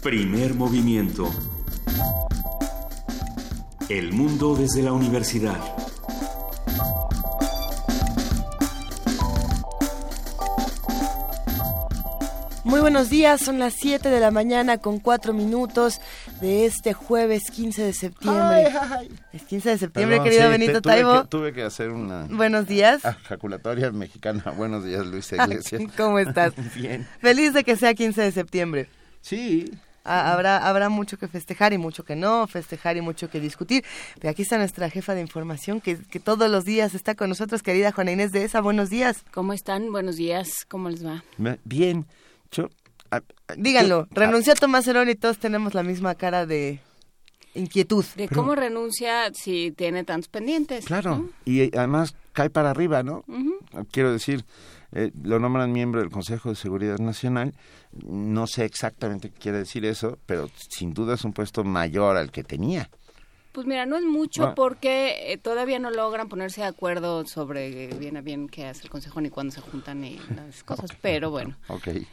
Primer movimiento. El mundo desde la universidad. Muy buenos días, son las 7 de la mañana con 4 minutos de este jueves 15 de septiembre. Es 15 de septiembre, querido sí, Benito Taibo. Tuve que hacer una... Buenos días. Ejaculatoria mexicana. Buenos días, Luisa Iglesias. ¿Cómo estás? Bien. Feliz de que sea 15 de septiembre. Sí. Habrá mucho que festejar y mucho que no festejar y mucho que discutir. Pero aquí está nuestra jefa de información que todos los días está con nosotros, querida Juana Inés de ESA. Buenos días. ¿Cómo están? Buenos días. ¿Cómo les va? Bien. Díganlo, renunció Tomás Herón y todos tenemos la misma cara de inquietud. De cómo renuncia si tiene tantos pendientes. Claro, ¿no? Y además cae para arriba, ¿no? Uh-huh. Quiero decir, lo nombran miembro del Consejo de Seguridad Nacional. No sé exactamente qué quiere decir eso, pero sin duda es un puesto mayor al que tenía. Pues mira, no es mucho porque todavía no logran ponerse de acuerdo sobre bien a bien qué hace el Consejo ni cuándo se juntan ni las cosas, pero bueno. Okay.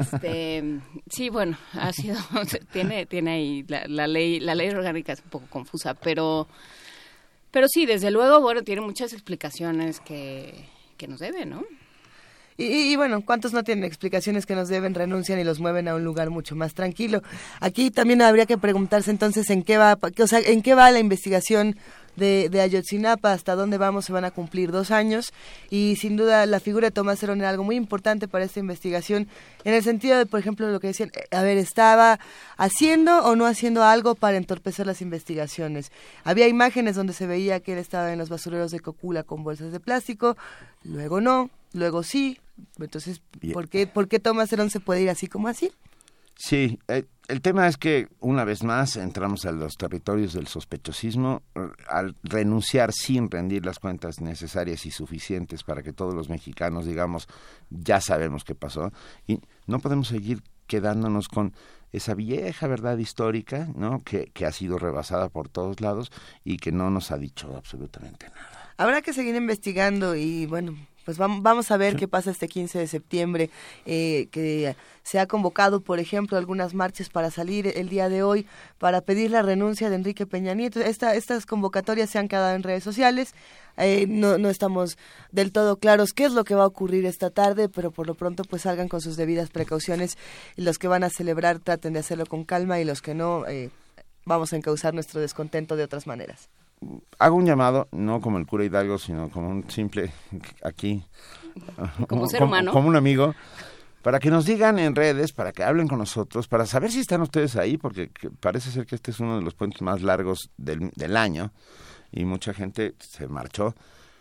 Sí, bueno, ha sido tiene ahí la ley orgánica es un poco confusa, pero sí, desde luego, bueno, tiene muchas explicaciones que nos debe, ¿no? Y bueno, ¿cuántos no tienen explicaciones que nos deben, renuncian y los mueven a un lugar mucho más tranquilo? Aquí también habría que preguntarse entonces en qué va la investigación de Ayotzinapa, hasta dónde vamos. Se van a cumplir 2 años y sin duda la figura de Tomás Herón era algo muy importante para esta investigación, en el sentido de, por ejemplo, lo que decían, ¿estaba haciendo o no haciendo algo para entorpecer las investigaciones? Había imágenes donde se veía que él estaba en los basureros de Cocula con bolsas de plástico, luego no, luego sí. Entonces, ¿por qué Tomás Herón se puede ir así como así? Sí, el tema es que una vez más entramos a los territorios del sospechosismo al renunciar sin rendir las cuentas necesarias y suficientes para que todos los mexicanos digamos, ya sabemos qué pasó, y no podemos seguir quedándonos con esa vieja verdad histórica, ¿no? que ha sido rebasada por todos lados y que no nos ha dicho absolutamente nada. Habrá que seguir investigando y bueno, pues vamos a ver qué pasa este 15 de septiembre, que se ha convocado, por ejemplo, algunas marchas para salir el día de hoy para pedir la renuncia de Enrique Peña Nieto. Estas convocatorias se han quedado en redes sociales, no estamos del todo claros qué es lo que va a ocurrir esta tarde, pero por lo pronto pues salgan con sus debidas precauciones. Los que van a celebrar traten de hacerlo con calma y los que no, vamos a encauzar nuestro descontento de otras maneras. Hago un llamado, no como el cura Hidalgo, sino como un simple, aquí, como ser humano, como un amigo, para que nos digan en redes, para que hablen con nosotros, para saber si están ustedes ahí, porque parece ser que este es uno de los puentes más largos del año, y mucha gente se marchó.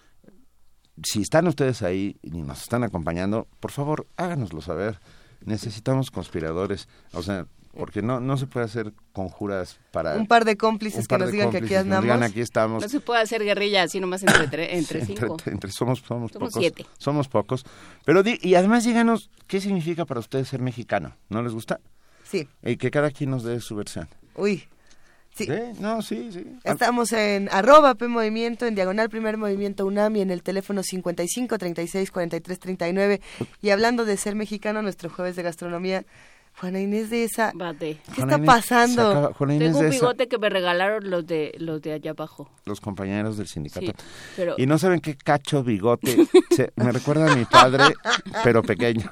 Si están ustedes ahí y nos están acompañando, por favor, háganoslo saber. Necesitamos conspiradores, o sea, porque no se puede hacer conjuras para... Un par de cómplices que nos digan que aquí andamos. Digan, aquí estamos. No se puede hacer guerrilla así nomás entre 5. Somos pocos. 7. Somos pocos. Pero y además díganos, ¿qué significa para ustedes ser mexicano? ¿No les gusta? Sí. Y que cada quien nos dé su versión. Uy. Sí. ¿Sí? No, sí. Estamos en @PMovimiento, en diagonal Primer Movimiento UNAM y en el teléfono 55 36 43 39. Y hablando de ser mexicano, nuestro jueves de gastronomía, Juana Inés de ESA, Bate. ¿qué está pasando? Tengo un bigote que me regalaron los de allá abajo. Los compañeros del sindicato. Sí, pero... Y no saben qué cacho bigote. Me recuerda a mi padre, pero pequeño.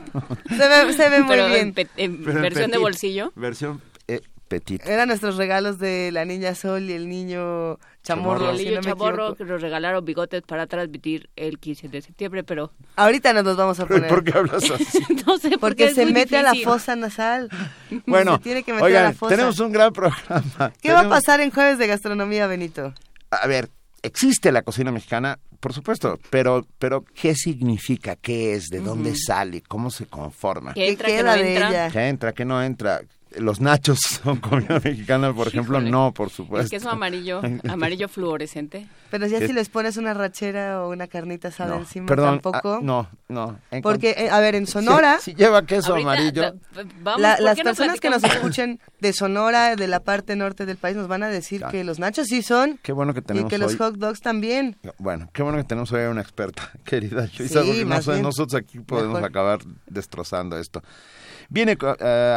Se ve muy bien. En versión de bolsillo. Versión petit. Eran nuestros regalos de la niña Sol y el niño Chamorro. El niño Chamorro que nos regalaron bigotes para transmitir el 15 de septiembre, pero... Ahorita nos los vamos a poner. ¿Por qué hablas así? No sé, porque se mete difícil. a la fosa nasal. Bueno, se tiene que meter oigan, a la fosa. Tenemos un gran programa. ¿Qué va a pasar en Jueves de Gastronomía, Benito? A ver, existe la cocina mexicana, por supuesto, pero ¿qué significa? ¿Qué es? ¿De dónde sale? ¿Cómo se conforma? ¿Qué entra, queda que no de entra? ella? ¿Qué entra? ¿Qué no entra? Los nachos son comida mexicana, por ejemplo. Híjole. No, por supuesto. El queso amarillo fluorescente. Pero ya si les pones una rachera o una carnita asada encima, perdón, tampoco. No. Porque, a ver, en Sonora... Si lleva queso Ahorita, amarillo... las personas que nos escuchen de Sonora, de la parte norte del país, nos van a decir que los nachos sí son. Qué bueno que tenemos y que los hot dogs también. Bueno, qué bueno que tenemos hoy a una experta, querida Luisa, porque nosotros aquí podemos acabar destrozando esto. Viene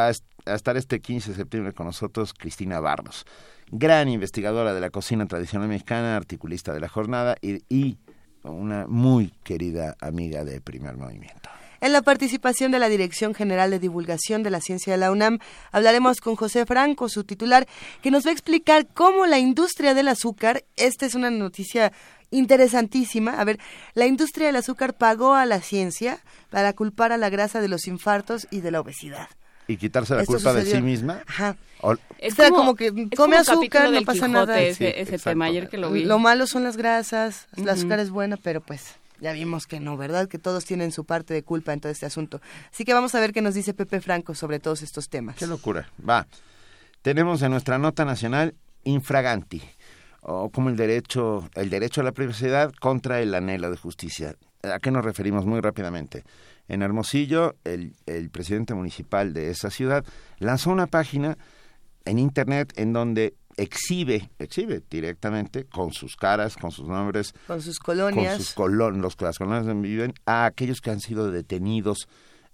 a estar este 15 de septiembre con nosotros Cristina Barros, gran investigadora de la cocina tradicional mexicana, articulista de la jornada y una muy querida amiga de Primer Movimiento. En la participación de la Dirección General de Divulgación de la Ciencia de la UNAM, hablaremos con José Franco, su titular, que nos va a explicar cómo la industria del azúcar, esta es una noticia interesantísima, a ver, la industria del azúcar pagó a la ciencia para culpar a la grasa de los infartos y de la obesidad. Y quitarse la Esto culpa sucedió. de sí misma. Ajá. Es como que come azúcar, no pasa nada. Ese tema, ayer que lo vi. Lo malo son las grasas, el azúcar es buena, pero pues ya vimos que no, ¿verdad? Que todos tienen su parte de culpa en todo este asunto. Así que vamos a ver qué nos dice Pepe Franco sobre todos estos temas. Qué locura. Va. Tenemos en nuestra nota nacional infraganti, o como el derecho a la privacidad contra el anhelo de justicia. ¿A qué nos referimos muy rápidamente? En Hermosillo, el presidente municipal de esa ciudad lanzó una página en internet en donde exhibe directamente con sus caras, con sus nombres, con sus colonias, las colonias donde viven, a aquellos que han sido detenidos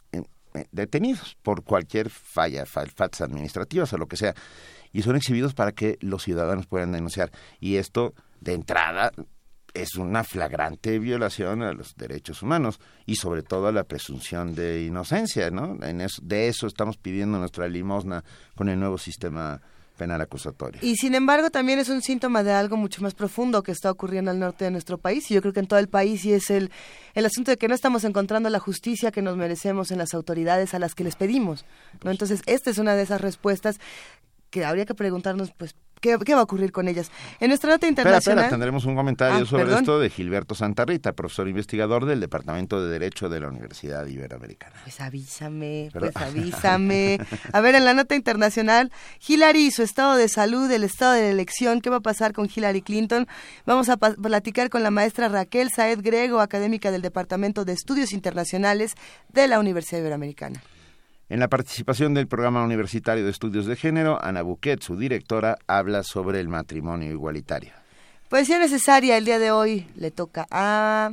por cualquier faltas administrativas o lo que sea, y son exhibidos para que los ciudadanos puedan denunciar. Y esto, de entrada, es una flagrante violación a los derechos humanos y sobre todo a la presunción de inocencia, ¿no? De eso estamos pidiendo nuestra limosna con el nuevo sistema penal acusatorio. Y sin embargo también es un síntoma de algo mucho más profundo que está ocurriendo al norte de nuestro país, y yo creo que en todo el país, y es el asunto de que no estamos encontrando la justicia que nos merecemos en las autoridades a las que les pedimos, ¿no? Entonces esta es una de esas respuestas que habría que preguntarnos, pues, ¿qué va a ocurrir con ellas? En nuestra nota internacional... Espera, tendremos un comentario sobre esto de Gilberto Santarrita, profesor investigador del Departamento de Derecho de la Universidad Iberoamericana. Pues avísame. A ver, en la nota internacional, Hillary y su estado de salud, el estado de la elección, ¿qué va a pasar con Hillary Clinton? Vamos a platicar con la maestra Raquel Saed Grego, académica del Departamento de Estudios Internacionales de la Universidad Iberoamericana. En la participación del Programa Universitario de Estudios de Género, Ana Buquet, su directora, habla sobre el matrimonio igualitario. Poesía necesaria el día de hoy le toca a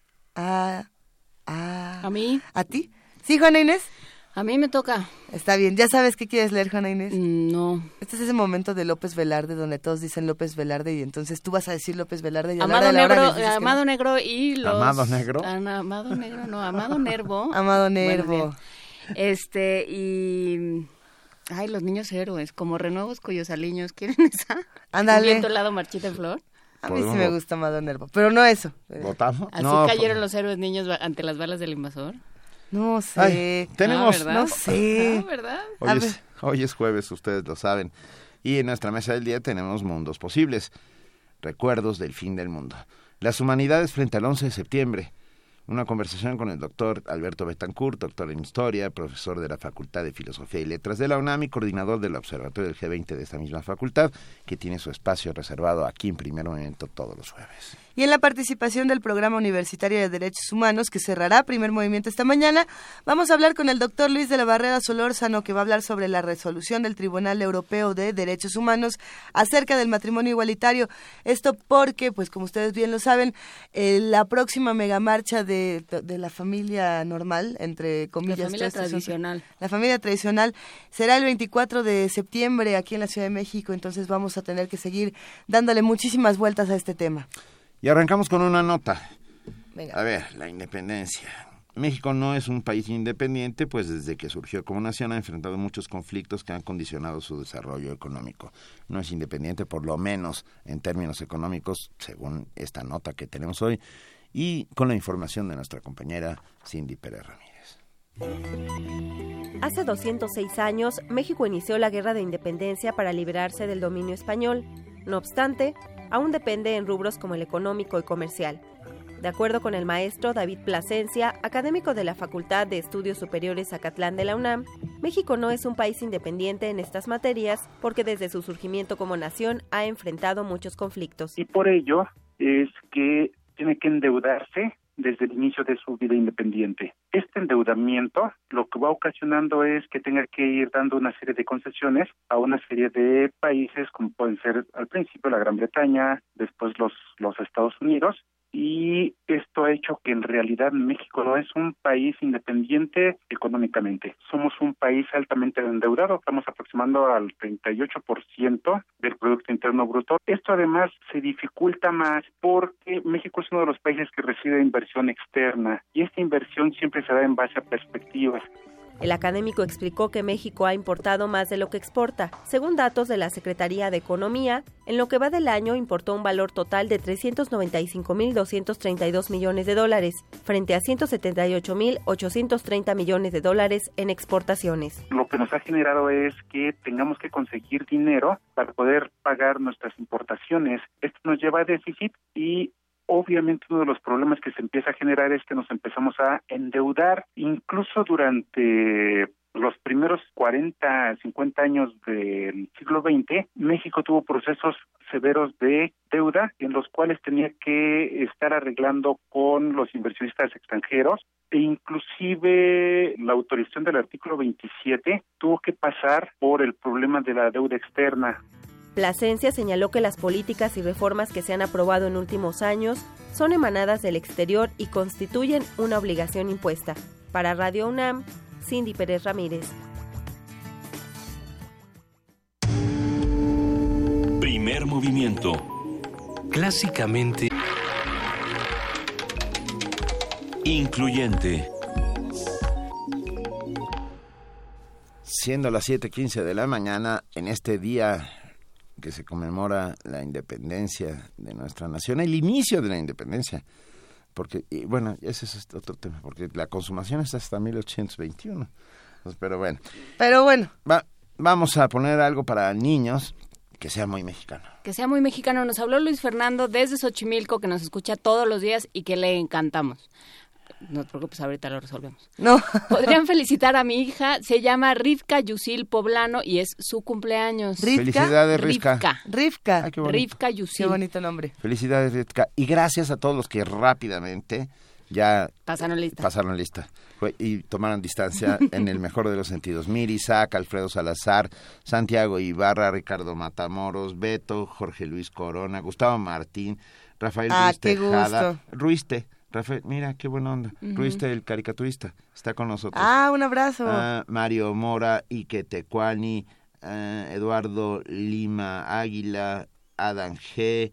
mí. ¿A ti? ¿Sí, Juana Inés? A mí me toca. Está bien. ¿Ya sabes qué quieres leer, Juana Inés? No. Este es ese momento de López Velarde donde todos dicen López Velarde y entonces tú vas a decir López Velarde y Amado Negro y los... ¿Amado Negro? Amado Negro, no, Amado Nervo. Amado Nervo. Bueno, y... Ay, los niños héroes, como renuevos cuyos aliños, ¿quieren esa? Ándale. Viento helado, marchita en flor. A mí sí me gusta Amado Nervo, pero no eso. ¿Votamos? ¿Así cayeron los héroes niños ante las balas del invasor? No sé. Ay, tenemos... No sé. ¿Verdad? Hoy es jueves, ustedes lo saben. Y en nuestra mesa del día tenemos mundos posibles. Recuerdos del fin del mundo. Las humanidades frente al 11 de septiembre. Una conversación con el doctor Alberto Betancourt, doctor en Historia, profesor de la Facultad de Filosofía y Letras de la UNAM y coordinador del Observatorio del G20 de esta misma facultad, que tiene su espacio reservado aquí en Primer Movimiento todos los jueves. Y en la participación del Programa Universitario de Derechos Humanos, que cerrará Primer Movimiento esta mañana, vamos a hablar con el doctor Luis de la Barrera Solórzano, que va a hablar sobre la resolución del Tribunal Europeo de Derechos Humanos acerca del matrimonio igualitario. Esto porque, pues como ustedes bien lo saben, la próxima megamarcha de la familia normal, entre comillas. La familia tradicional. La familia tradicional será el 24 de septiembre aquí en la Ciudad de México, entonces vamos a tener que seguir dándole muchísimas vueltas a este tema. Y arrancamos con una nota. Venga. A ver, la independencia. México no es un país independiente, pues desde que surgió como nación ha enfrentado muchos conflictos que han condicionado su desarrollo económico. No es independiente, por lo menos en términos económicos, según esta nota que tenemos hoy, y con la información de nuestra compañera Cindy Pérez Ramírez. Hace 206 años, México inició la Guerra de Independencia para liberarse del dominio español. No obstante, aún depende en rubros como el económico y comercial. De acuerdo con el maestro David Plasencia, académico de la Facultad de Estudios Superiores Zacatlán de la UNAM, México no es un país independiente en estas materias porque desde su surgimiento como nación ha enfrentado muchos conflictos. Y por ello es que tiene que endeudarse desde el inicio de su vida independiente. Este endeudamiento lo que va ocasionando es que tenga que ir dando una serie de concesiones a una serie de países como pueden ser al principio la Gran Bretaña, después los Estados Unidos, y esto ha hecho que en realidad México no es un país independiente económicamente. Somos un país altamente endeudado, estamos aproximando al 38% del Producto Interno Bruto. Esto además se dificulta más porque México es uno de los países que recibe inversión externa y esta inversión siempre se da en base a perspectivas. El académico explicó que México ha importado más de lo que exporta. Según datos de la Secretaría de Economía, en lo que va del año importó un valor total de $395,232 millones frente a $178,830 millones en exportaciones. Lo que nos ha generado es que tengamos que conseguir dinero para poder pagar nuestras importaciones. Esto nos lleva a déficit y obviamente uno de los problemas que se empieza a generar es que nos empezamos a endeudar. Incluso durante los primeros 40, 50 años del siglo XX, México tuvo procesos severos de deuda en los cuales tenía que estar arreglando con los inversionistas extranjeros e inclusive la autorización del artículo 27 tuvo que pasar por el problema de la deuda externa. Plasencia señaló que las políticas y reformas que se han aprobado en últimos años son emanadas del exterior y constituyen una obligación impuesta. Para Radio UNAM, Cindy Pérez Ramírez. Primer movimiento. Clásicamente incluyente. Siendo las 7:15 de la mañana, en este día que se conmemora la independencia de nuestra nación, el inicio de la independencia, porque, y bueno, ese es otro tema, porque la consumación es hasta 1821, pero bueno. Vamos a poner algo para niños que sea muy mexicano. Que sea muy mexicano. Nos habló Luis Fernando desde Xochimilco, que nos escucha todos los días y que le encantamos. No te preocupes, ahorita lo resolvemos. No. Podrían felicitar a mi hija, se llama Rivka Yusil Poblano y es su cumpleaños. Felicidades, Rivka. Rivka. Ay, qué bonito. Rivka Yusil. Qué bonito nombre. Felicidades, Rivka. Y gracias a todos los que rápidamente ya pasaron lista y tomaron distancia en el mejor de los sentidos. Miri, Isaac, Alfredo Salazar, Santiago Ibarra, Ricardo Matamoros, Beto, Jorge Luis Corona, Gustavo Martín, Rafael Ruiz Tejada, Ruiste. Rafael, mira, qué buena onda. Ruiste, el caricaturista, está con nosotros. Un abrazo. Mario Mora, Ike Tecuani, Eduardo Lima Águila, Adam G,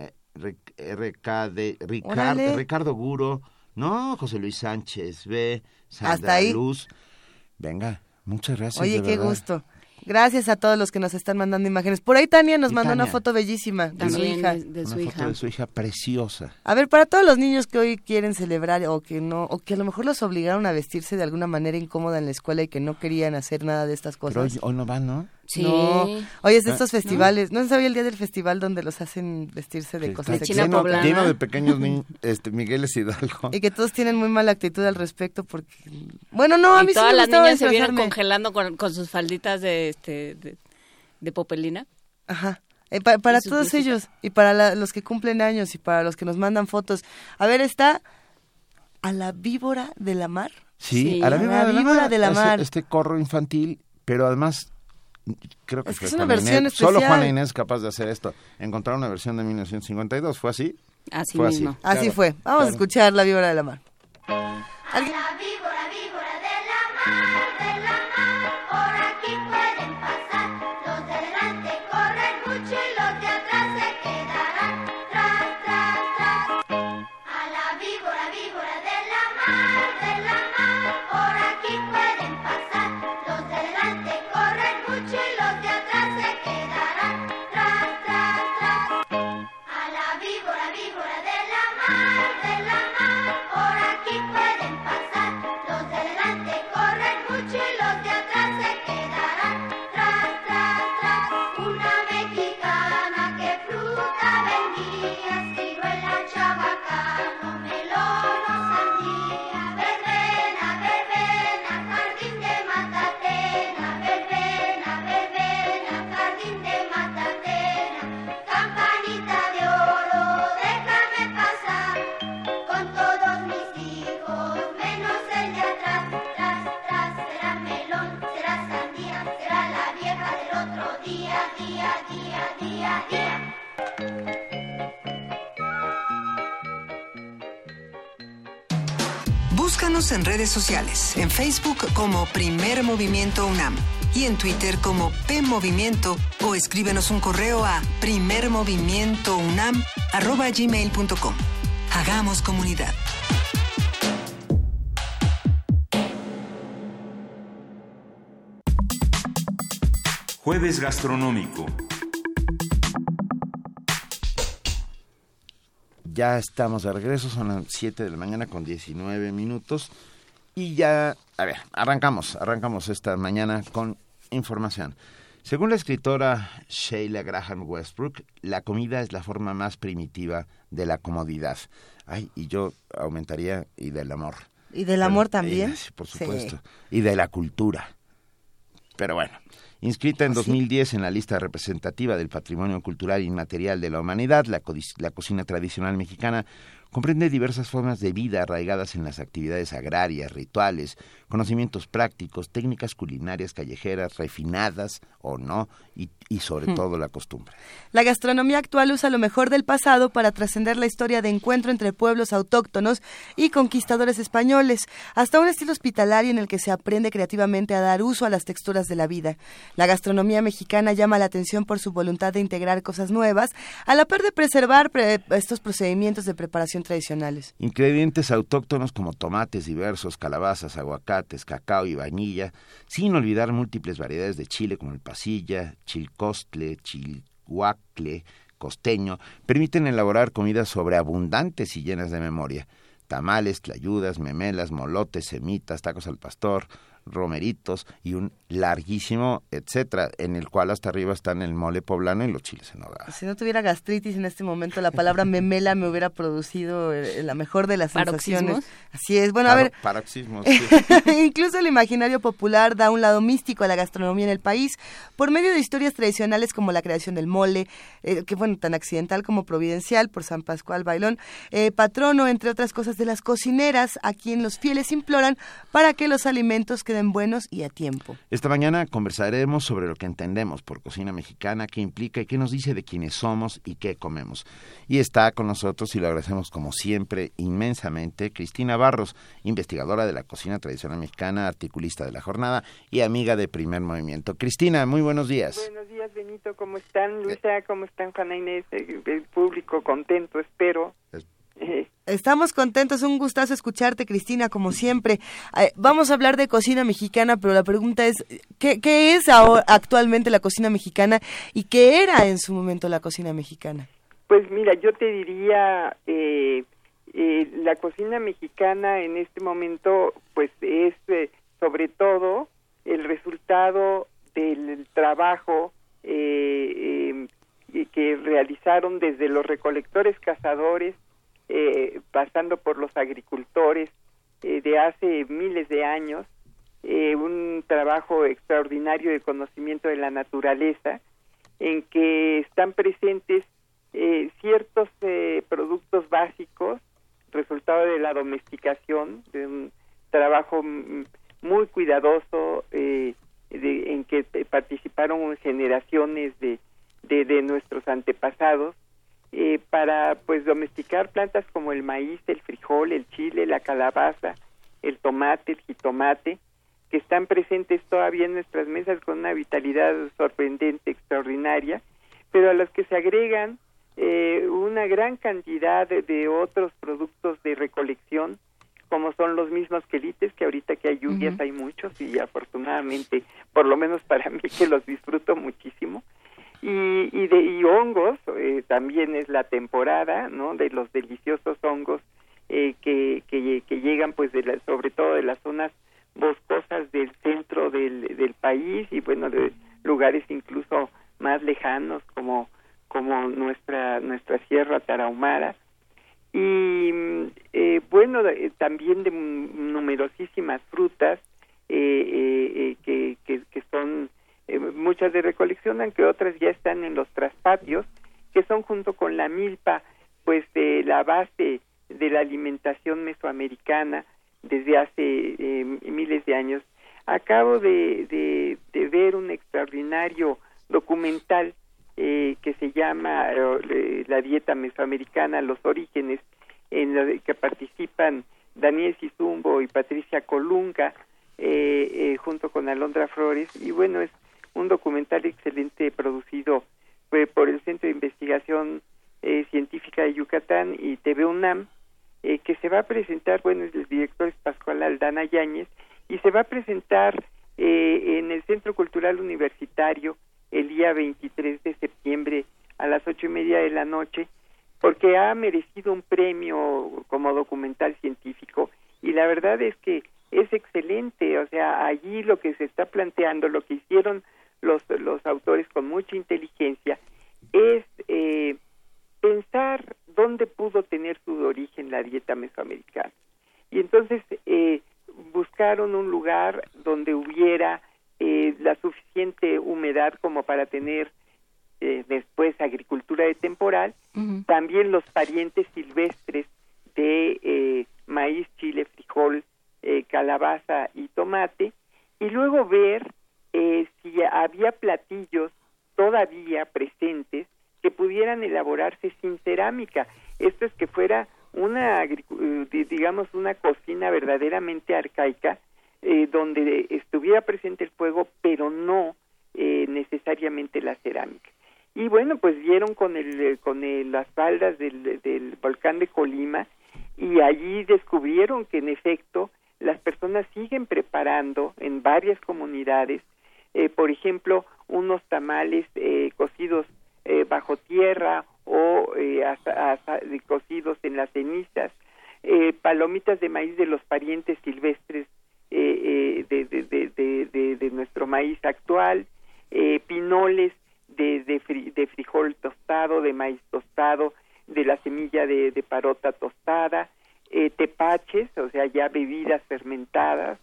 Ricardo Guro, José Luis Sánchez B, Sandra Luz. Venga, muchas gracias. Oye, qué gusto. Gracias a todos los que nos están mandando imágenes. Por ahí Tania nos mandó una foto bellísima de su hija. Foto de su hija preciosa. A ver, para todos los niños que hoy quieren celebrar o que no, o que a lo mejor los obligaron a vestirse de alguna manera incómoda en la escuela y que no querían hacer nada de estas cosas. Pero hoy no van, ¿no? Sí. No. Oye, es de estos festivales. ¿No se sabía el día del festival donde los hacen vestirse de cosas exóticas? Lleno de pequeños Migueles Hidalgo. Y que todos tienen muy mala actitud al respecto porque... Bueno, no, a mí sí me gustaba todas las niñas disfrazarme. se vieron congelando con sus falditas de popelina. Ajá. Para todos ellos y para los que cumplen años y para los que nos mandan fotos. A ver, está A la Víbora de la Mar. Sí, A la Víbora de la Mar. Este corro infantil, pero además... Creo que es una versión especial. Solo Juana Inés es capaz de hacer esto. Encontrar una versión de 1952. ¿Fue así? Así fue mismo. Así claro, fue. Vamos a escuchar La Víbora de la Mar. ¿Alguien? La víbora, víbora de la mar, por aquí pueden pasar. Los de delante corren mucho y los de atrás se quedarán. Tras, tras, tras. A la víbora, víbora de la mar, por aquí pueden pasar. Los de delante corren mucho y los de atrás se quedarán. Tras, tras, tras. A la víbora, víbora de la mar, por aquí pueden pasar. Búscanos en redes sociales, en Facebook como Primer Movimiento UNAM y en Twitter como PMovimiento o escríbenos un correo a primermovimientounam@gmail.com. Hagamos comunidad. Jueves gastronómico. Ya estamos de regreso, son las 7 de la mañana con 19 minutos y ya, a ver, arrancamos esta mañana con información. Según la escritora Sheila Graham Westbrook, la comida es la forma más primitiva de la comodidad. Ay, y yo aumentaría, y del amor. ¿Y del amor también? Sí, por supuesto. Sí. Y de la cultura. Pero bueno, inscrita en 2010 en la lista representativa del Patrimonio Cultural Inmaterial de la Humanidad, la cocina tradicional mexicana comprende diversas formas de vida arraigadas en las actividades agrarias, rituales, conocimientos prácticos, técnicas culinarias callejeras, refinadas o no, y sobre todo la costumbre. La gastronomía actual usa lo mejor del pasado para trascender la historia de encuentro entre pueblos autóctonos y conquistadores españoles, hasta un estilo hospitalario en el que se aprende creativamente a dar uso a las texturas de la vida. La gastronomía mexicana llama la atención por su voluntad de integrar cosas nuevas, a la par de preservar estos procedimientos de preparación tradicionales. Ingredientes autóctonos como tomates diversos, calabazas, aguacates, cacao y vainilla, sin olvidar múltiples variedades de chile como el pasilla, chilcostle, chilhuacle, costeño, permiten elaborar comidas sobreabundantes y llenas de memoria. Tamales, tlayudas, memelas, molotes, semitas, tacos al pastor, romeritos y un larguísimo etcétera, en el cual hasta arriba están el mole poblano y los chiles en nogada. Si no tuviera gastritis en este momento, la palabra memela me hubiera producido la mejor de las sensaciones. Así es. Bueno, a ver. Paroxismos, sí. Incluso el imaginario popular da un lado místico a la gastronomía en el país por medio de historias tradicionales como la creación del mole, que bueno, tan accidental como providencial por San Pascual Bailón, patrono, entre otras cosas, de las cocineras, a quien los fieles imploran para que los alimentos queden buenos y a tiempo. Esta mañana conversaremos sobre lo que entendemos por cocina mexicana, qué implica y qué nos dice de quiénes somos y qué comemos. Y está con nosotros, y lo agradecemos como siempre inmensamente, Cristina Barros, investigadora de la cocina tradicional mexicana, articulista de La Jornada y amiga de Primer Movimiento. Cristina, muy buenos días. Buenos días, Benito, ¿cómo están? Luisa, ¿cómo están? Juana Inés, el público contento, espero. Estamos contentos, un gustazo escucharte, Cristina, como siempre. Vamos a hablar de cocina mexicana, pero la pregunta es, ¿qué es ahora, actualmente la cocina mexicana y qué era en su momento la cocina mexicana? Pues mira, yo te diría, la cocina mexicana en este momento pues es sobre todo el resultado del trabajo que realizaron desde los recolectores cazadores, pasando por los agricultores de hace miles de años, un trabajo extraordinario de conocimiento de la naturaleza, en que están presentes ciertos productos básicos, resultado de la domesticación, de un trabajo muy cuidadoso en que participaron generaciones de nuestros antepasados, para pues domesticar plantas como el maíz, el frijol, el chile, la calabaza, el tomate, el jitomate, que están presentes todavía en nuestras mesas con una vitalidad sorprendente, extraordinaria, pero a los que se agregan una gran cantidad de otros productos de recolección, como son los mismos quelites, que ahorita que hay lluvias hay muchos, y afortunadamente, por lo menos para mí, que los disfruto muchísimo. Y hongos, también es la temporada, ¿no?, de los deliciosos hongos que llegan pues sobre todo de las zonas boscosas del centro del país, y bueno, de lugares incluso más lejanos como nuestra Sierra Tarahumara, y bueno, también de numerosísimas frutas que son muchas de recolección, aunque otras ya están en los traspatios, que son, junto con la milpa, pues la base de la alimentación mesoamericana desde hace miles de años. Acabo de ver un extraordinario documental que se llama La dieta mesoamericana, los orígenes, en el que participan Daniel Sizumbo y Patricia Colunga, junto con Alondra Flores, y bueno, es un documental excelente producido por el Centro de Investigación Científica de Yucatán y TV UNAM, que se va a presentar, bueno, el director es Pascual Aldana Yáñez, y se va a presentar en el Centro Cultural Universitario el día 23 de septiembre a las 8:30 p.m, porque ha merecido un premio como documental científico, y la verdad es que es excelente. O sea, allí lo que se está planteando, lo que hicieron los autores con mucha inteligencia, es pensar dónde pudo tener su origen la dieta mesoamericana. Y entonces buscaron un lugar donde hubiera la suficiente humedad como para tener después agricultura de temporal, también los parientes silvestres de maíz, chile, frijol, calabaza y tomate, y luego ver si había platillos todavía presentes que pudieran elaborarse sin cerámica. Esto es que fuera una cocina verdaderamente arcaica, donde estuviera presente el fuego, pero no necesariamente la cerámica. Y bueno, pues vieron con las faldas del volcán de Colima, y allí descubrieron que en efecto las personas siguen preparando en varias comunidades, por ejemplo, unos tamales cocidos bajo tierra o cocidos en las cenizas, palomitas de maíz de los parientes silvestres de nuestro maíz actual, pinoles de frijol tostado, de maíz tostado, de la semilla de parota tostada, tepaches, o sea, ya bebidas fermentadas,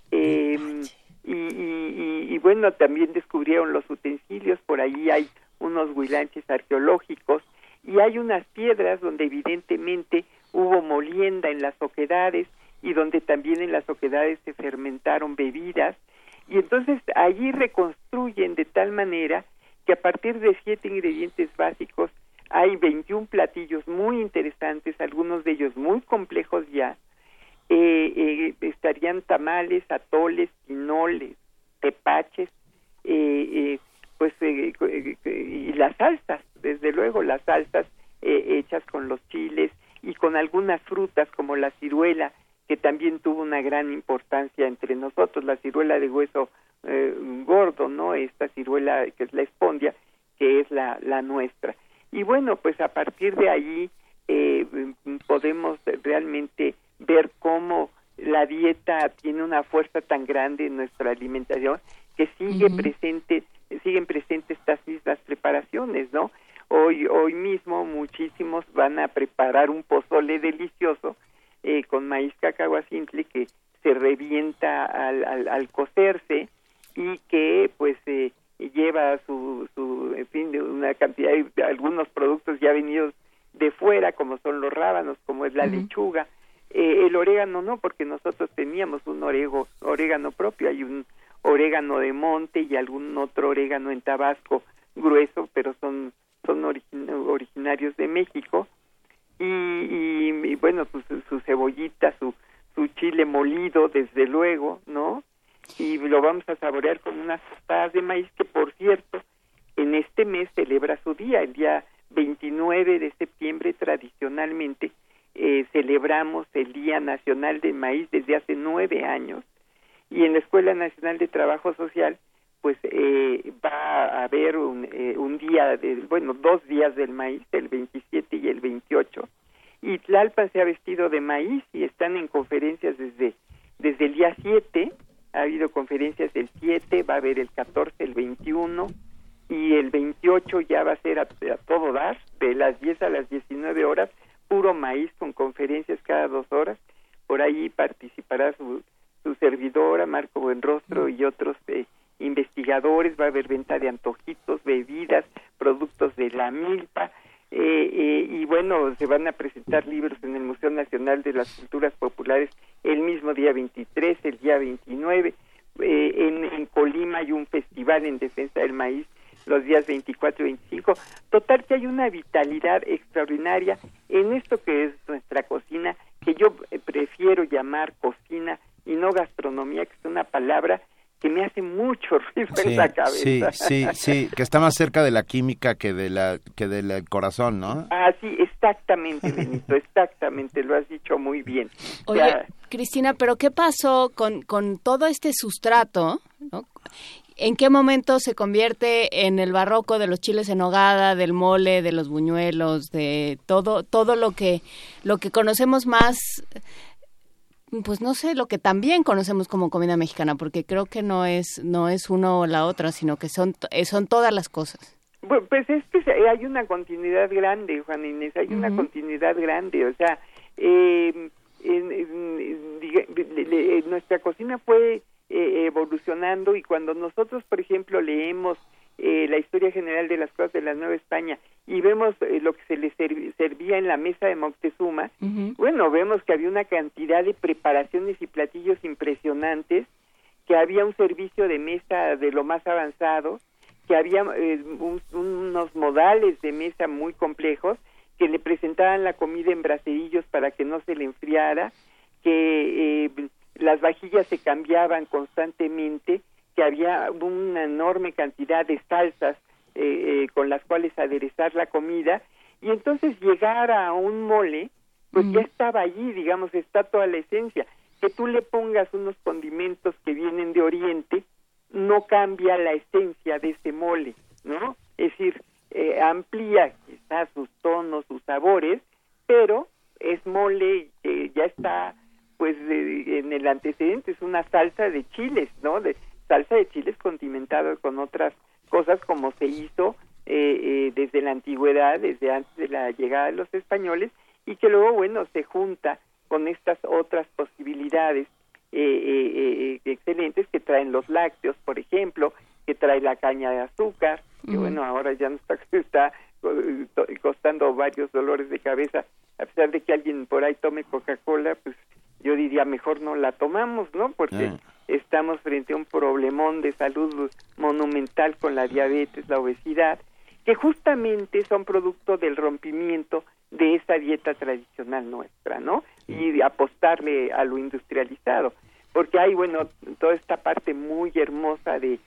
y bueno, también descubrieron los utensilios. Por ahí hay unos huilanches arqueológicos, y hay unas piedras donde evidentemente hubo molienda en las oquedades, y donde también en las oquedades se fermentaron bebidas, y entonces allí reconstruyen de tal manera que a partir de 7 ingredientes básicos hay 21 platillos muy interesantes, algunos de ellos muy complejos ya. Estarían tamales, atoles, pinoles, tepaches, y las salsas, desde luego las salsas hechas con los chiles y con algunas frutas como la ciruela, que también tuvo una gran importancia entre nosotros, la ciruela de hueso gordo, ¿no? Esta ciruela que es la espondia, que es la nuestra. Y bueno, pues a partir de allí podemos realmente ver cómo la dieta tiene una fuerza tan grande en nuestra alimentación, que siguen presentes estas mismas preparaciones, ¿no? Hoy mismo muchísimos van a preparar un pozole delicioso con maíz cacahuacintle que se revienta al cocerse, y que pues lleva su en fin, de una cantidad de algunos productos ya venidos de fuera, como son los rábanos, como es la lechuga. El orégano no, porque nosotros teníamos un orégano propio. Hay un orégano de monte y algún otro orégano en Tabasco grueso, pero son originarios de México. Y bueno, su cebollita, su chile molido, desde luego, ¿no? Y lo vamos a saborear con unas tostadas de maíz, que por cierto, en este mes celebra su día, el día 29 de septiembre, tradicionalmente celebramos el Día Nacional del Maíz desde hace 9 años, y en la Escuela Nacional de Trabajo Social pues va a haber un día, 2 días del maíz, el 27 y el 28, y Tlalpan se ha vestido de maíz y están en conferencias desde el día 7, ha habido conferencias el 7, va a haber el 14, el 21, y el 28 ya va a ser a todo dar, de las 10 a las 19 horas, puro maíz con conferencias cada 2 horas. Por ahí participará su servidora, Marco Buenrostro, y otros investigadores. Va a haber venta de antojitos, bebidas, productos de la milpa, y bueno, se van a presentar libros en el Museo Nacional de las Culturas Populares el mismo día 23, el día 29. En Colima hay un festival en defensa del maíz los días 24 y 25. Total, que hay una vitalidad extraordinaria en esto que es nuestra cocina, que yo prefiero quiero llamar cocina y no gastronomía, que es una palabra que me hace mucho ruido en la cabeza. Sí, que está más cerca de la química que del corazón, ¿no? Ah, sí, exactamente, Benito, exactamente, lo has dicho muy bien. Oye, Cristina, pero ¿qué pasó con todo este sustrato, ¿no? ¿En qué momento se convierte en el barroco de los chiles en nogada, del mole, de los buñuelos, de todo lo que conocemos más? Pues no sé, lo que también conocemos como comida mexicana, porque creo que no es uno o la otra, sino que son todas las cosas. Bueno, pues es que hay una continuidad grande, Juana Inés, hay una continuidad grande, o sea, nuestra cocina fue evolucionando, y cuando nosotros, por ejemplo, leemos la historia general de las cosas de la Nueva España y vemos lo que se le servía en la mesa de Moctezuma, bueno, vemos que había una cantidad de preparaciones y platillos impresionantes, que había un servicio de mesa de lo más avanzado, que había unos modales de mesa muy complejos, que le presentaban la comida en braserillos para que no se le enfriara, que las vajillas se cambiaban constantemente, que había una enorme cantidad de salsas con las cuales aderezar la comida, y entonces llegar a un mole, pues ya estaba allí, digamos, está toda la esencia. Que tú le pongas unos condimentos que vienen de Oriente, no cambia la esencia de ese mole, ¿no? Es decir, amplía quizás sus tonos, sus sabores, pero es mole que ya está, pues, en el antecedente, es una salsa de chiles, ¿no? Salsa de chiles condimentada con otras cosas, como se hizo desde la antigüedad, desde antes de la llegada de los españoles, y que luego, bueno, se junta con estas otras posibilidades excelentes que traen los lácteos, por ejemplo, que trae la caña de azúcar, que bueno, ahora ya nos está costando varios dolores de cabeza, a pesar de que alguien por ahí tome Coca-Cola, pues yo diría mejor no la tomamos, ¿no? Porque estamos frente a un problemón de salud monumental con la diabetes, la obesidad, que justamente son producto del rompimiento de esa dieta tradicional nuestra, ¿no? Y apostarle a lo industrializado, porque hay, bueno, toda esta parte muy hermosa de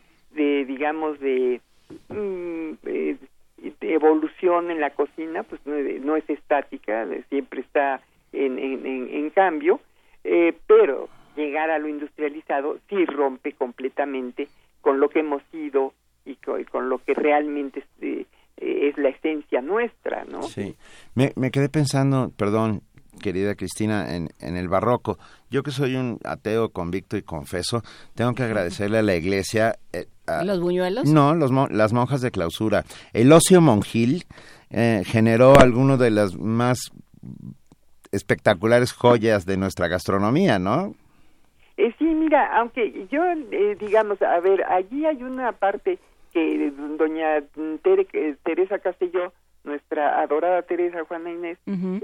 evolución en la cocina, pues no es estática, siempre está en cambio, pero llegar a lo industrializado sí rompe completamente con lo que hemos sido y con lo que realmente es la esencia nuestra, ¿no? Sí, me quedé pensando, perdón, querida Cristina, en el barroco. Yo que soy un ateo convicto y confeso, tengo que agradecerle a la Iglesia. ¿Los buñuelos? No, las monjas de clausura. El ocio monjil generó algunas de las más espectaculares joyas de nuestra gastronomía, ¿no? Sí, mira, aunque yo, digamos, a ver, allí hay una parte que doña Teresa Castelló, nuestra adorada Teresa Juana Inés,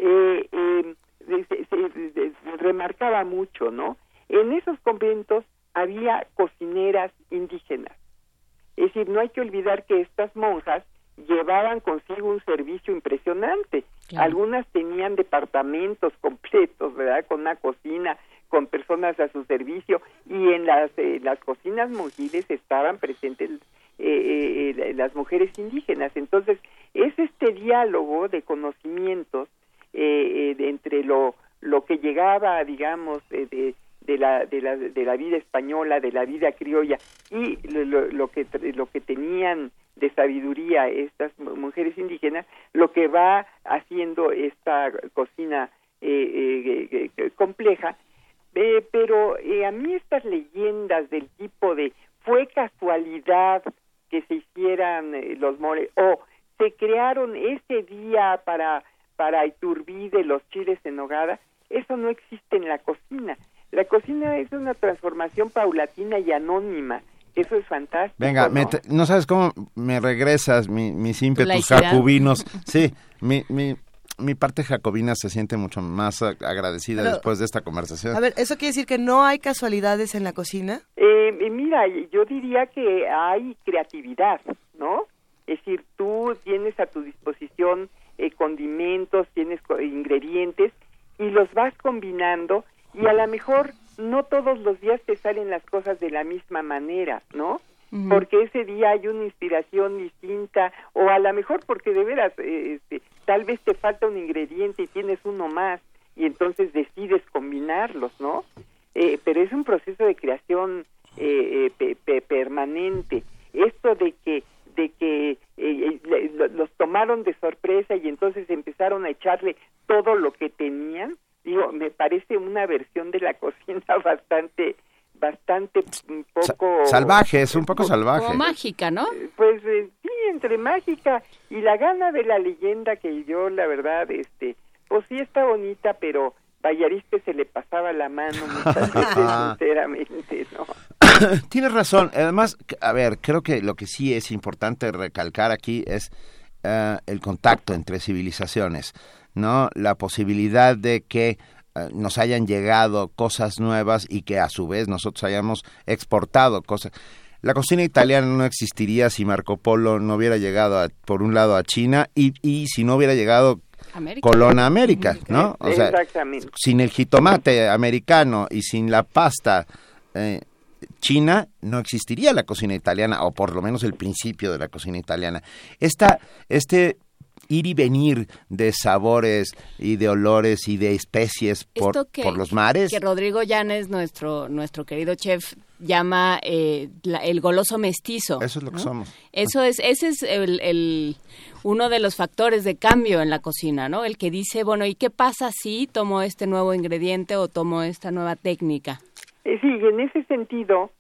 remarcaba mucho, ¿no? En esos conventos había cocineras indígenas. Es decir, no hay que olvidar que estas monjas llevaban consigo un servicio impresionante. Claro. Algunas tenían departamentos completos, ¿verdad? Con una cocina, con personas a su servicio, y en las cocinas monjiles estaban presentes las mujeres indígenas. Entonces, es este diálogo de conocimientos entre lo que llegaba, digamos, de la vida española, de la vida criolla, y lo que tenían de sabiduría estas mujeres indígenas, lo que va haciendo esta cocina compleja. Pero a mí estas leyendas del tipo de fue casualidad que se hicieran los moles, o se crearon ese día para Iturbide los chiles en nogada, eso no existe en la cocina. La cocina es una transformación paulatina y anónima. Eso es fantástico. Venga, ¿no sabes cómo me regresas mis ímpetus jacobinos? Sí, mi parte jacobina se siente mucho más agradecida después de esta conversación. A ver, ¿eso quiere decir que no hay casualidades en la cocina? Mira, yo diría que hay creatividad, ¿no? Es decir, tú tienes a tu disposición condimentos, tienes ingredientes, y los vas combinando, y a lo mejor no todos los días te salen las cosas de la misma manera, ¿no? Uh-huh. Porque ese día hay una inspiración distinta, o a lo mejor porque de veras tal vez te falta un ingrediente y tienes uno más y entonces decides combinarlos, ¿no? Pero es un proceso de creación permanente. Esto de que los tomaron de sorpresa y entonces empezaron a echarle todo lo que tenían, digo, me parece una versión de la cocina bastante poco salvaje, es un poco salvaje. Como mágica, ¿no? Pues sí, entre mágica y la gana de la leyenda, que yo la verdad, pues sí está bonita, pero Vallariste se le pasaba la mano muchas veces, sinceramente, ¿no? Tienes razón. Además, a ver, creo que lo que sí es importante recalcar aquí es el contacto entre civilizaciones, ¿no? La posibilidad de que nos hayan llegado cosas nuevas y que a su vez nosotros hayamos exportado cosas. La cocina italiana no existiría si Marco Polo no hubiera llegado por un lado a China y si no hubiera llegado Colón a América, ¿no? O sea, exactamente. Sin el jitomate americano y sin la pasta china no existiría la cocina italiana, o por lo menos el principio de la cocina italiana. Este ir y venir de sabores y de olores y de especies por los mares. Que Rodrigo Llanes, nuestro querido chef, llama el goloso mestizo. Eso es lo que somos. Ese es uno de los factores de cambio en la cocina, ¿no? El que dice, bueno, ¿y qué pasa si tomo este nuevo ingrediente o tomo esta nueva técnica? Sí, en ese sentido,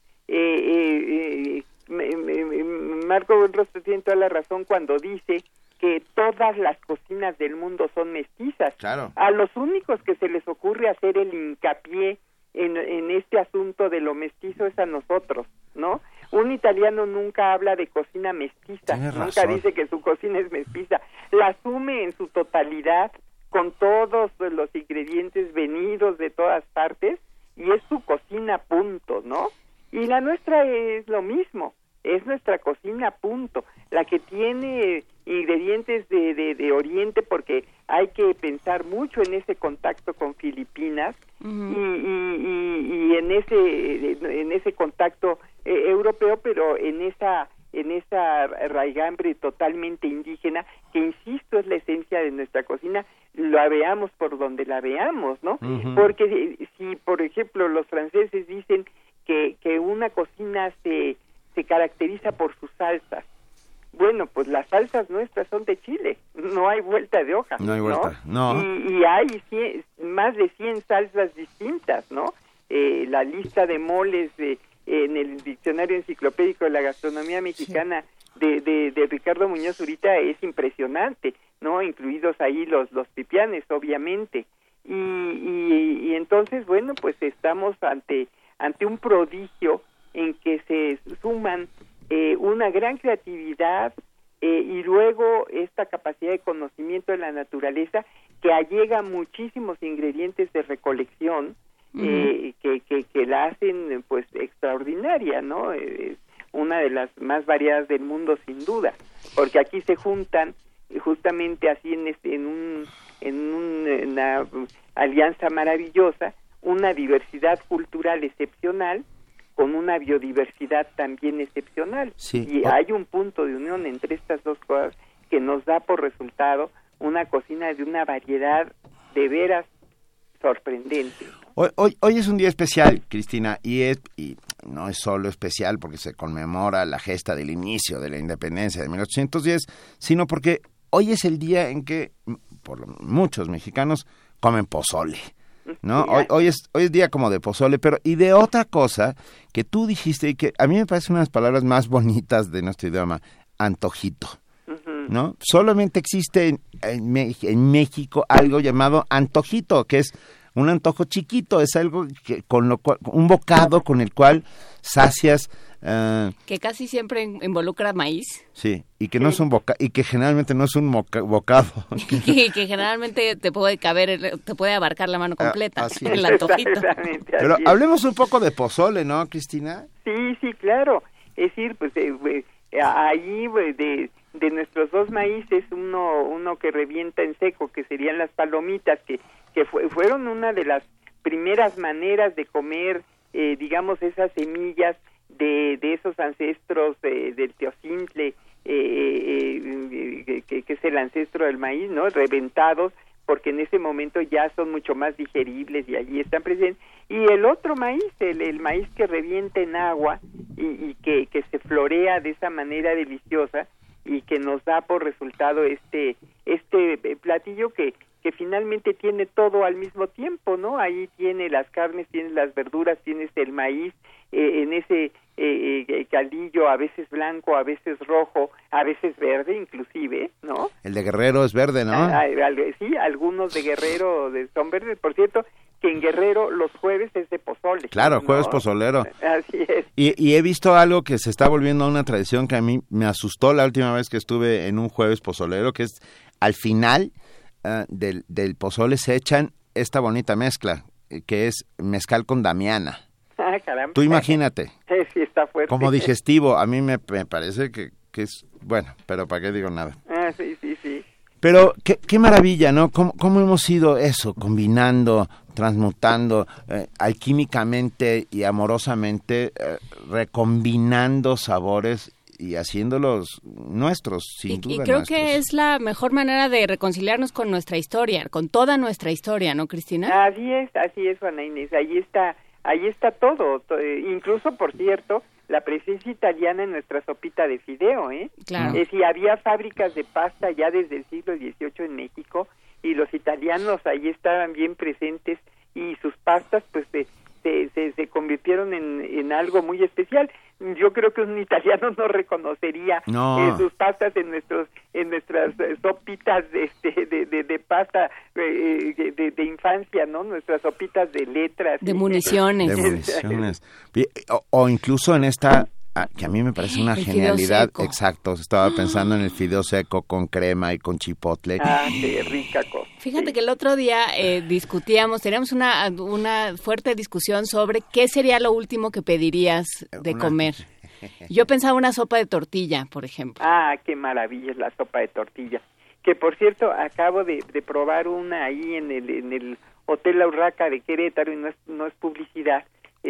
Marco Rostro tiene toda la razón cuando dice que todas las cocinas del mundo son mestizas. Claro. A los únicos que se les ocurre hacer el hincapié en este asunto de lo mestizo es a nosotros, ¿no? Un italiano nunca habla de cocina mestiza, nunca dice que su cocina es mestiza, la asume en su totalidad con todos los ingredientes venidos de todas partes y es su cocina, punto, ¿no? Y la nuestra es lo mismo, es nuestra cocina, punto, la que tiene ingredientes de Oriente, porque hay que pensar mucho en ese contacto con Filipinas. Uh-huh. y en ese contacto europeo, pero en esa raigambre totalmente indígena, que insisto es la esencia de nuestra cocina, la veamos por donde la veamos, ¿no? Uh-huh. Porque si por ejemplo los franceses dicen que una cocina se caracteriza por sus salsas, bueno, pues las salsas nuestras son de Chile, no hay vuelta de hoja, no hay vuelta, ¿no? Y hay más de 100 salsas distintas, ¿no? La lista de moles en el diccionario enciclopédico de la gastronomía mexicana de Ricardo Muñoz Zurita es impresionante, ¿no? Incluidos ahí los pipianes, obviamente. Y entonces, bueno, pues estamos ante un prodigio en que se suman una gran creatividad y luego esta capacidad de conocimiento de la naturaleza que allega muchísimos ingredientes de recolección. Uh-huh. que la hacen pues extraordinaria, ¿no? Una de las más variadas del mundo sin duda, porque aquí se juntan justamente así en una alianza maravillosa, una diversidad cultural excepcional con una biodiversidad también excepcional. Sí. Y hay un punto de unión entre estas dos cosas que nos da por resultado una cocina de una variedad de veras sorprendente. Hoy es un día especial, Cristina, y no es solo especial porque se conmemora la gesta del inicio de la independencia de 1810, sino porque hoy es el día en que muchos mexicanos comen pozole, ¿no? Hoy es día como de pozole, pero y de otra cosa que tú dijiste y que a mí me parece una de las palabras más bonitas de nuestro idioma, antojito, ¿no? Solamente existe en México algo llamado antojito, que es un antojo chiquito, es algo que un bocado con el cual sacias que casi siempre involucra maíz. Sí, y que no es un bocado, y que generalmente no es un bocado. que generalmente te puede abarcar la mano completa, el antojito. Pero hablemos un poco de pozole, ¿no, Cristina? Sí, claro. Es decir, pues ahí de nuestros dos maíces, uno que revienta en seco, que serían las palomitas, que fueron una de las primeras maneras de comer, digamos, esas semillas de esos ancestros del teocintle, que es el ancestro del maíz, ¿no? Reventados, porque en ese momento ya son mucho más digeribles y allí están presentes. Y el otro maíz, el maíz que revienta en agua y que se florea de esa manera deliciosa y que nos da por resultado este platillo que finalmente tiene todo al mismo tiempo, ¿no? Ahí tiene las carnes, tiene las verduras, tienes el maíz, en ese caldillo, a veces blanco, a veces rojo, a veces verde inclusive, ¿no? El de Guerrero es verde, ¿no? Sí, algunos de Guerrero son verdes, por cierto, que en Guerrero los jueves es de pozole. Claro, jueves pozolero. Así es. Y he visto algo que se está volviendo a una tradición que a mí me asustó la última vez que estuve en un jueves pozolero, que es al final del pozole se echan esta bonita mezcla, que es mezcal con damiana. Ah, caramba. Tú imagínate. Sí, está fuerte. Como digestivo, a mí me parece que es, bueno, pero ¿para qué digo nada? Ah, sí. Pero qué maravilla, ¿no? ¿Cómo hemos ido eso, combinando, transmutando, alquímicamente y amorosamente, recombinando sabores y haciéndolos nuestros, sin duda. Y creo nuestros. que es la mejor manera de reconciliarnos con nuestra historia, con toda nuestra historia, ¿no, Cristina? Así es, Juana Inés, ahí está todo, incluso, por cierto, la presencia italiana en nuestra sopita de fideo, ¿eh? Claro. Es decir, había fábricas de pasta ya desde el siglo XVIII en México y los italianos ahí estaban bien presentes y sus pastas pues se convirtieron en algo muy especial. Yo creo que un italiano no reconocería sus pastas en nuestras sopitas de pasta de infancia, ¿no? Nuestras sopitas de letras. De municiones. De municiones. O incluso en esta, que a mí me parece una genialidad. Exacto, estaba pensando en el fideo seco con crema y con chipotle. Qué rica cosa. Fíjate que el otro día teníamos una fuerte discusión sobre qué sería lo último que pedirías de comer. Yo pensaba una sopa de tortilla, por ejemplo. Qué maravilla es la sopa de tortilla. Que por cierto, acabo de probar una ahí en el Hotel La Urraca de Querétaro y no es publicidad.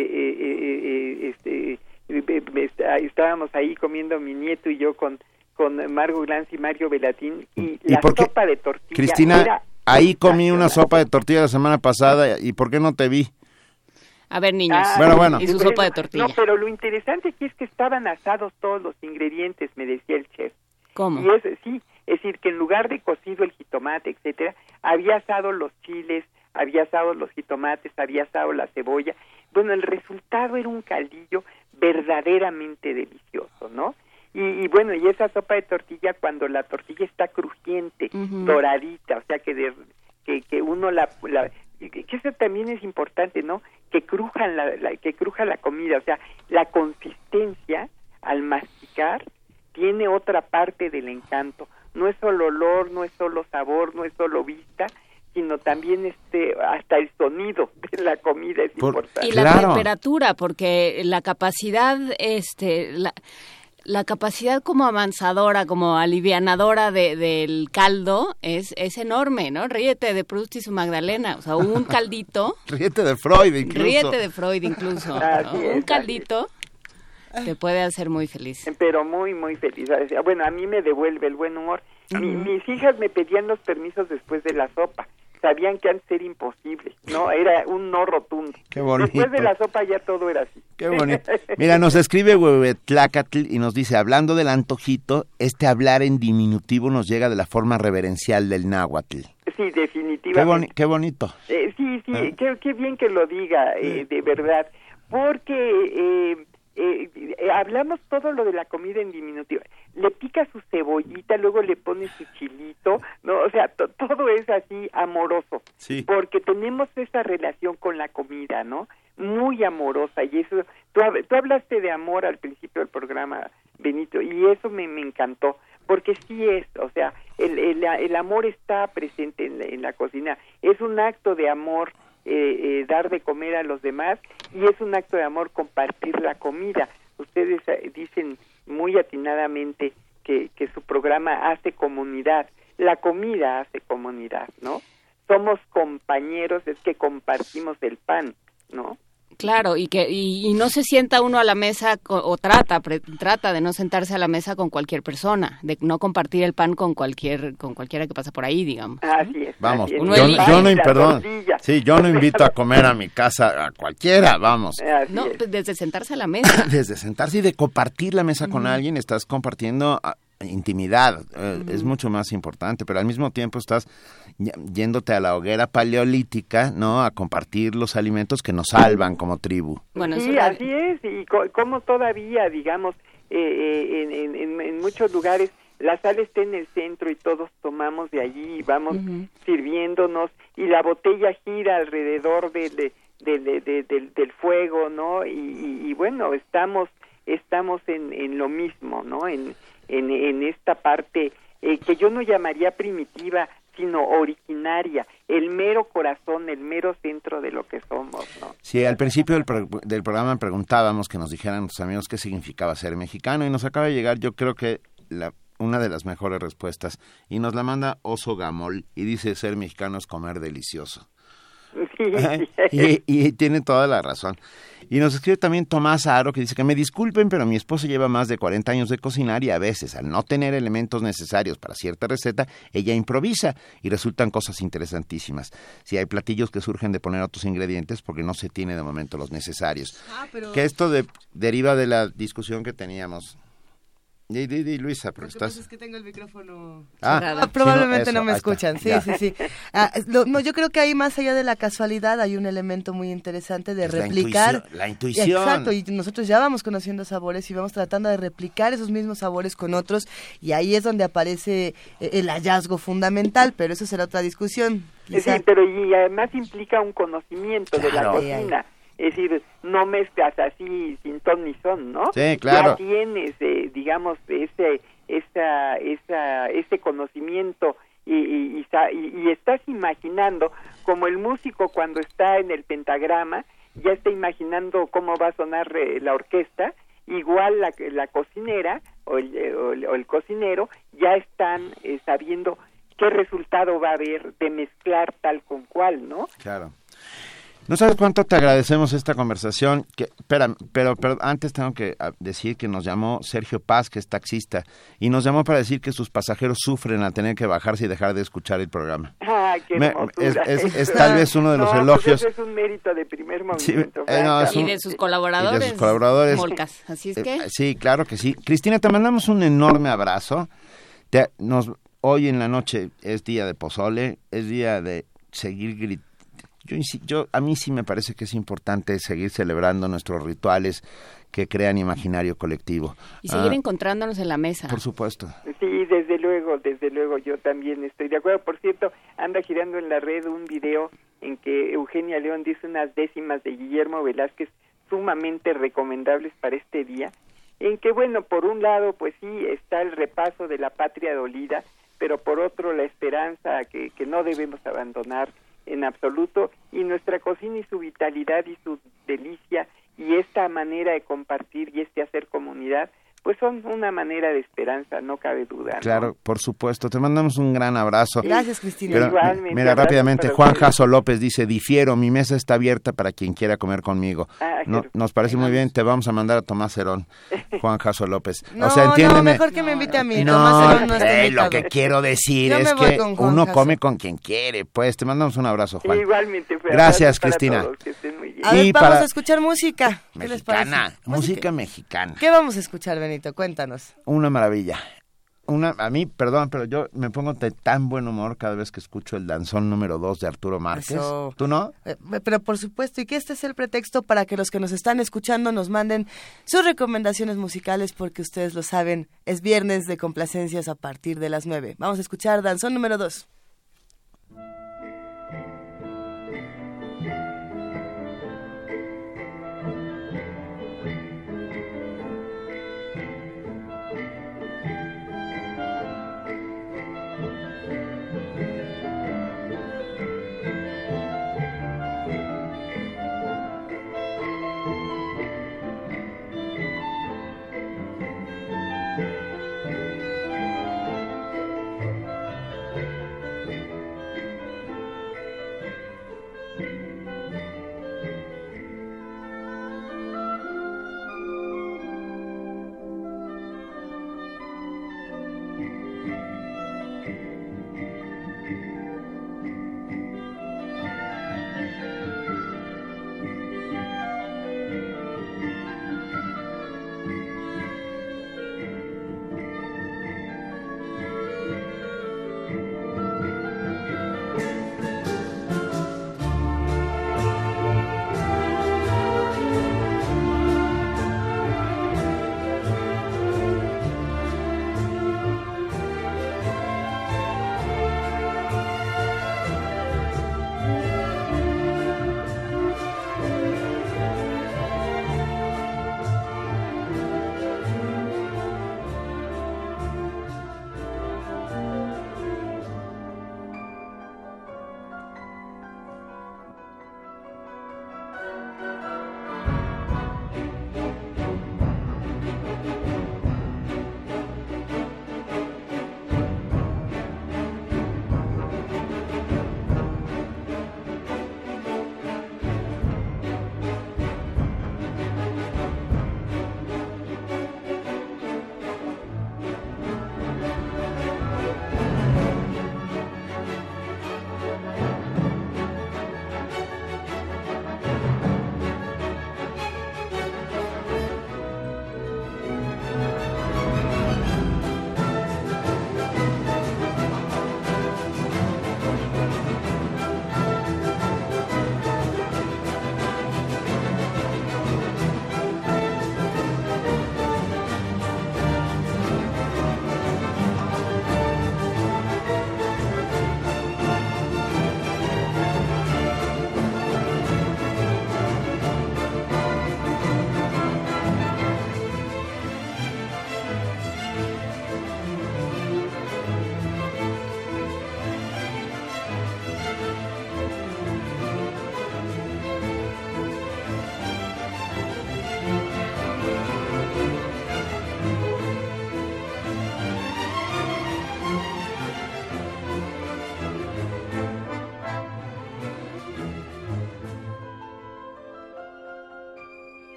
Estábamos ahí comiendo mi nieto y yo con Margo Glantz y Mario Velatín y la sopa de tortilla. Cristina, ahí comí una sopa de tortilla la semana pasada y ¿por qué no te vi? A ver, niños, bueno. y su sopa de tortilla. No, pero lo interesante aquí es que estaban asados todos los ingredientes, me decía el chef. ¿Cómo? Y es decir, que en lugar de cocido el jitomate, etcétera, había asado los chiles, había asado los jitomates, había asado la cebolla. Bueno, el resultado era un caldillo verdaderamente delicioso, ¿no? Y bueno, y esa sopa de tortilla, cuando la tortilla está crujiente, doradita, o sea, que uno que eso también es importante, ¿no? Que cruja la comida, o sea, la consistencia al masticar tiene otra parte del encanto. No es solo olor, no es solo sabor, no es solo vista, sino también hasta el sonido de la comida es importante. Y la temperatura, porque la capacidad, la capacidad como avanzadora, como alivianadora del caldo es enorme, ¿no? Ríete de Proust y su Magdalena, o sea, un caldito. Ríete de Freud incluso. ¿no? Un caldito te puede hacer muy feliz. Pero muy, muy feliz. Bueno, a mí me devuelve el buen humor. Mis hijas me pedían los permisos después de la sopa. Sabían que antes era imposible, ¿no? Era un no rotundo. Qué bonito. Después de la sopa ya todo era así. Qué bonito. Mira, nos escribe Huehuetlacatl y nos dice, hablando del antojito, hablar en diminutivo nos llega de la forma reverencial del náhuatl. Sí, definitivamente. Qué bonito. Sí, qué bien que lo diga, de verdad. Porque hablamos todo lo de la comida en diminutivo. Le pica su cebollita, luego le pone su chilito, ¿no? O sea, todo es así amoroso. Sí. Porque tenemos esa relación con la comida, ¿no? Muy amorosa. Y eso, tú hablaste de amor al principio del programa, Benito, y eso me encantó. Porque sí es, o sea, el amor está presente en la cocina. Es un acto de amor dar de comer a los demás y es un acto de amor compartir la comida. Ustedes dicen muy atinadamente que su programa hace comunidad. La comida hace comunidad, ¿no? somos compañeros es que compartimos el pan, ¿no? Claro, y no se sienta uno a la mesa o trata de no sentarse a la mesa con cualquier persona, de no compartir el pan con cualquiera que pasa por ahí, digamos. Así es. Vamos, así es. Yo no invito a comer a mi casa a cualquiera, vamos. No, pues desde sentarse a la mesa. Desde sentarse y de compartir la mesa con alguien, estás compartiendo intimidad, es mucho más importante, pero al mismo tiempo estás yéndote a la hoguera paleolítica, ¿no? A compartir los alimentos que nos salvan como tribu. Bueno, sí, así es, y como todavía, digamos, en muchos lugares la sal está en el centro y todos tomamos de allí y vamos sirviéndonos y la botella gira alrededor del fuego, ¿no? Y bueno, estamos en lo mismo, ¿no? En esta parte que yo no llamaría primitiva, sino originaria, el mero corazón, el mero centro de lo que somos, ¿no? Sí, al principio del programa preguntábamos que nos dijeran nuestros amigos qué significaba ser mexicano y nos acaba de llegar, yo creo que una de las mejores respuestas, y nos la manda Oso Gamol y dice: ser mexicano es comer delicioso. Sí. Y tiene toda la razón. Y nos escribe también Tomás Aro, que dice que me disculpen, pero mi esposa lleva más de 40 años de cocinar y a veces, al no tener elementos necesarios para cierta receta, ella improvisa y resultan cosas interesantísimas. Sí, hay platillos que surgen de poner otros ingredientes porque no se tiene de momento los necesarios. Que esto deriva de la discusión que teníamos. Di, Luisa, pero estás... Es que tengo el micrófono... sí, probablemente no me escuchan, está. Sí. Yo creo que ahí, más allá de la casualidad, hay un elemento muy interesante de replicar... La intuición. Exacto, y nosotros ya vamos conociendo sabores y vamos tratando de replicar esos mismos sabores con otros, y ahí es donde aparece el hallazgo fundamental, pero eso será otra discusión. Quizá. Sí, pero y además implica un conocimiento de la cocina. Es decir, no mezclas así sin ton ni son, ¿no? Sí, claro. Ya tienes, digamos, ese conocimiento y estás imaginando, como el músico cuando está en el pentagrama, ya está imaginando cómo va a sonar la orquesta, igual la cocinera o el cocinero ya están sabiendo qué resultado va a haber de mezclar tal con cual, ¿no? Claro. No sabes cuánto te agradecemos esta conversación, pero antes tengo que decir que nos llamó Sergio Paz, que es taxista, y nos llamó para decir que sus pasajeros sufren al tener que bajarse y dejar de escuchar el programa. ¡Qué hermosura! Es tal vez uno de los elogios. Pues es un mérito de Primer Movimiento. Y de sus colaboradores. Molcas, así es que... Sí, claro que sí. Cristina, te mandamos un enorme abrazo. Hoy en la noche es día de pozole, es día de seguir gritando. A mí sí me parece que es importante seguir celebrando nuestros rituales que crean imaginario colectivo. Y seguir encontrándonos en la mesa. Por supuesto. Sí, desde luego, yo también estoy de acuerdo. Por cierto, anda girando en la red un video en que Eugenia León dice unas décimas de Guillermo Velázquez sumamente recomendables para este día, en que, bueno, por un lado, pues sí, está el repaso de la patria dolida, pero por otro la esperanza que no debemos abandonar en absoluto, y nuestra cocina y su vitalidad y su delicia y esta manera de compartir y hacer comunidad, pues son una manera de esperanza, no cabe duda, ¿no? Claro, por supuesto. Te mandamos un gran abrazo. Gracias, Cristina. Pero, igualmente. Mira, rápidamente, Juan Jasso López dice: difiero, mi mesa está abierta para quien quiera comer conmigo. Nos parece muy bien, te vamos a mandar a Tomás Herón, Juan Jasso López. No, mejor que me invite a mí. Tomás Herón no está invitado. Lo que quiero decir es que uno come con quien quiere. Pues te mandamos un abrazo, Juan. Igualmente. Gracias, Cristina. Todos, que estén muy bien. A ver, vamos a escuchar música. ¿Qué les parece? Música mexicana. ¿Qué vamos a escuchar, Benito? Cuéntanos. Una maravilla. A mí, perdón, pero yo me pongo de tan buen humor cada vez que escucho el danzón número 2 de Arturo Márquez. Eso. ¿Tú no? Pero por supuesto, y que este es el pretexto para que los que nos están escuchando nos manden sus recomendaciones musicales, porque ustedes lo saben, es viernes de complacencias a partir de las 9. Vamos a escuchar danzón número 2.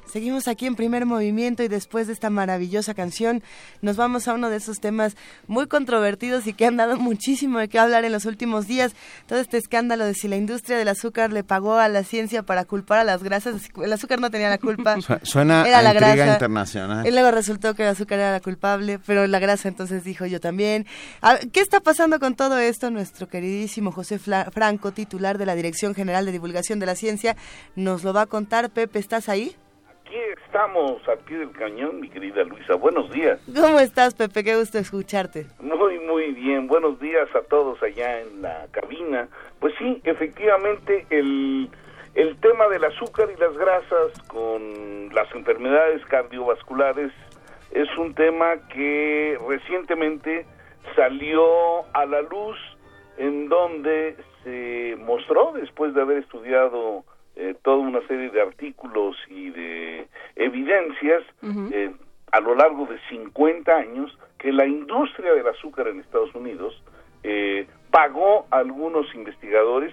Seguimos aquí en Primer Movimiento y después de esta maravillosa canción nos vamos a uno de esos temas muy controvertidos y que han dado muchísimo de qué hablar en los últimos días. Todo este escándalo de si la industria del azúcar le pagó a la ciencia para culpar a las grasas. El azúcar no tenía la culpa. Suena era a la intriga grasa. Internacional. Y luego resultó que el azúcar era la culpable, pero la grasa entonces dijo yo también. ¿Qué está pasando con todo esto? Nuestro queridísimo José Franco, titular de la Dirección General de Divulgación de la Ciencia, nos lo va a contar. Pepe, ¿estás ahí? Aquí estamos, al pie del cañón, mi querida Luisa. Buenos días. ¿Cómo estás, Pepe? Qué gusto escucharte. Muy bien. Buenos días a todos allá en la cabina. Pues sí, efectivamente, el tema del azúcar y las grasas con las enfermedades cardiovasculares es un tema que recientemente salió a la luz, en donde se mostró, después de haber estudiado toda una serie de artículos y de evidencias a lo largo de 50 años, que la industria del azúcar en Estados Unidos pagó a algunos investigadores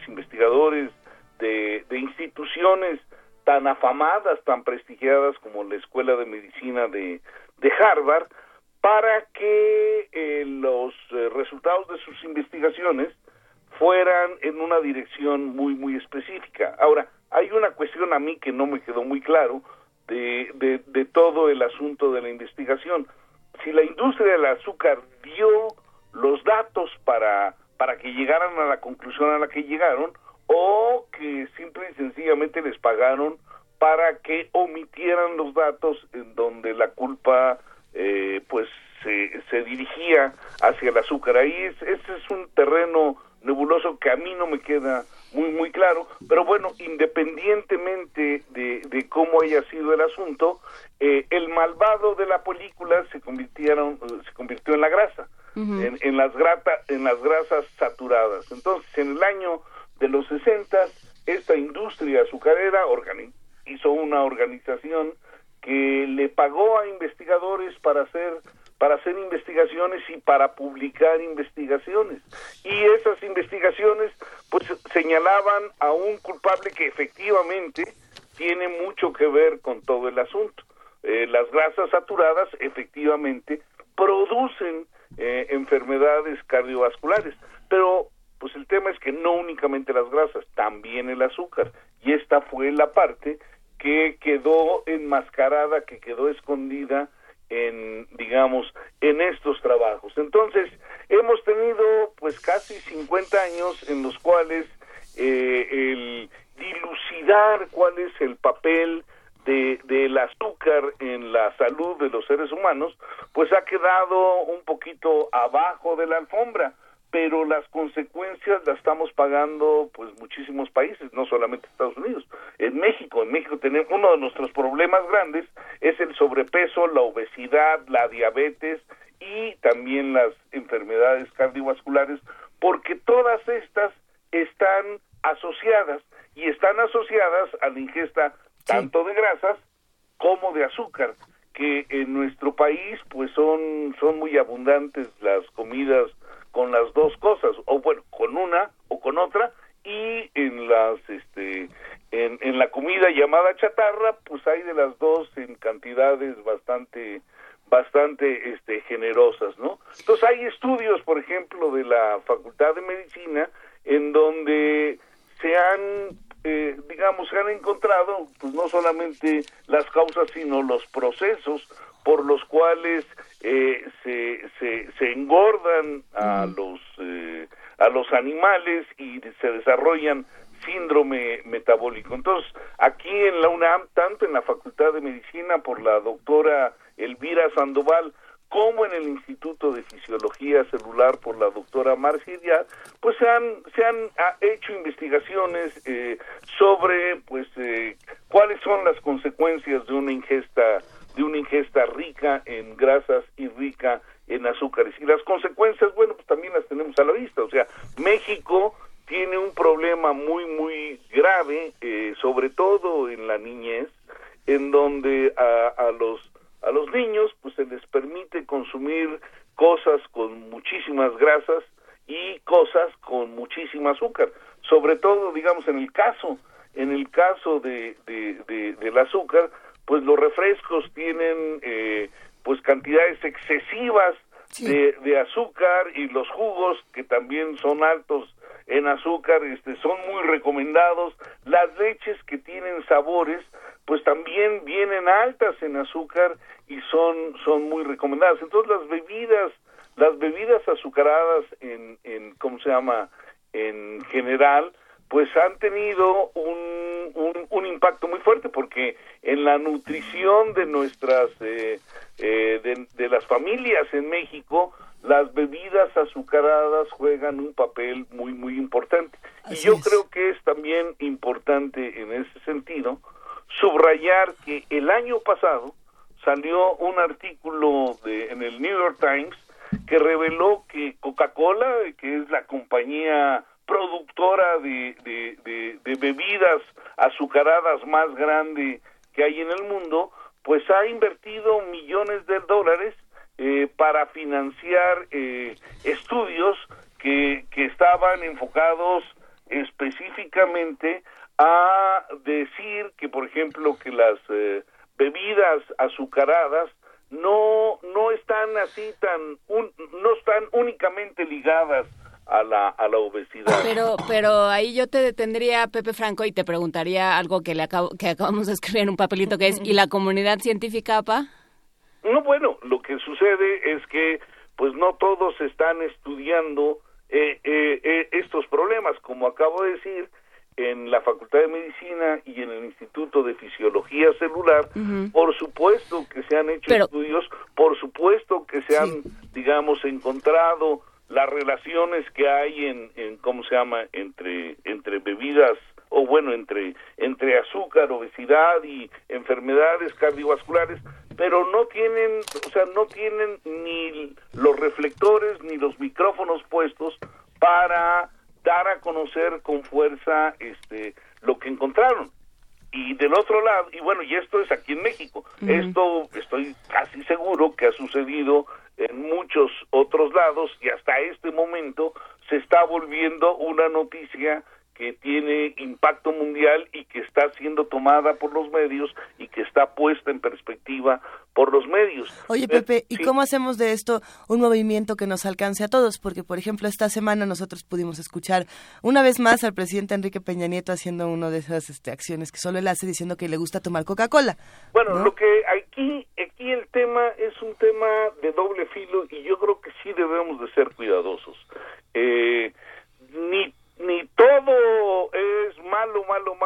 de instituciones tan afamadas, tan prestigiadas como la Escuela de Medicina de Harvard, para que los resultados de sus investigaciones fueran en una dirección muy específica. Ahora, hay una cuestión a mí que no me quedó muy claro de todo el asunto de la investigación. Si la industria del azúcar dio los datos para que llegaran a la conclusión a la que llegaron, o que simple y sencillamente les pagaron para que omitieran los datos en donde la culpa pues se dirigía hacia el azúcar. Ahí ese es un terreno nebuloso que a mí no me queda muy claro, pero bueno, independientemente de cómo haya sido el asunto, el malvado de la película se convirtió en la grasa, en las grasas saturadas. Entonces, en el año de los 60, esta industria azucarera hizo una organización que le pagó a investigadores para hacer investigaciones y para publicar investigaciones. Y esas investigaciones pues señalaban a un culpable que efectivamente tiene mucho que ver con todo el asunto. Las grasas saturadas efectivamente producen enfermedades cardiovasculares, pero pues el tema es que no únicamente las grasas, también el azúcar, y esta fue la parte que quedó enmascarada, que quedó escondida en estos trabajos. Entonces, hemos tenido pues casi 50 años en los cuales el dilucidar cuál es el papel del azúcar en la salud de los seres humanos, pues ha quedado un poquito abajo de la alfombra, pero las consecuencias las estamos pagando pues muchísimos países, no solamente Estados Unidos. En México tenemos uno de nuestros problemas grandes es el sobrepeso, la obesidad, la diabetes y también las enfermedades cardiovasculares, porque todas estas están asociadas a la ingesta tanto de grasas como de azúcar, que en nuestro país pues son muy abundantes las comidas con las dos cosas, o bueno, con una o con otra, y en la comida llamada chatarra, pues hay de las dos en cantidades bastante generosas, ¿no? Entonces hay estudios, por ejemplo, de la Facultad de Medicina, en donde se han encontrado, pues no solamente las causas, sino los procesos por los cuales se engordan a los animales y se desarrollan síndrome metabólico. Entonces, aquí en la UNAM, tanto en la Facultad de Medicina por la doctora Elvira Sandoval, como en el Instituto de Fisiología Celular por la doctora Marcia Díaz, pues se han hecho investigaciones sobre cuáles son las consecuencias de una ingesta rica en grasas y rica en azúcares. Y las consecuencias, bueno, pues también las tenemos a la vista. O sea, México tiene un problema muy grave, sobre todo en la niñez, en donde a los niños pues se les permite consumir cosas con muchísimas grasas y cosas con muchísima azúcar. Sobre todo, digamos, en el caso del azúcar, pues los refrescos tienen pues cantidades excesivas de azúcar, y los jugos, que también son altos en azúcar, son muy recomendados. Las leches que tienen sabores, pues también vienen altas en azúcar y son muy recomendadas. Entonces las bebidas azucaradas en general, pues han tenido un impacto muy fuerte, porque en la nutrición de nuestras de las familias en México, las bebidas azucaradas juegan un papel muy muy importante. Así y yo creo que es también importante en ese sentido subrayar que el año pasado salió un artículo en el New York Times que reveló que Coca-Cola, que es la compañía productora de bebidas azucaradas más grande que hay en el mundo, pues ha invertido millones de dólares para financiar estudios que estaban enfocados específicamente a decir que, por ejemplo, que las bebidas azucaradas no están así no están únicamente ligadas a la obesidad. Pero ahí yo te detendría, Pepe Franco, y te preguntaría algo que acabamos de escribir en un papelito, que es, ¿y la comunidad científica, APA? No, bueno, lo que sucede es que pues no todos están estudiando estos problemas. Como acabo de decir, en la Facultad de Medicina y en el Instituto de Fisiología Celular, por supuesto que se han hecho estudios, por supuesto que se han, digamos, encontrado las relaciones que hay entre bebidas, o bueno, entre azúcar, obesidad y enfermedades cardiovasculares, pero no tienen ni los reflectores ni los micrófonos puestos para dar a conocer con fuerza lo que encontraron. Y del otro lado, y bueno, y esto es aquí en México, esto estoy casi seguro que ha sucedido en muchos otros lados, y hasta este momento se está volviendo una noticia que tiene impacto mundial y que está siendo tomada por los medios y que está puesta en perspectiva por los medios. Oye, Pepe, ¿y cómo hacemos de esto un movimiento que nos alcance a todos? Porque, por ejemplo, esta semana nosotros pudimos escuchar una vez más al presidente Enrique Peña Nieto haciendo una de esas acciones que solo él hace, diciendo que le gusta tomar Coca-Cola. Bueno, ¿no? Lo que aquí el tema es un tema de doble filo, y yo creo que sí debemos de ser cuidadosos. Ni todo es malo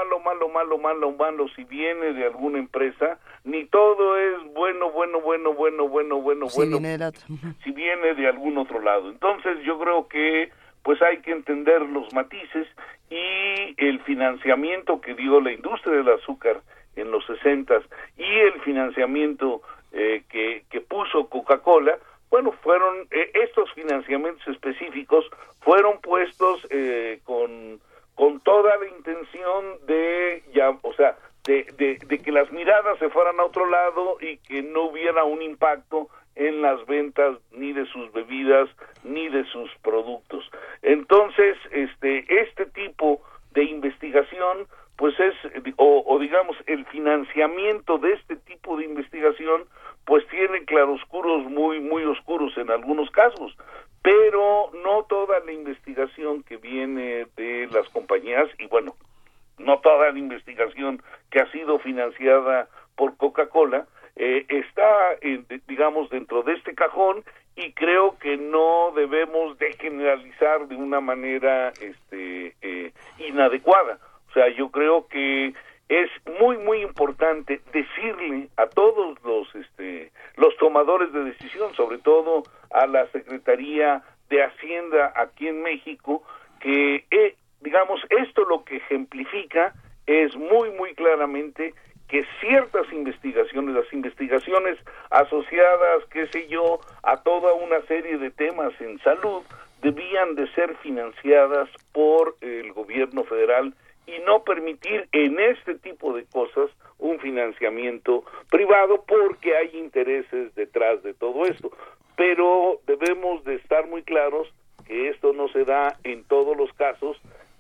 si viene de alguna empresa, ni todo es bueno si viene del otro. Si viene de algún otro lado. Entonces yo creo que pues hay que entender los matices, y el financiamiento que dio la industria del azúcar en los 60s y el financiamiento que puso Coca-Cola, bueno, fueron estos financiamientos específicos fueron puestos con toda la intención de que las miradas se fueran a otro lado y que no hubiera un impacto en las ventas ni de sus bebidas ni de sus productos. Entonces, este tipo de investigación, pues es, o digamos, el financiamiento de este tipo de investigación, pues tiene claroscuros muy oscuros en algunos casos, pero no toda la investigación que viene de las compañías, y bueno, no toda la investigación que ha sido financiada por Coca-Cola está, digamos, dentro de este cajón, y creo que no debemos de generalizar de una manera inadecuada. O sea, yo creo que es muy importante decirle a todos los tomadores de decisión, sobre todo a la Secretaría de Hacienda aquí en México, que digamos, esto lo que ejemplifica es muy claramente que ciertas investigaciones, las investigaciones asociadas, qué sé yo, a toda una serie de temas en salud, debían de ser financiadas por el gobierno federal y no permitir en este tipo de cosas un financiamiento privado, porque hay intereses detrás de todo esto. Pero debemos de estar muy claros que esto no se da en todos los casos,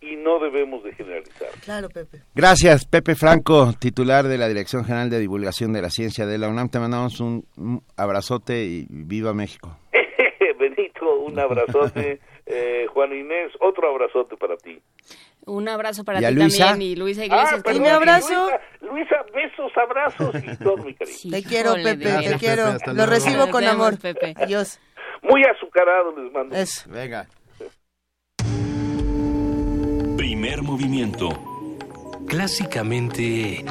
y no debemos de generalizar. Claro, Pepe. Gracias, Pepe Franco, titular de la Dirección General de Divulgación de la Ciencia de la UNAM. Te mandamos un abrazote y viva México. Benito, un abrazote. Juan Inés, otro abrazote para ti. Un abrazo para ¿Y a ti Luisa? también, y Luisa Iglesias. ¿Y mi abrazo? Luisa, besos, abrazos y todo, mi cariño. Sí, Te quiero, híjole, Pepe, de te veras. quiero. Pepe, hasta Lo luego. recibo con Nos vemos, amor. Pepe. Adiós. Muy azucarado les mando. Eso. Venga. Primer movimiento. Clásicamente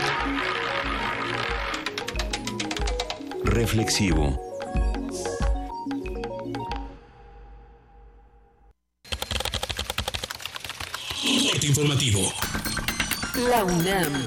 Reflexivo. Corte informativo. La UNAM.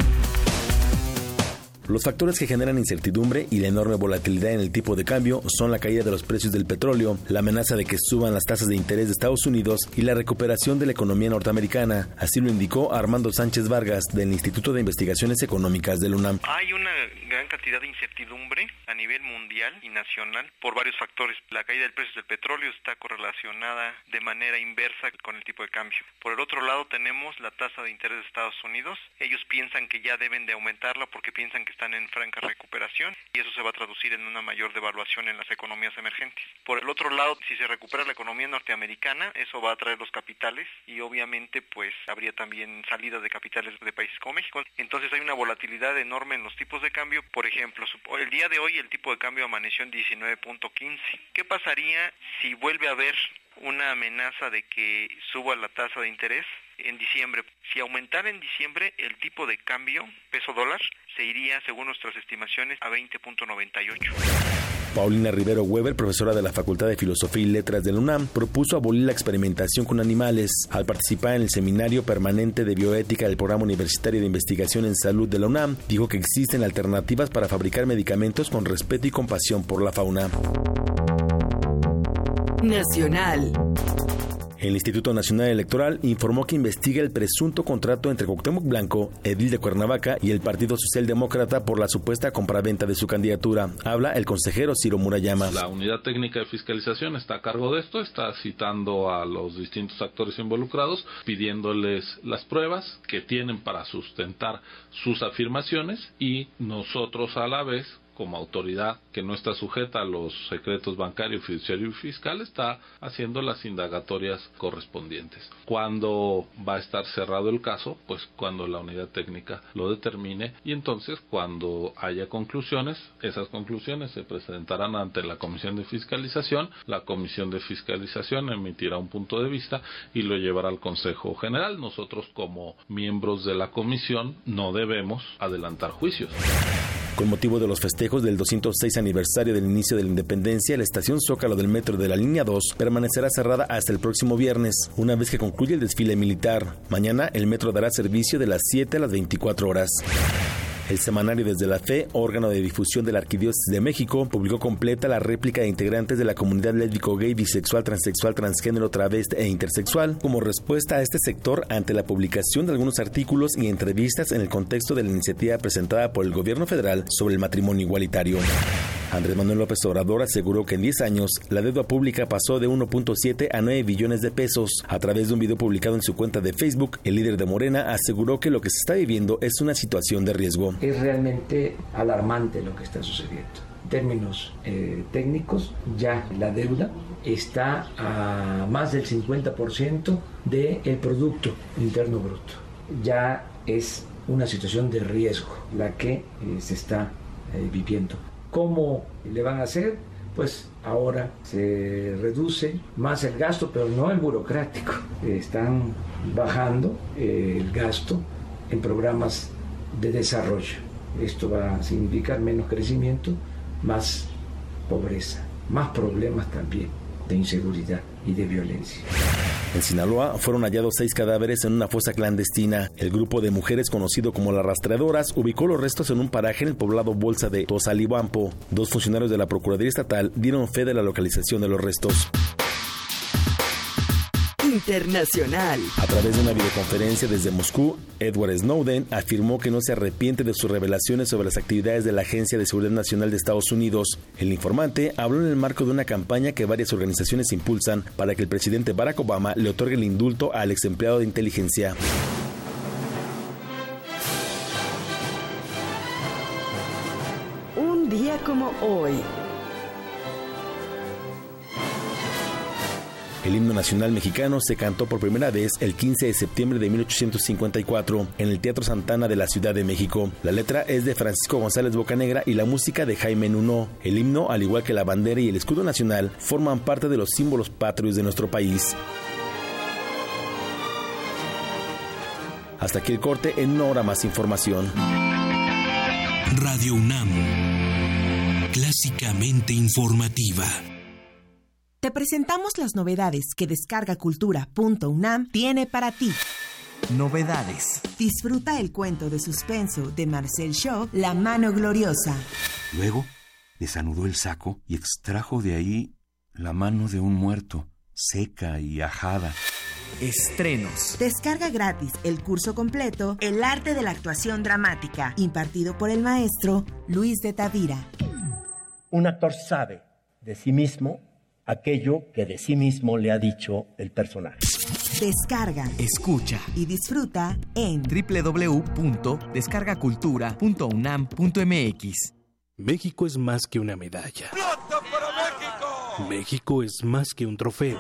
Los factores que generan incertidumbre y la enorme volatilidad en el tipo de cambio son la caída de los precios del petróleo, la amenaza de que suban las tasas de interés de Estados Unidos y la recuperación de la economía norteamericana. Así lo indicó Armando Sánchez Vargas del Instituto de Investigaciones Económicas del UNAM. Hay una gran cantidad de incertidumbre a nivel mundial y nacional por varios factores. La caída del precio del petróleo está correlacionada de manera inversa con el tipo de cambio. Por el otro lado tenemos la tasa de interés de Estados Unidos. Ellos piensan que ya deben de aumentarla porque piensan que están en franca recuperación y eso se va a traducir en una mayor devaluación en las economías emergentes. Por el otro lado, si se recupera la economía norteamericana, eso va a atraer los capitales y obviamente pues habría también salida de capitales de países como México. Entonces hay una volatilidad enorme en los tipos de cambio. Por ejemplo, el día de hoy el tipo de cambio amaneció en 19.15. ¿Qué pasaría si vuelve a haber una amenaza de que suba la tasa de interés en diciembre? Si aumentara en diciembre el tipo de cambio peso-dólar, se iría, según nuestras estimaciones, a 20.98. Paulina Rivero Weber, profesora de la Facultad de Filosofía y Letras de la UNAM, propuso abolir la experimentación con animales. Al participar en el Seminario Permanente de Bioética del Programa Universitario de Investigación en Salud de la UNAM, dijo que existen alternativas para fabricar medicamentos con respeto y compasión por la fauna. Nacional. El Instituto Nacional Electoral informó que investiga el presunto contrato entre Cuauhtémoc Blanco, edil de Cuernavaca, y el Partido Socialdemócrata por la supuesta compraventa de su candidatura. Habla el consejero Ciro Murayama. La Unidad Técnica de Fiscalización está a cargo de esto, está citando a los distintos actores involucrados, pidiéndoles las pruebas que tienen para sustentar sus afirmaciones y nosotros a la vez, como autoridad que no está sujeta a los secretos bancario, fiduciario y fiscal, está haciendo las indagatorias correspondientes. ¿Cuándo va a estar cerrado el caso? Pues cuando la unidad técnica lo determine y entonces cuando haya conclusiones, esas conclusiones se presentarán ante la Comisión de Fiscalización, la Comisión de Fiscalización emitirá un punto de vista y lo llevará al Consejo General. Nosotros como miembros de la comisión no debemos adelantar juicios. Con motivo de los festejos del 206 aniversario del inicio de la independencia, la estación Zócalo del metro de la línea 2 permanecerá cerrada hasta el próximo viernes, una vez que concluye el desfile militar. Mañana el metro dará servicio de las 7 a las 24 horas. El semanario Desde la Fe, órgano de difusión de la Arquidiócesis de México, publicó completa la réplica de integrantes de la comunidad lésbico, gay, bisexual, transexual, transgénero, travesti e intersexual, como respuesta a este sector ante la publicación de algunos artículos y entrevistas en el contexto de la iniciativa presentada por el gobierno federal sobre el matrimonio igualitario. Andrés Manuel López Obrador aseguró que en 10 años la deuda pública pasó de 1.7 a 9 billones de pesos. A través de un video publicado en su cuenta de Facebook, el líder de Morena aseguró que lo que se está viviendo es una situación de riesgo. Es realmente alarmante lo que está sucediendo. En términos técnicos, ya la deuda está a más del 50% del Producto Interno Bruto. Ya es una situación de riesgo la que se está viviendo. ¿Cómo le van a hacer? Pues ahora se reduce más el gasto, pero no el burocrático. Están bajando el gasto en programas de desarrollo. Esto va a significar menos crecimiento, más pobreza, más problemas también de inseguridad y de violencia. En Sinaloa fueron hallados 6 cadáveres en una fosa clandestina. El grupo de mujeres conocido como las rastreadoras ubicó los restos en un paraje en el poblado Bolsa de Tozalibampo. 2 funcionarios de la Procuraduría Estatal dieron fe de la localización de los restos. internacional. A través de una videoconferencia desde Moscú, Edward Snowden afirmó que no se arrepiente de sus revelaciones sobre las actividades de la Agencia de Seguridad Nacional de Estados Unidos. El informante habló en el marco de una campaña que varias organizaciones impulsan para que el presidente Barack Obama le otorgue el indulto al ex empleado de inteligencia. Un día como hoy. El himno nacional mexicano se cantó por primera vez el 15 de septiembre de 1854 en el Teatro Santana de la Ciudad de México. La letra es de Francisco González Bocanegra y la música de Jaime Nuno. El himno, al igual que la bandera y el escudo nacional, forman parte de los símbolos patrios de nuestro país. Hasta aquí el corte, en una hora más información. Radio UNAM, clásicamente informativa. Te presentamos las novedades que descargacultura.unam tiene para ti. Novedades. Disfruta el cuento de suspenso de Marcel Shaw, La mano gloriosa. Luego, desanudó el saco y extrajo de ahí la mano de un muerto, seca y ajada. Estrenos. Descarga gratis el curso completo El arte de la actuación dramática, impartido por el maestro Luis de Tavira. Un actor sabe de sí mismo aquello que de sí mismo le ha dicho el personaje. Descarga, escucha y disfruta en www.descargacultura.unam.mx. México es más que una medalla. México es más que un trofeo.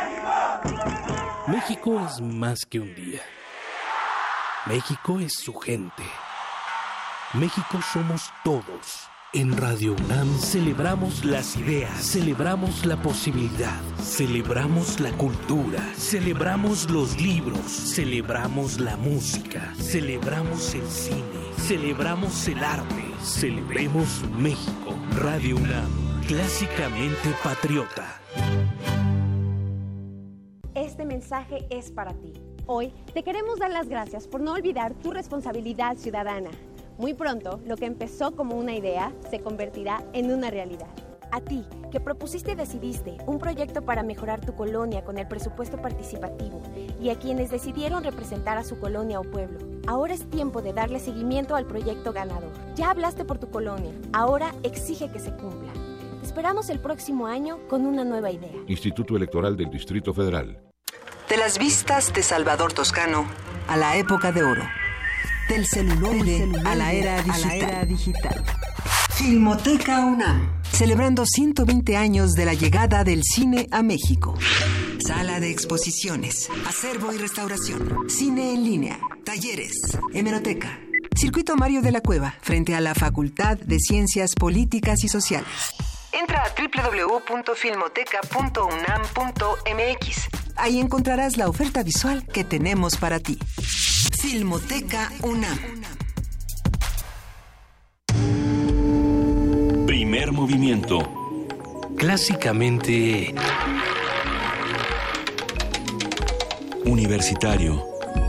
México es más que un día. México es su gente. México somos todos. En Radio UNAM celebramos las ideas, celebramos la posibilidad, celebramos la cultura, celebramos los libros, celebramos la música, celebramos el cine, celebramos el arte, celebremos México. Radio UNAM, clásicamente patriota. Este mensaje es para ti. Hoy te queremos dar las gracias por no olvidar tu responsabilidad ciudadana. Muy pronto, lo que empezó como una idea se convertirá en una realidad. A ti, que propusiste y decidiste un proyecto para mejorar tu colonia con el presupuesto participativo, y a quienes decidieron representar a su colonia o pueblo, ahora es tiempo de darle seguimiento al proyecto ganador. Ya hablaste por tu colonia, ahora exige que se cumpla. Te esperamos el próximo año con una nueva idea. Instituto Electoral del Distrito Federal. De las vistas de Salvador Toscano a la época de oro. Del celular a la era digital. Filmoteca UNAM, celebrando 120 años de la llegada del cine a México. Sala de exposiciones, acervo y restauración, cine en línea, talleres, hemeroteca. Circuito Mario de la Cueva, frente a la Facultad de Ciencias Políticas y Sociales. Entra a www.filmoteca.unam.mx. Ahí encontrarás la oferta visual que tenemos para ti. Filmoteca UNAM. Primer movimiento. Clásicamente universitario.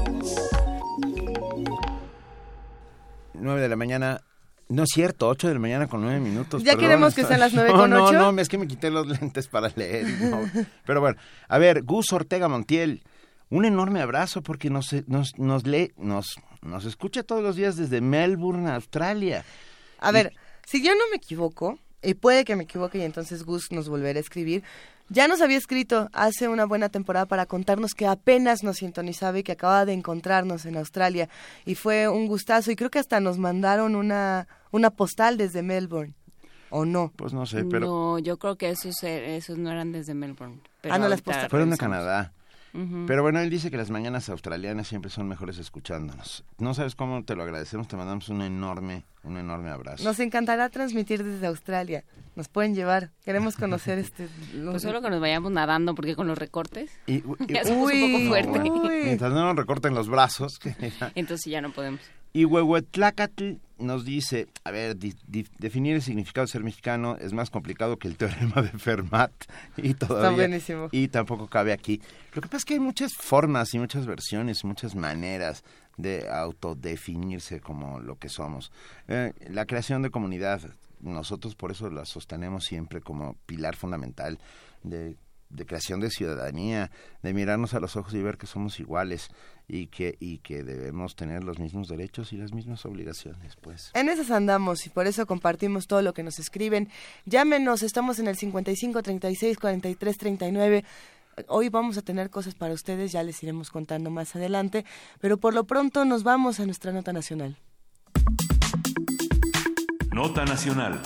9 de la mañana. No es cierto, 8 de la mañana con 9 minutos. Ya queremos que sean las 9:08. No, es que me quité los lentes para leer. No. Pero bueno, a ver, Gus Ortega Montiel, un enorme abrazo porque nos escucha todos los días desde Melbourne, Australia. A ver, si yo no me equivoco, y puede que me equivoque y entonces Gus nos volverá a escribir, ya nos había escrito hace una buena temporada para contarnos que apenas nos sintonizaba y que acaba de encontrarnos en Australia, y fue un gustazo, y creo que hasta nos mandaron una postal desde Melbourne, ¿o no? Pues no sé, pero... No, yo creo que esos no eran desde Melbourne. Pero no, las postales. Fueron de Canadá. Uh-huh. Pero bueno, él dice que las mañanas australianas siempre son mejores escuchándonos. No sabes cómo te lo agradecemos, te mandamos un enorme abrazo. Nos encantará transmitir desde Australia. Nos pueden llevar, queremos conocer Pues solo que nos vayamos nadando, porque con los recortes ya somos un poco fuerte. Mientras no nos recorten los brazos. Entonces ya no podemos. Y Huehuetlacatl nos dice, a ver, definir el significado de ser mexicano es más complicado que el teorema de Fermat y todavía. Está buenísimo. Y tampoco cabe aquí. Lo que pasa es que hay muchas formas y muchas versiones, muchas maneras de autodefinirse como lo que somos. La creación de comunidad, nosotros por eso la sostenemos siempre como pilar fundamental de de creación de ciudadanía, de mirarnos a los ojos y ver que somos iguales y que debemos tener los mismos derechos y las mismas obligaciones, pues. En esas andamos y por eso compartimos todo lo que nos escriben. Llámenos, estamos en el 55 36 43 39. Hoy vamos a tener cosas para ustedes, ya les iremos contando más adelante, pero por lo pronto nos vamos a nuestra nota nacional. Nota nacional.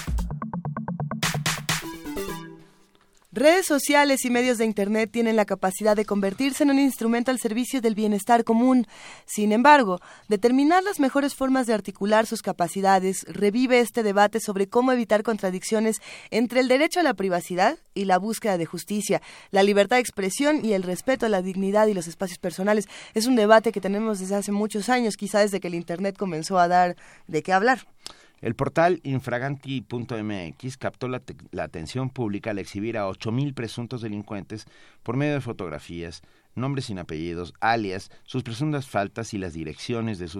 Redes sociales y medios de Internet tienen la capacidad de convertirse en un instrumento al servicio del bienestar común. Sin embargo, determinar las mejores formas de articular sus capacidades revive este debate sobre cómo evitar contradicciones entre el derecho a la privacidad y la búsqueda de justicia, la libertad de expresión y el respeto a la dignidad y los espacios personales. Es un debate que tenemos desde hace muchos años, quizá desde que el Internet comenzó a dar de qué hablar. El portal infraganti.mx captó la atención pública al exhibir a 8,000 presuntos delincuentes por medio de fotografías, nombres sin apellidos, alias, sus presuntas faltas y las direcciones de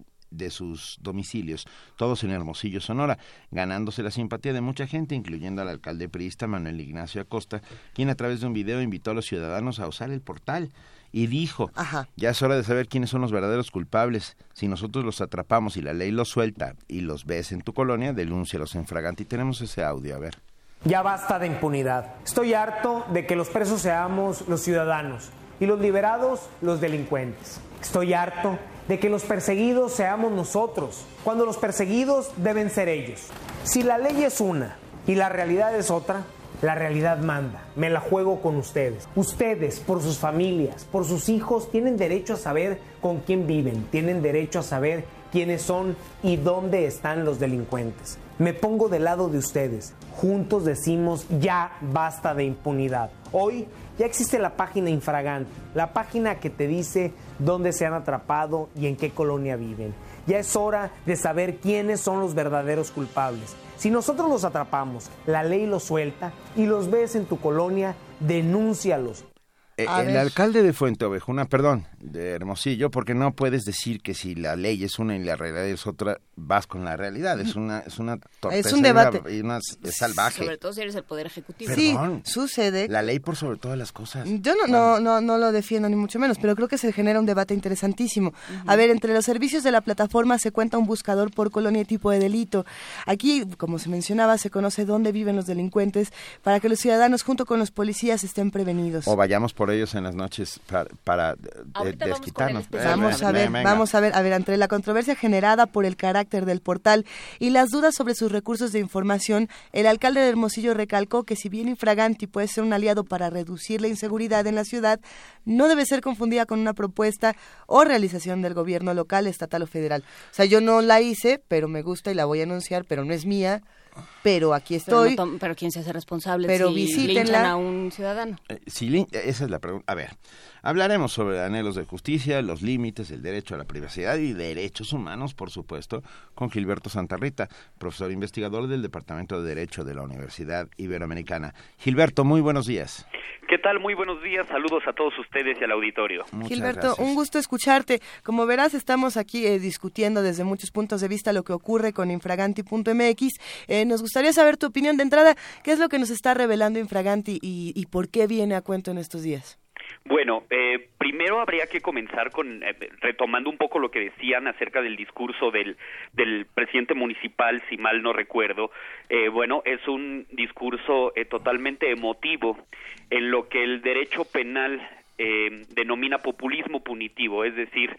sus domicilios, todos en Hermosillo, Sonora, ganándose la simpatía de mucha gente, incluyendo al alcalde priista Manuel Ignacio Acosta, quien a través de un video invitó a los ciudadanos a usar el portal. Y dijo, ya es hora de saber quiénes son los verdaderos culpables. Si nosotros los atrapamos y la ley los suelta y los ves en tu colonia, denúncialos en Fraganti. Tenemos ese audio, a ver. Ya basta de impunidad. Estoy harto de que los presos seamos los ciudadanos y los liberados los delincuentes. Estoy harto de que los perseguidos seamos nosotros, cuando los perseguidos deben ser ellos. Si la ley es una y la realidad es otra, la realidad manda. Me la juego con ustedes. Ustedes, por sus familias, por sus hijos, tienen derecho a saber con quién viven. Tienen derecho a saber quiénes son y dónde están los delincuentes. Me pongo del lado de ustedes. Juntos decimos ya basta de impunidad. Hoy ya existe la página Infraganti, la página que te dice dónde se han atrapado y en qué colonia viven. Ya es hora de saber quiénes son los verdaderos culpables. Si nosotros los atrapamos, la ley los suelta y los ves en tu colonia, denúncialos. El alcalde de Fuente Ovejuna, de Hermosillo, porque no puedes decir que si la ley es una y la realidad es otra, vas con la realidad. Es una torpeza, es un debate. Es salvaje. Sobre todo si eres el Poder Ejecutivo. Sí, sucede. La ley por sobre todas las cosas. Yo no lo defiendo ni mucho menos, pero creo que se genera un debate interesantísimo. A ver, entre los servicios de la plataforma se cuenta un buscador por colonia y tipo de delito. Aquí, como se mencionaba, se conoce dónde viven los delincuentes para que los ciudadanos junto con los policías estén prevenidos. O vayamos por ellos en las noches para desquitarnos. Vamos a ver, entre la controversia generada por el carácter del portal y las dudas sobre sus recursos de información, el alcalde de Hermosillo recalcó que si bien Infraganti puede ser un aliado para reducir la inseguridad en la ciudad, no debe ser confundida con una propuesta o realización del gobierno local, estatal o federal. O sea, yo no la hice, pero me gusta y la voy a anunciar, pero no es mía. Pero aquí estoy. Pero ¿quién se hace responsable si visítenla. Linchan a un ciudadano? Esa es la pregunta. A ver, hablaremos sobre anhelos de justicia, los límites, el derecho a la privacidad y derechos humanos, por supuesto, con Gilberto Santa Rita, profesor investigador del Departamento de Derecho de la Universidad Iberoamericana. Gilberto, muy buenos días. ¿Qué tal? Muy buenos días. Saludos a todos ustedes y al auditorio. Gilberto, gracias. Un gusto escucharte. Como verás, estamos aquí discutiendo desde muchos puntos de vista lo que ocurre con Infraganti.mx. Nos gustaría saber tu opinión de entrada. ¿Qué es lo que nos está revelando Infraganti y por qué viene a cuento en estos días? Bueno, primero habría que comenzar con retomando un poco lo que decían acerca del discurso del presidente municipal, si mal no recuerdo. Bueno, es un discurso totalmente emotivo en lo que el derecho penal denomina populismo punitivo, es decir,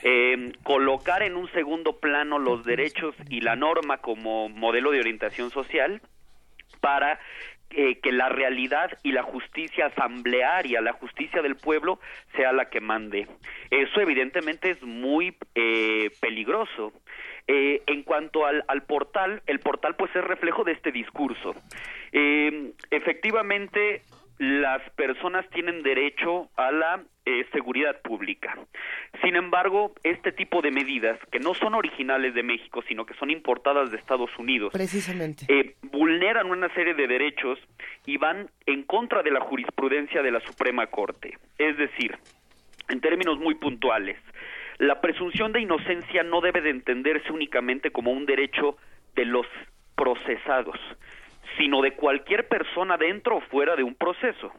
colocar en un segundo plano los derechos y la norma como modelo de orientación social para que la realidad y la justicia asamblearia, la justicia del pueblo, sea la que mande. Eso evidentemente es muy peligroso. En cuanto al portal, el portal pues es reflejo de este discurso. Efectivamente, las personas tienen derecho a la seguridad pública. Sin embargo, este tipo de medidas, que no son originales de México, sino que son importadas de Estados Unidos, precisamente, vulneran una serie de derechos y van en contra de la jurisprudencia de la Suprema Corte. Es decir, en términos muy puntuales, la presunción de inocencia no debe de entenderse únicamente como un derecho de los procesados, sino de cualquier persona dentro o fuera de un proceso.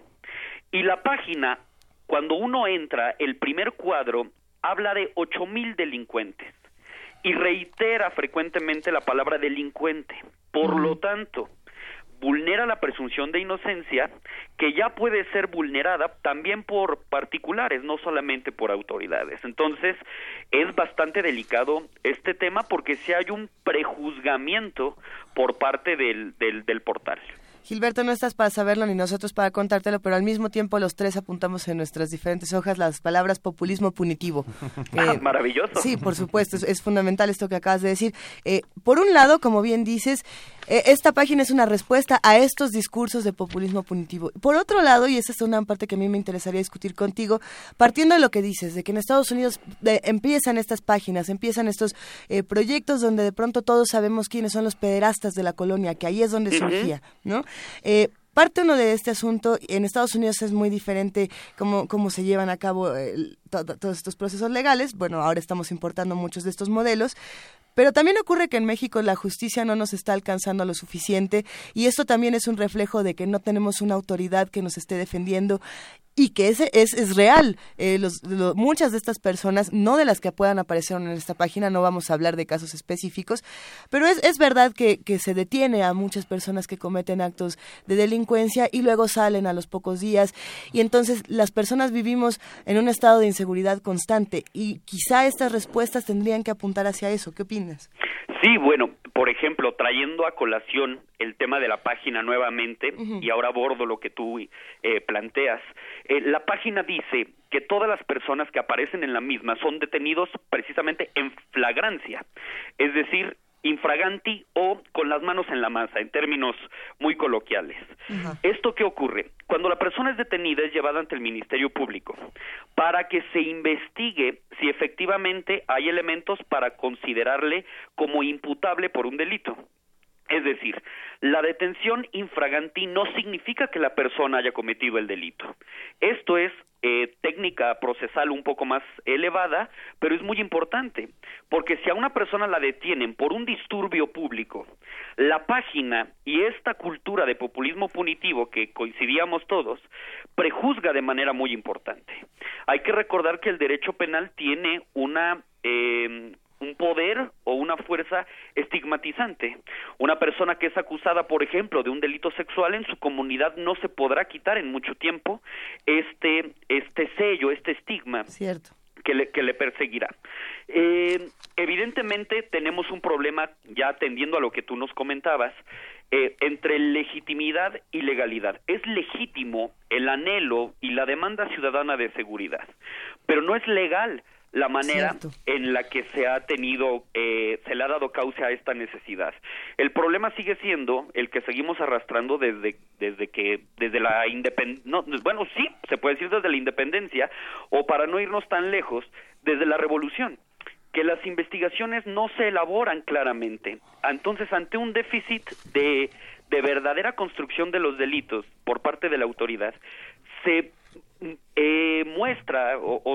Y la página, cuando uno entra, el primer cuadro habla de 8,000 delincuentes y reitera frecuentemente la palabra delincuente. Por lo tanto, vulnera la presunción de inocencia, que ya puede ser vulnerada también por particulares, no solamente por autoridades. Entonces, es bastante delicado este tema porque si hay un prejuzgamiento por parte del portal. Gilberto, no estás para saberlo ni nosotros para contártelo, pero al mismo tiempo los tres apuntamos en nuestras diferentes hojas las palabras populismo punitivo. Maravilloso. Sí, por supuesto, es fundamental esto que acabas de decir. Por un lado, como bien dices, esta página es una respuesta a estos discursos de populismo punitivo. Por otro lado, y esa es una parte que a mí me interesaría discutir contigo, partiendo de lo que dices, de que en Estados Unidos empiezan estas páginas, empiezan estos proyectos donde de pronto todos sabemos quiénes son los pederastas de la colonia, que ahí es donde surgía, ¿no? Parte uno de este asunto, en Estados Unidos es muy diferente cómo se llevan a cabo todos estos procesos legales. Bueno, ahora estamos importando muchos de estos modelos, pero también ocurre que en México la justicia no nos está alcanzando lo suficiente, y esto también es un reflejo de que no tenemos una autoridad que nos esté defendiendo, y que es real. Muchas de estas personas, no de las que puedan aparecer en esta página, no vamos a hablar de casos específicos, pero es verdad que se detiene a muchas personas que cometen actos de delincuencia y luego salen a los pocos días, y entonces las personas vivimos en un estado de inseguridad constante, y quizá estas respuestas tendrían que apuntar hacia eso. ¿Qué opinas? Sí, bueno, por ejemplo, trayendo a colación el tema de la página nuevamente, y ahora abordo lo que tú planteas, la página dice que todas las personas que aparecen en la misma son detenidos precisamente en flagrancia, es decir, infraganti o con las manos en la masa, en términos muy coloquiales. ¿Esto qué ocurre? Cuando la persona es detenida, es llevada ante el Ministerio Público para que se investigue si efectivamente hay elementos para considerarle como imputable por un delito. Es decir, la detención infraganti no significa que la persona haya cometido el delito. Esto es técnica procesal un poco más elevada, pero es muy importante, porque si a una persona la detienen por un disturbio público, la página y esta cultura de populismo punitivo que coincidíamos todos, prejuzga de manera muy importante. Hay que recordar que el derecho penal tiene un poder o una fuerza estigmatizante. Una persona que es acusada, por ejemplo, de un delito sexual, en su comunidad no se podrá quitar en mucho tiempo este sello, este estigma. Cierto. Que le perseguirá. Evidentemente tenemos un problema, ya atendiendo a lo que tú nos comentabas, entre legitimidad y legalidad. Es legítimo el anhelo y la demanda ciudadana de seguridad, pero no es legal la manera en la que se le ha dado causa a esta necesidad. El problema sigue siendo el que seguimos arrastrando desde la independencia, se puede decir desde la independencia, o para no irnos tan lejos, desde la revolución, que las investigaciones no se elaboran claramente. Entonces, ante un déficit de verdadera construcción de los delitos por parte de la autoridad, se muestra o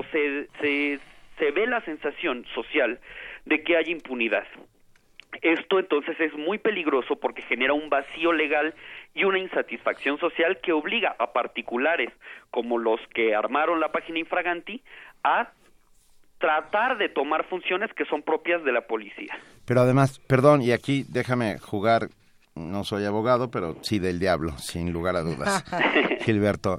se ve la sensación social de que hay impunidad. Esto entonces es muy peligroso porque genera un vacío legal y una insatisfacción social que obliga a particulares como los que armaron la página infraganti a tratar de tomar funciones que son propias de la policía. Pero además, perdón, y aquí déjame jugar, no soy abogado, pero sí del diablo, sin lugar a dudas. Gilberto,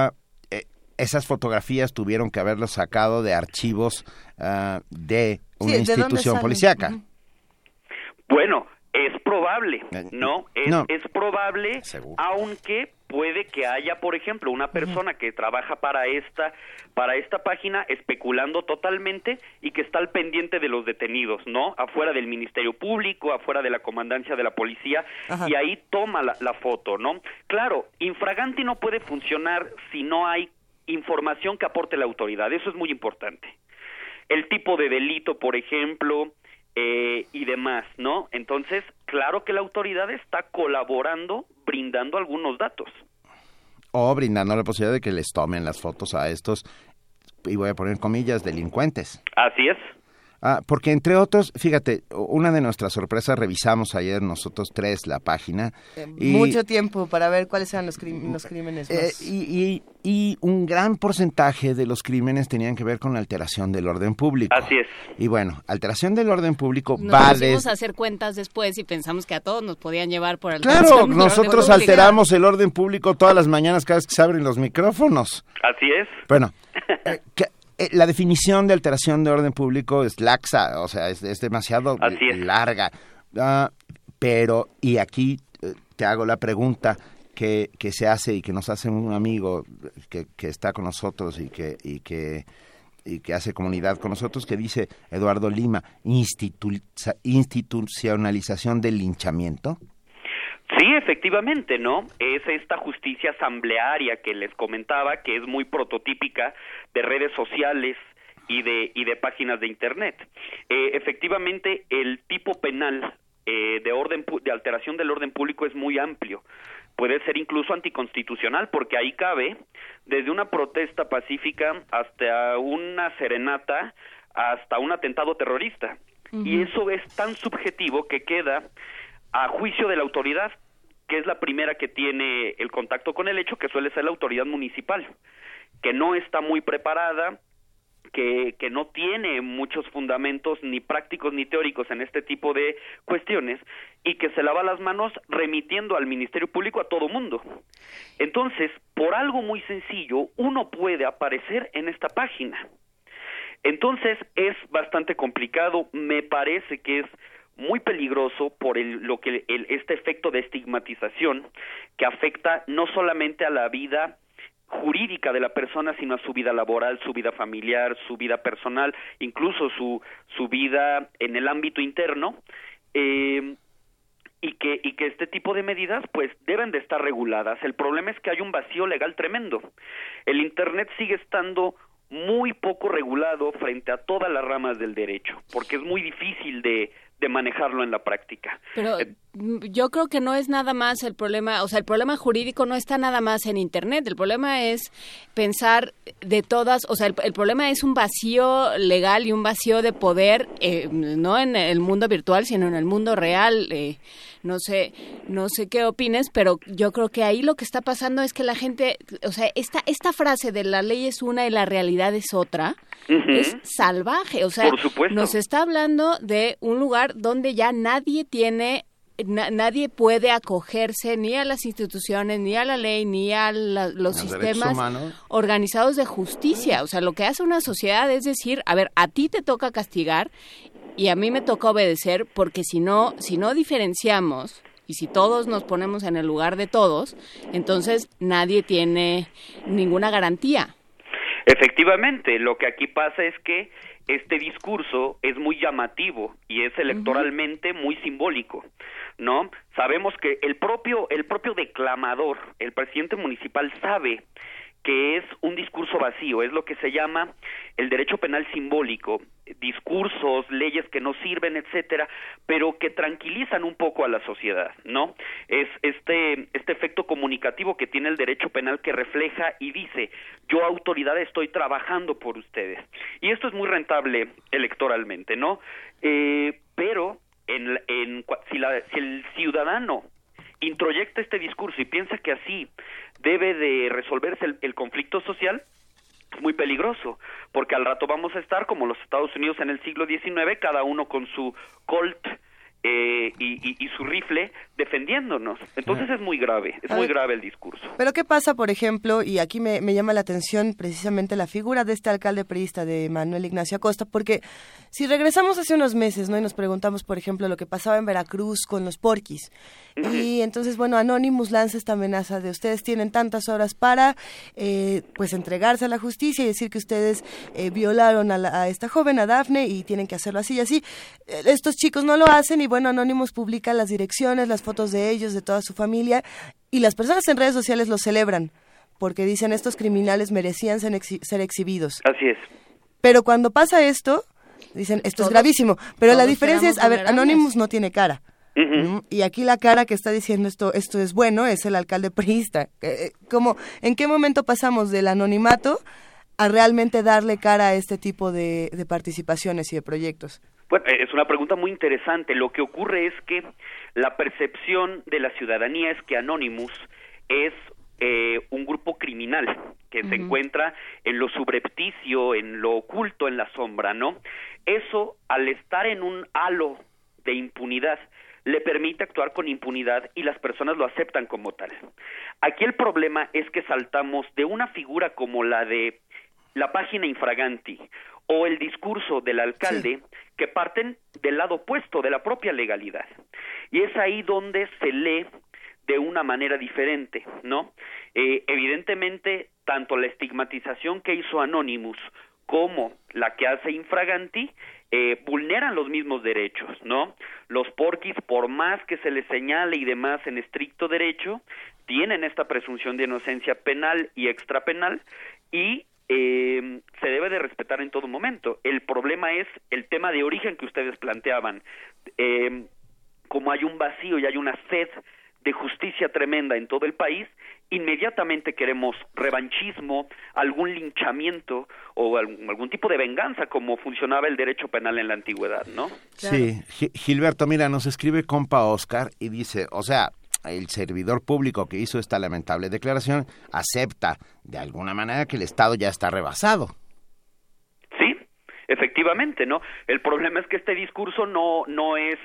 esas fotografías tuvieron que haberlos sacado de archivos de una institución policíaca. Bueno, es probable, es probable, aunque puede que haya, por ejemplo, una persona que trabaja para esta página especulando totalmente y que está al pendiente de los detenidos, ¿no? Afuera del Ministerio Público, afuera de la comandancia de la policía, y ahí toma la foto, ¿no? Claro, infraganti no puede funcionar si no hay información que aporte la autoridad, eso es muy importante. El tipo de delito, por ejemplo, y demás, ¿no? Entonces, claro que la autoridad está colaborando, brindando algunos datos. O brindando la posibilidad de que les tomen las fotos a estos, y voy a poner comillas, delincuentes. Así es. Porque entre otros, fíjate, una de nuestras sorpresas, revisamos ayer nosotros tres la página. Mucho tiempo para ver cuáles eran los crímenes más. Y un gran porcentaje de los crímenes tenían que ver con la alteración del orden público. Así es. Y bueno, alteración del orden público Nos pusimos a hacer cuentas después y pensamos que a todos nos podían llevar por alteración Claro, del nosotros orden alteramos el orden público todas las mañanas cada vez que se abren los micrófonos. Así es. Bueno, la definición de alteración de orden público es laxa, o sea, es demasiado larga. Pero, y aquí te hago la pregunta que se hace y que nos hace un amigo que está con nosotros y que hace comunidad con nosotros, que dice Eduardo Lima, institucionalización del linchamiento. Sí, efectivamente, ¿no? Es esta justicia asamblearia que les comentaba, que es muy prototípica de redes sociales y de páginas de internet. Efectivamente, el tipo penal de alteración del orden público es muy amplio. Puede ser incluso anticonstitucional, porque ahí cabe desde una protesta pacífica hasta una serenata, hasta un atentado terrorista. Uh-huh. Y eso es tan subjetivo que queda a juicio de la autoridad, que es la primera que tiene el contacto con el hecho, que suele ser la autoridad municipal, que no está muy preparada, que no tiene muchos fundamentos ni prácticos ni teóricos en este tipo de cuestiones, y que se lava las manos remitiendo al Ministerio Público a todo mundo. Entonces, por algo muy sencillo, uno puede aparecer en esta página. Entonces, es bastante complicado, me parece que es muy peligroso por este efecto de estigmatización que afecta no solamente a la vida jurídica de la persona, sino a su vida laboral, su vida familiar, su vida personal, incluso su vida en el ámbito interno, y que este tipo de medidas pues deben de estar reguladas. El problema es que hay un vacío legal tremendo. El Internet sigue estando muy poco regulado frente a todas las ramas del derecho, porque es muy difícil de manejarlo en la práctica. Pero yo creo que no es nada más el problema, o sea, el problema jurídico no está nada más en Internet, el problema es pensar de todas, o sea, el problema es un vacío legal y un vacío de poder, no en el mundo virtual, sino en el mundo real. No sé qué opines, pero yo creo que ahí lo que está pasando es que la gente, o sea, esta frase de la ley es una y la realidad es otra, uh-huh, es salvaje, o sea, nos está hablando de un lugar donde ya nadie puede acogerse ni a las instituciones, ni a la ley, ni a los sistemas organizados de justicia. O sea, lo que hace una sociedad es decir, a ver, a ti te toca castigar y a mí me toca obedecer, porque si no diferenciamos y si todos nos ponemos en el lugar de todos, entonces nadie tiene ninguna garantía. Efectivamente, lo que aquí pasa es que este discurso es muy llamativo y es electoralmente muy simbólico, ¿no? Sabemos que el propio declamador, el presidente municipal, sabe que es un discurso vacío, es lo que se llama el derecho penal simbólico, discursos, leyes que no sirven, etcétera, pero que tranquilizan un poco a la sociedad, ¿no? Es este efecto comunicativo que tiene el derecho penal, que refleja y dice: yo, autoridad, estoy trabajando por ustedes. Y esto es muy rentable electoralmente, ¿no? Pero si el ciudadano introyecta este discurso y piensa que así debe de resolverse el conflicto social, es muy peligroso, porque al rato vamos a estar como los Estados Unidos en el siglo XIX, cada uno con su Colt y su rifle defendiéndonos. Entonces es muy grave el discurso. Pero ¿qué pasa, por ejemplo, y aquí me llama la atención precisamente la figura de este alcalde priista, de Manuel Ignacio Acosta, porque si regresamos hace unos meses, ¿no?, y nos preguntamos, por ejemplo, lo que pasaba en Veracruz con los porquis, y entonces, bueno, Anonymous lanza esta amenaza de: ustedes tienen tantas horas para pues entregarse a la justicia y decir que ustedes violaron a esta joven, a Dafne, y tienen que hacerlo así y así. Estos chicos no lo hacen, y bueno, Anonymous publica las direcciones, las fotos de ellos, de toda su familia, y las personas en redes sociales lo celebran, porque dicen: estos criminales merecían ser exhibidos. Así es. Pero cuando pasa esto, dicen: esto es gravísimo. Pero la diferencia es, a ver, Anonymous no tiene cara. Uh-huh. Y aquí la cara que está diciendo esto es bueno es el alcalde priista. ¿En qué momento pasamos del anonimato a realmente darle cara a este tipo de participaciones y de proyectos? Bueno, es una pregunta muy interesante. Lo que ocurre es que la percepción de la ciudadanía es que Anonymous es un grupo criminal que se encuentra en lo subrepticio, en lo oculto, en la sombra, ¿no? Eso, al estar en un halo de impunidad, le permite actuar con impunidad y las personas lo aceptan como tal. Aquí el problema es que saltamos de una figura como la de la página infraganti o el discurso del alcalde, que parten del lado opuesto, de la propia legalidad. Y es ahí donde se lee de una manera diferente, ¿no? Evidentemente, tanto la estigmatización que hizo Anonymous como la que hace Infraganti vulneran los mismos derechos, ¿no? Los porquis, por más que se les señale y demás en estricto derecho, tienen esta presunción de inocencia penal y extrapenal y se debe de respetar en todo momento. El problema es el tema de origen que ustedes planteaban. Como hay un vacío y hay una sed de justicia tremenda en todo el país, inmediatamente queremos revanchismo, algún linchamiento o algún tipo de venganza, como funcionaba el derecho penal en la antigüedad, ¿no? Sí, Gilberto, mira, nos escribe compa Oscar y dice, o sea, el servidor público que hizo esta lamentable declaración acepta de alguna manera que el Estado ya está rebasado. Efectivamente, ¿no? El problema es que este discurso no es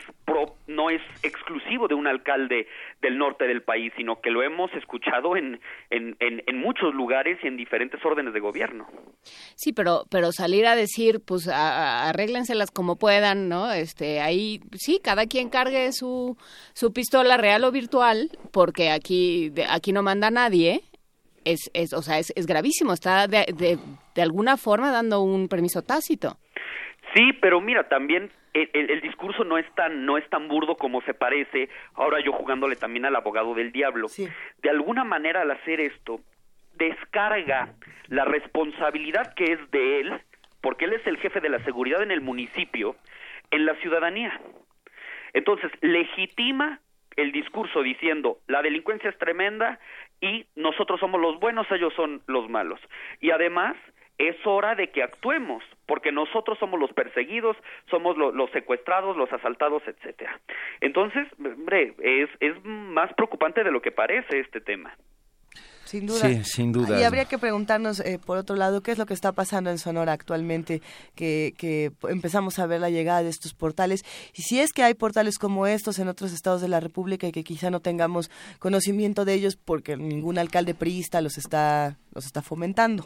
exclusivo de un alcalde del norte del país, sino que lo hemos escuchado en muchos lugares y en diferentes órdenes de gobierno. Sí, pero salir a decir, pues arréglenselas como puedan, ¿no? Ahí sí, cada quien cargue su pistola real o virtual, porque aquí no manda nadie. Es gravísimo, está de alguna forma dando un permiso tácito. Sí, pero mira, también el discurso no es tan burdo como se parece, ahora yo jugándole también al abogado del diablo. Sí. De alguna manera, al hacer esto, descarga la responsabilidad que es de él, porque él es el jefe de la seguridad en el municipio, en la ciudadanía. Entonces, legitima el discurso diciendo, la delincuencia es tremenda y nosotros somos los buenos, ellos son los malos. Y además, es hora de que actuemos, porque nosotros somos los perseguidos, somos los secuestrados, los asaltados, etcétera. Entonces, hombre, es más preocupante de lo que parece este tema. Sin duda. Sí, sin duda. Y habría que preguntarnos, por otro lado, qué es lo que está pasando en Sonora actualmente, que empezamos a ver la llegada de estos portales, y si es que hay portales como estos en otros estados de la República y que quizá no tengamos conocimiento de ellos porque ningún alcalde priista los está fomentando.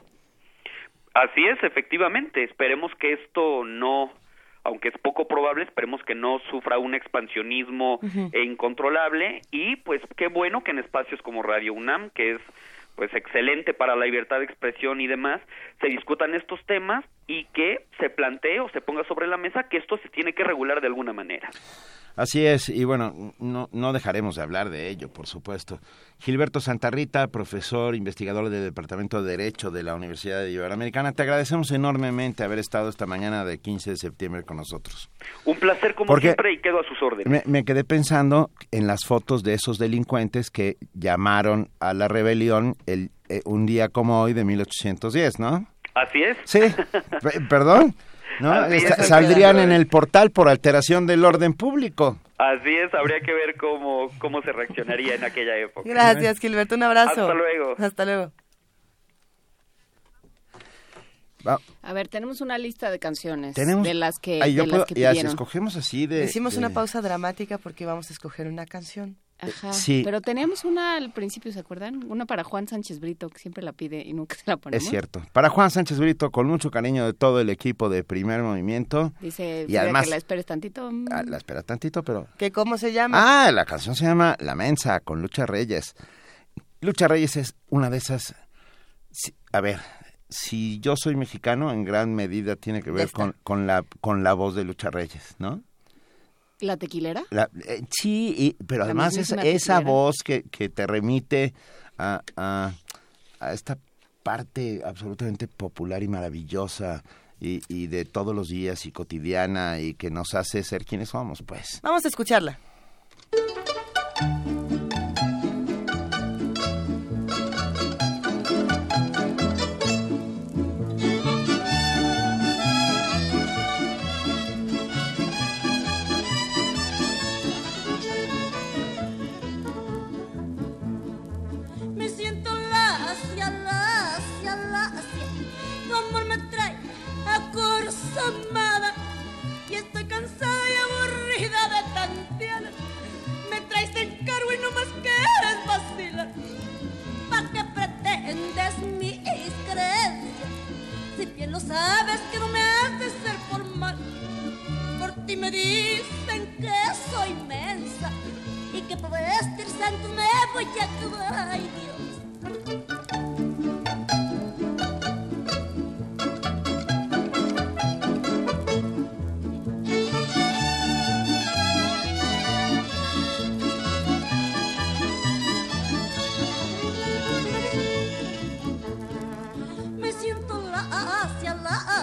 Así es, efectivamente. Esperemos que esto no, aunque es poco probable, esperemos que no sufra un expansionismo incontrolable, y pues qué bueno que en espacios como Radio UNAM, que es pues excelente para la libertad de expresión y demás, se discutan estos temas y que se plantee o se ponga sobre la mesa que esto se tiene que regular de alguna manera. Así es, y bueno, no dejaremos de hablar de ello, por supuesto. Gilberto Santa Rita, profesor, investigador del Departamento de Derecho de la Universidad Iberoamericana, te agradecemos enormemente haber estado esta mañana de 15 de septiembre con nosotros. Un placer como siempre y quedo a sus órdenes. Me quedé pensando en las fotos de esos delincuentes que llamaron a la rebelión un día como hoy de 1810, ¿no? Así es. Sí, perdón. ¿No? Saldrían en el portal por alteración del orden público. Así es, habría que ver cómo se reaccionaría en aquella época. Gracias, Gilberto, un abrazo. Hasta luego. Hasta luego. A ver, tenemos una lista de canciones de las que pidieron. Si escogemos así Hicimos una pausa dramática porque vamos a escoger una canción. Ajá, sí. Pero teníamos una al principio, ¿se acuerdan? Una para Juan Sánchez Brito, que siempre la pide y nunca se la ponemos. Es cierto. Para Juan Sánchez Brito, con mucho cariño de todo el equipo de Primer Movimiento. Dice y además, que la esperes tantito. La espera tantito, pero... ¿Qué cómo se llama? La canción se llama La Mensa, con Lucha Reyes. Lucha Reyes es una de esas... Si yo soy mexicano, en gran medida tiene que ver con la voz de Lucha Reyes, ¿no? ¿La tequilera? Sí, pero además esa voz que te remite a esta parte absolutamente popular y maravillosa y de todos los días y cotidiana y que nos hace ser quienes somos, pues. Vamos a escucharla. amor me trae acorzonada y estoy cansada y aburrida de tantear. Me traes de encargo y no más quieres vacilar. ¿Pa' qué pretendes mis creencias? Si bien lo sabes que no me has de ser por mal. Por ti me dicen que soy mensa y que por vestir santo me voy a quedar. Ay, Dios. Me siento lacia.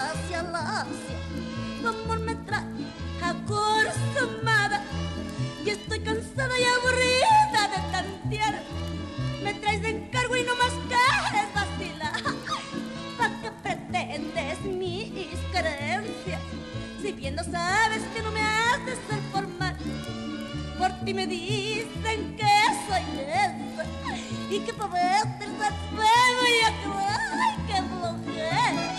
Tu amor me trae acorzonada y estoy cansada y aburrida de tantear. Me traes de encargo y no más quieres vacilar. ¿Para qué pretendes mis creencias? Si bien no sabes que no me has de ser formal. Por ti me dicen que soy lenta y que por verte me voy a quedar. ¡Ay, qué flojera!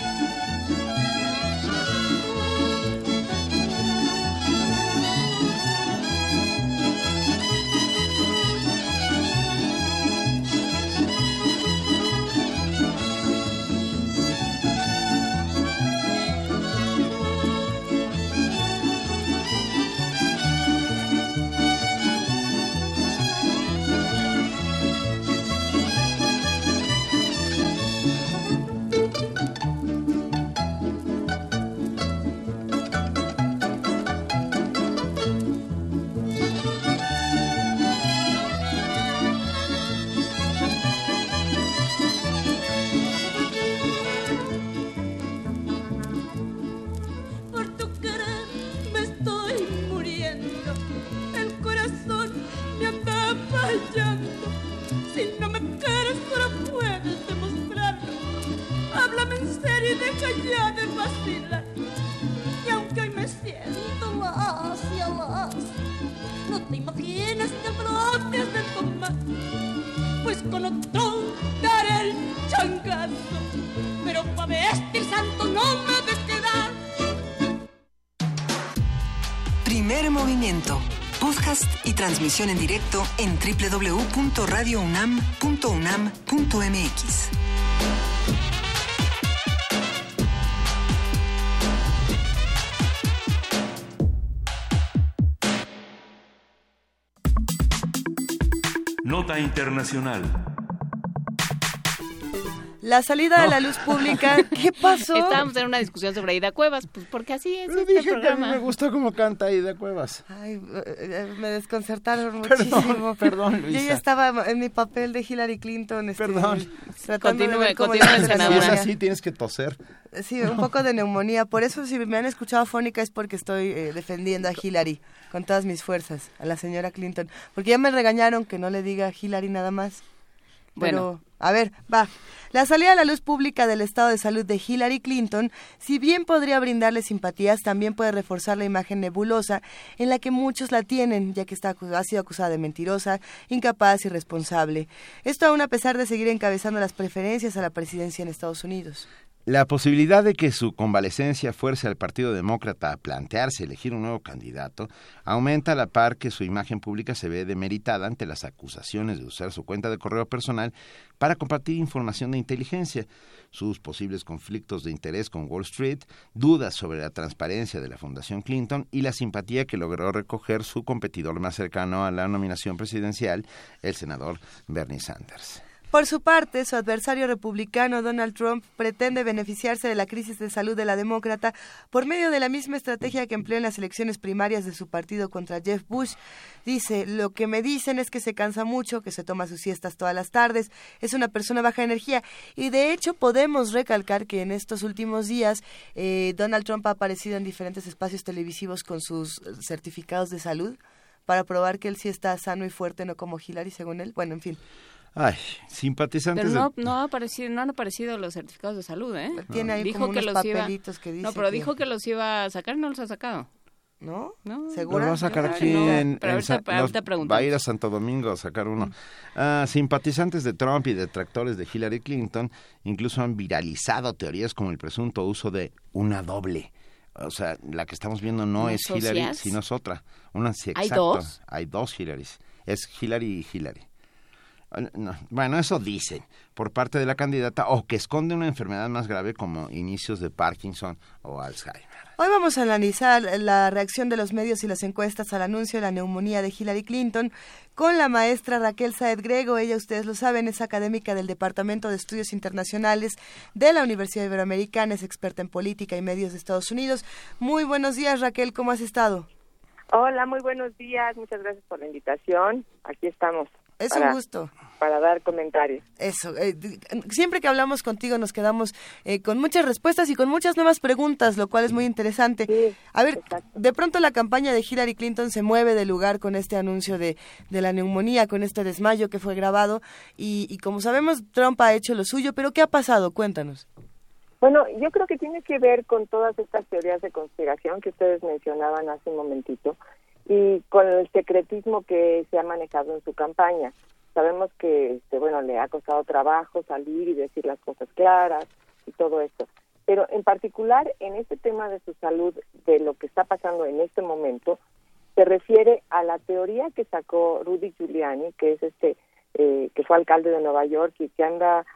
Si no me quieres, pero puedes demostrarlo. Háblame en serio y deja ya de vacilar. Y aunque hoy me siento lacia, no te imaginas que me lo has de tomar. Pues con otro daré el changazo, pero pa' vestir santo no me des quedar. Primer movimiento. Podcast y transmisión en directo en www.radiounam.unam.mx. Nota internacional. La salida de la luz pública, ¿qué pasó? Estábamos en una discusión sobre Aida Cuevas, pues porque así es. Pero este dije programa. que a mí me gustó cómo canta Aida Cuevas. Ay, me desconcertaron muchísimo. Perdón, Luisa. Yo ya estaba en mi papel de Hillary Clinton. Perdón. Tratando de ver cómo continúe, la Si es así, tienes que toser. Sí, un poco de neumonía. Por eso, si me han escuchado afónica, es porque estoy defendiendo a Hillary con todas mis fuerzas, a la señora Clinton. Porque ya me regañaron que no le diga Hillary nada más. Pero, a ver, va. La salida a la luz pública del estado de salud de Hillary Clinton, si bien podría brindarle simpatías, también puede reforzar la imagen nebulosa en la que muchos la tienen, ya que ha sido acusada de mentirosa, incapaz y irresponsable. Esto aún a pesar de seguir encabezando las preferencias a la presidencia en Estados Unidos. La posibilidad de que su convalecencia fuerce al Partido Demócrata a plantearse elegir un nuevo candidato aumenta a la par que su imagen pública se ve demeritada ante las acusaciones de usar su cuenta de correo personal para compartir información de inteligencia, sus posibles conflictos de interés con Wall Street, dudas sobre la transparencia de la Fundación Clinton y la simpatía que logró recoger su competidor más cercano a la nominación presidencial, el senador Bernie Sanders. Por su parte, su adversario republicano Donald Trump pretende beneficiarse de la crisis de salud de la demócrata por medio de la misma estrategia que empleó en las elecciones primarias de su partido contra Jeff Bush. Dice, lo que me dicen es que se cansa mucho, que se toma sus siestas todas las tardes, es una persona baja energía. Y de hecho podemos recalcar que en estos últimos días Donald Trump ha aparecido en diferentes espacios televisivos con sus certificados de salud para probar que él sí está sano y fuerte, no como Hillary, según él. Bueno, en fin. Ay, simpatizantes. Pero no han aparecido los certificados de salud, ¿eh? Tiene ahí dijo como que unos los papelitos que dice. No, pero dijo que los iba a sacar y no los ha sacado. ¿no? ¿Segura? Lo va a sacar aquí va a ir a Santo Domingo a sacar uno. Simpatizantes de Trump y detractores de Hillary Clinton incluso han viralizado teorías como el presunto uso de una doble. O sea, la que estamos viendo no es Hillary, sino es otra. ¿Hay dos? Hay dos Hillarys. Es Hillary y Hillary. No, bueno, eso dicen por parte de la candidata, o que esconde una enfermedad más grave como inicios de Parkinson o Alzheimer. Hoy vamos a analizar la reacción de los medios y las encuestas al anuncio de la neumonía de Hillary Clinton con la maestra Raquel Sáez Grego. Ella, ustedes lo saben, es académica del Departamento de Estudios Internacionales de la Universidad Iberoamericana, es experta en política y medios de Estados Unidos. Muy buenos días, Raquel, ¿cómo has estado? Hola, muy buenos días, muchas gracias por la invitación. Aquí estamos. Es un gusto. Para dar comentarios. Eso, siempre que hablamos contigo nos quedamos con muchas respuestas y con muchas nuevas preguntas, lo cual es muy interesante. Sí, a ver, exacto. De pronto la campaña de Hillary Clinton se mueve de lugar con este anuncio de la neumonía, con este desmayo que fue grabado y como sabemos Trump ha hecho lo suyo, pero ¿qué ha pasado? Cuéntanos. Bueno, yo creo que tiene que ver con todas estas teorías de conspiración que ustedes mencionaban hace un momentito, y con el secretismo que se ha manejado en su campaña. Sabemos que, le ha costado trabajo salir y decir las cosas claras y todo esto. Pero en particular, en este tema de su salud, de lo que está pasando en este momento, se refiere a la teoría que sacó Rudy Giuliani, que es que fue alcalde de Nueva York y que anda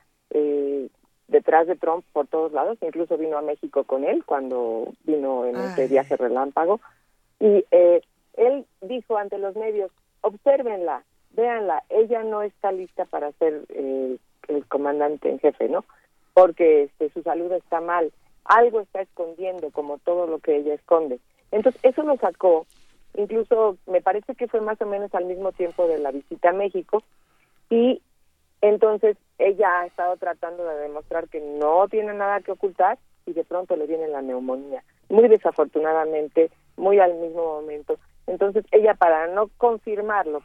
detrás de Trump por todos lados. Incluso vino a México con él cuando vino en ese viaje relámpago. Y él dijo ante los medios, obsérvenla, véanla, ella no está lista para ser el comandante en jefe, ¿no? Porque su salud está mal, algo está escondiendo, como todo lo que ella esconde. Entonces, eso lo sacó, incluso me parece que fue más o menos al mismo tiempo de la visita a México, y entonces ella ha estado tratando de demostrar que no tiene nada que ocultar, y de pronto le viene la neumonía, muy desafortunadamente, muy al mismo momento. Entonces ella, para no confirmarlo,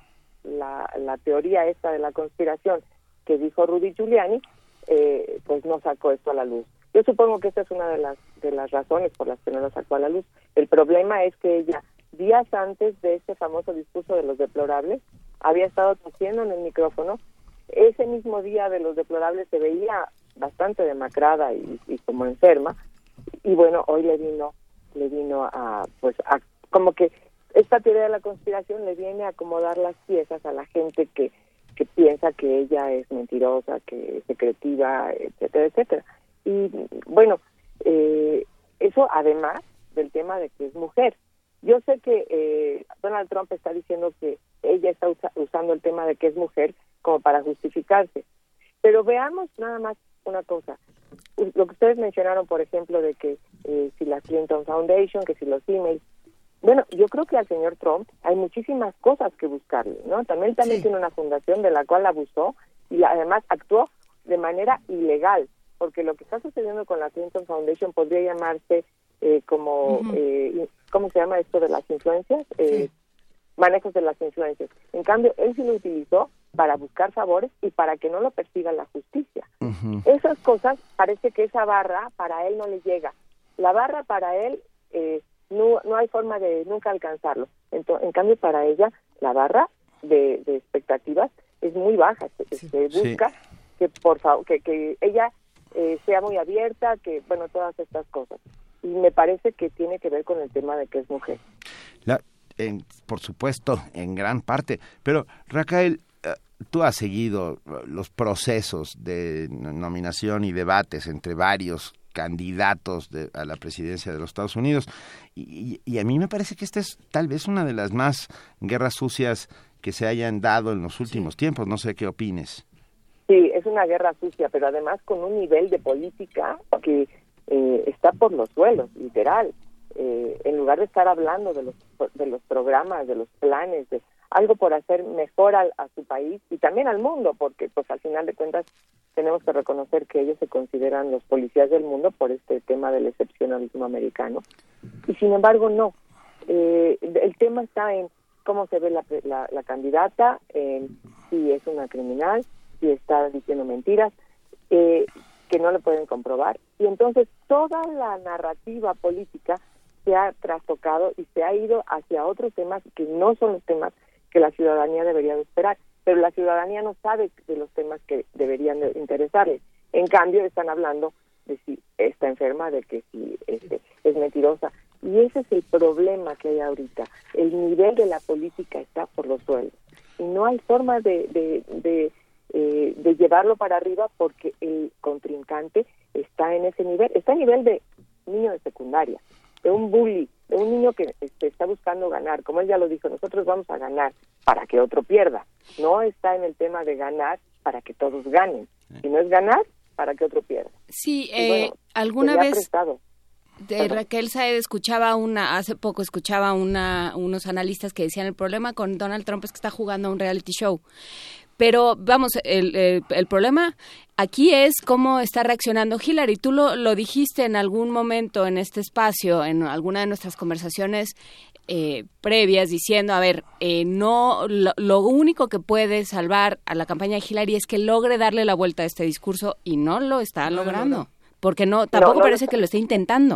la teoría esta de la conspiración que dijo Rudy Giuliani, pues no sacó esto a la luz. Yo supongo que esta es una de las razones por las que no lo sacó a la luz. El problema es que ella, días antes de este famoso discurso de los deplorables, había estado tosiendo en el micrófono. Ese mismo día de los deplorables se veía bastante demacrada y como enferma, y bueno, hoy le vino a como que esta teoría de la conspiración le viene a acomodar las piezas a la gente que piensa que ella es mentirosa, que es secretiva, etcétera, etcétera. Y bueno, eso además del tema de que es mujer. Yo sé que Donald Trump está diciendo que ella está usando el tema de que es mujer como para justificarse. Pero veamos nada más una cosa. Lo que ustedes mencionaron, por ejemplo, de que si la Clinton Foundation, que si los emails. Bueno, yo creo que al señor Trump hay muchísimas cosas que buscarle, ¿no? También tiene una fundación de la cual abusó y además actuó de manera ilegal, porque lo que está sucediendo con la Clinton Foundation podría llamarse ¿cómo se llama esto de las influencias? Manejos de las influencias. En cambio, él sí lo utilizó para buscar favores y para que no lo persiga la justicia. Esas cosas, parece que esa barra para él no le llega. La barra para él no hay forma de nunca alcanzarlo. En cambio, para ella, la barra de expectativas es muy baja. Se busca que por favor que ella sea muy abierta, que todas estas cosas. Y me parece que tiene que ver con el tema de que es mujer. Por supuesto, en gran parte. Pero, Raquel, tú has seguido los procesos de nominación y debates entre varios candidatos a la presidencia de los Estados Unidos y a mí me parece que esta es tal vez una de las más guerras sucias que se hayan dado en los últimos tiempos. No sé qué opines. Sí, es una guerra sucia, pero además con un nivel de política que está por los suelos, literal. En lugar de estar hablando de los programas, de los planes, de algo por hacer mejor a su país y también al mundo, porque pues al final de cuentas tenemos que reconocer que ellos se consideran los policías del mundo por este tema del excepcionalismo americano. Y sin embargo no. El tema está en cómo se ve la candidata, en si es una criminal, si está diciendo mentiras, que no le pueden comprobar. Y entonces toda la narrativa política se ha trastocado y se ha ido hacia otros temas que no son los temas que la ciudadanía debería de esperar, pero la ciudadanía no sabe de los temas que deberían de interesarles. En cambio, están hablando de si está enferma, de que si es mentirosa. Y ese es el problema que hay ahorita. El nivel de la política está por los suelos. Y no hay forma de llevarlo para arriba porque el contrincante está en ese nivel. Está a nivel de niño de secundaria, de un bully, de un niño que está buscando ganar. Como él ya lo dijo, nosotros vamos a ganar para que otro pierda. No está en el tema de ganar para que todos ganen. Si no es ganar, para que otro pierda. Sí, bueno, alguna vez prestado. Raquel Saed hace poco escuchaba unos analistas que decían el problema con Donald Trump es que está jugando a un reality show. Pero vamos, el problema aquí es cómo está reaccionando Hillary. Tú lo dijiste en algún momento en este espacio, en alguna de nuestras conversaciones previas, diciendo, a ver, no lo único que puede salvar a la campaña de Hillary es que logre darle la vuelta a este discurso y no lo está logrando. No. Porque tampoco parece que lo esté intentando.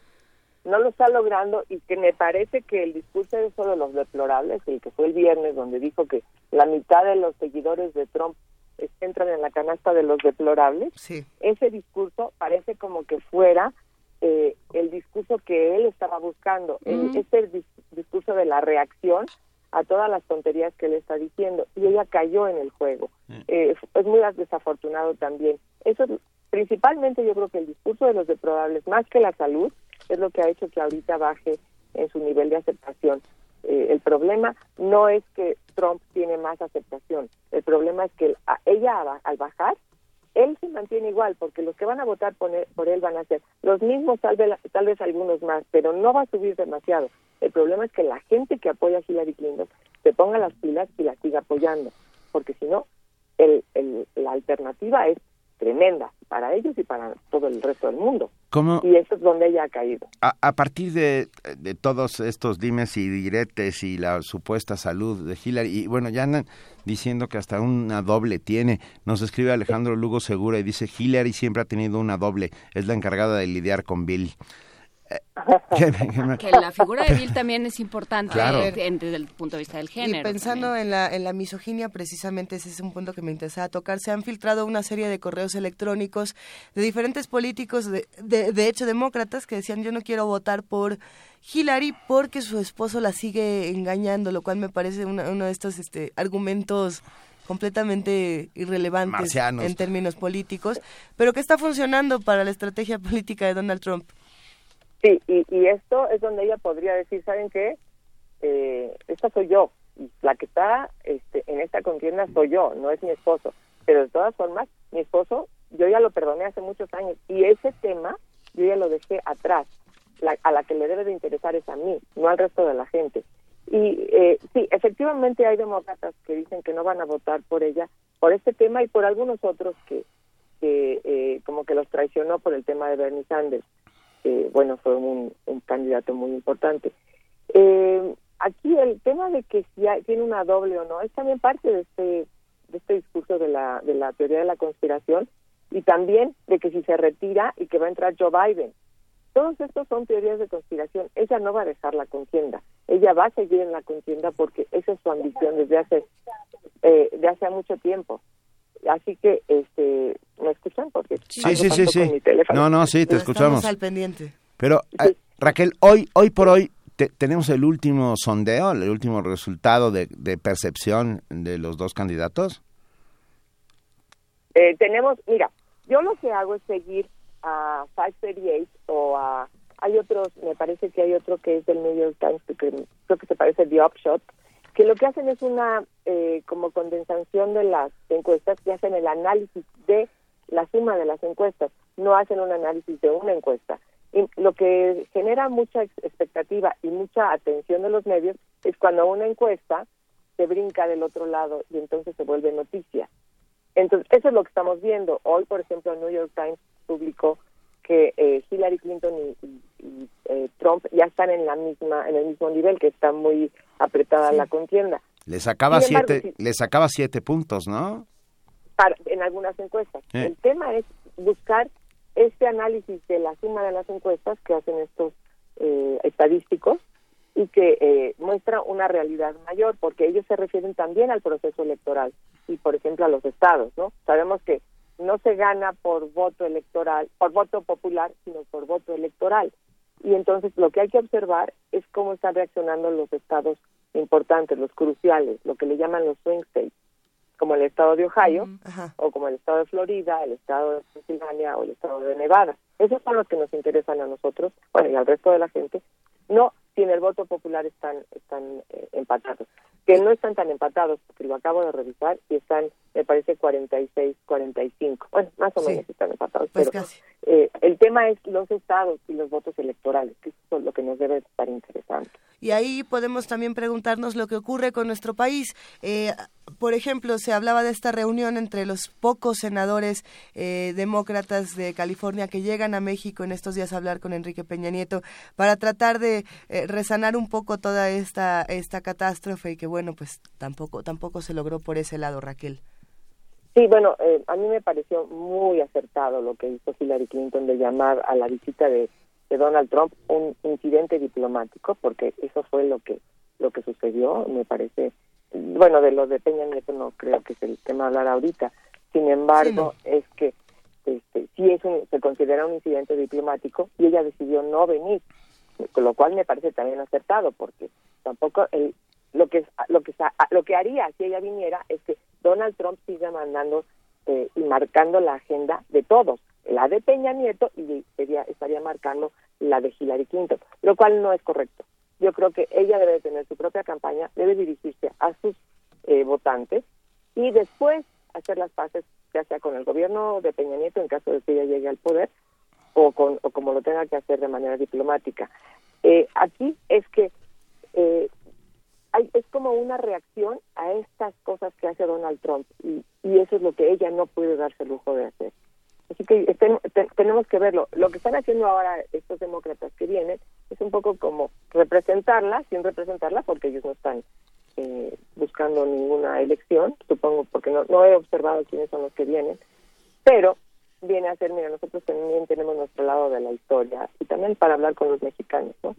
No lo está logrando y que me parece que el discurso de eso de los deplorables, el que fue el viernes, donde dijo que la mitad de los seguidores de Trump entran en la canasta de los deplorables, sí. Ese discurso parece como que fuera el discurso que él estaba buscando, ese discurso de la reacción a todas las tonterías que él está diciendo, y ella cayó en el juego. Es muy desafortunado también. Eso principalmente yo creo que el discurso de los deplorables, más que la salud, es lo que ha hecho que ahorita baje en su nivel de aceptación. El problema no es que Trump tiene más aceptación, el problema es que ella al bajar, él se mantiene igual, porque los que van a votar por él van a ser los mismos, tal vez algunos más, pero no va a subir demasiado. El problema es que la gente que apoya a Hillary Clinton se ponga las pilas y la siga apoyando, porque si no, la alternativa es tremenda para ellos y para todo el resto del mundo. ¿Cómo? Y eso es donde ella ha caído. A partir de todos estos dimes y diretes y la supuesta salud de Hillary, y bueno, ya andan diciendo que hasta una doble tiene. Nos escribe Alejandro Lugo Segura y dice, Hillary siempre ha tenido una doble, es la encargada de lidiar con Bill. Que la figura de Bill también es importante, claro, desde el punto de vista del género. Y pensando en la misoginia, precisamente ese es un punto que me interesaba tocar. Se han filtrado una serie de correos electrónicos de diferentes políticos, de hecho demócratas, que decían yo no quiero votar por Hillary porque su esposo la sigue engañando, lo cual me parece uno de estos argumentos completamente irrelevantes marcianos en términos políticos, pero que está funcionando para la estrategia política de Donald Trump. Sí, y esto es donde ella podría decir, ¿saben qué? Esta soy yo, y la que está en esta contienda soy yo, no es mi esposo. Pero de todas formas, mi esposo, yo ya lo perdoné hace muchos años, y ese tema yo ya lo dejé atrás. A la que le debe de interesar es a mí, no al resto de la gente. Y sí, efectivamente hay demócratas que dicen que no van a votar por ella, por este tema y por algunos otros que como que los traicionó por el tema de Bernie Sanders. Bueno, fue un candidato muy importante. Aquí el tema de que si tiene una doble o no es también parte de este discurso de la teoría de la conspiración, y también de que si se retira y que va a entrar Joe Biden. Todos estos son teorías de conspiración. Ella no va a dejar la contienda, ella va a seguir en la contienda porque esa es su ambición desde hace mucho tiempo. Así que, ¿me escuchan? Porque sí. No, sí, te escuchamos. Estamos al pendiente. Pero, Raquel, hoy por hoy tenemos el último sondeo, el último resultado de percepción de los dos candidatos. Mira, yo lo que hago es seguir a 538 hay otros, me parece que hay otro que es del New York Times, que creo que se parece a The Upshot, que lo que hacen es una como condensación de las encuestas, que hacen el análisis de la suma de las encuestas, no hacen un análisis de una encuesta. Y lo que genera mucha expectativa y mucha atención de los medios es cuando una encuesta se brinca del otro lado y entonces se vuelve noticia. Entonces, eso es lo que estamos viendo. Hoy, por ejemplo, el New York Times publicó que Hillary Clinton y Trump ya están en el mismo nivel, que está muy apretada la contienda. Le sacaba 7 puntos, ¿no? En algunas encuestas. El tema es buscar este análisis de la suma de las encuestas que hacen estos estadísticos y que muestra una realidad mayor, porque ellos se refieren también al proceso electoral y, por ejemplo, a los estados, ¿no? Sabemos que no se gana por voto electoral, por voto popular, sino por voto electoral. Y entonces lo que hay que observar es cómo están reaccionando los estados importantes, los cruciales, lo que le llaman los swing states, como el estado de Ohio, o como el estado de Florida, el estado de Pensilvania o el estado de Nevada. Esos son los que nos interesan a nosotros, bueno, y al resto de la gente. No, si en el voto popular están empatados. Que no están tan empatados, porque lo acabo de revisar, y están, me parece, 46-45. Bueno, más o menos están empatados. Pues pero casi. El tema es los estados y los votos electorales, que eso es lo que nos debe estar interesante. Y ahí podemos también preguntarnos lo que ocurre con nuestro país. Por ejemplo, se hablaba de esta reunión entre los pocos senadores demócratas de California que llegan a México en estos días a hablar con Enrique Peña Nieto para tratar de resanar un poco toda esta catástrofe y que, bueno, pues tampoco se logró por ese lado, Raquel. Sí, bueno, a mí me pareció muy acertado lo que hizo Hillary Clinton de llamar a la visita de Donald Trump un incidente diplomático, porque eso fue lo que sucedió, me parece. Bueno, de lo de Peña Nieto no creo que es el tema a hablar ahorita. Sin embargo, sí, es que sí se considera un incidente diplomático y ella decidió no venir, con lo cual me parece también acertado, porque tampoco lo que haría si ella viniera es que Donald Trump siga mandando y marcando la agenda de todos, la de Peña Nieto, y estaría marcando la de Hillary Clinton, lo cual no es correcto. Yo creo que ella debe tener su propia campaña, debe dirigirse a sus votantes y después hacer las paces, ya sea con el gobierno de Peña Nieto en caso de que ella llegue al poder o como lo tenga que hacer de manera diplomática. Aquí es que es como una reacción a estas cosas que hace Donald Trump y eso es lo que ella no puede darse el lujo de hacer. Así que tenemos que verlo. Lo que están haciendo ahora estos demócratas que vienen es un poco como representarla, sin representarla, porque ellos no están buscando ninguna elección, supongo, porque no he observado quiénes son los que vienen, pero viene a ser, mira, nosotros también tenemos nuestro lado de la historia y también para hablar con los mexicanos, ¿no?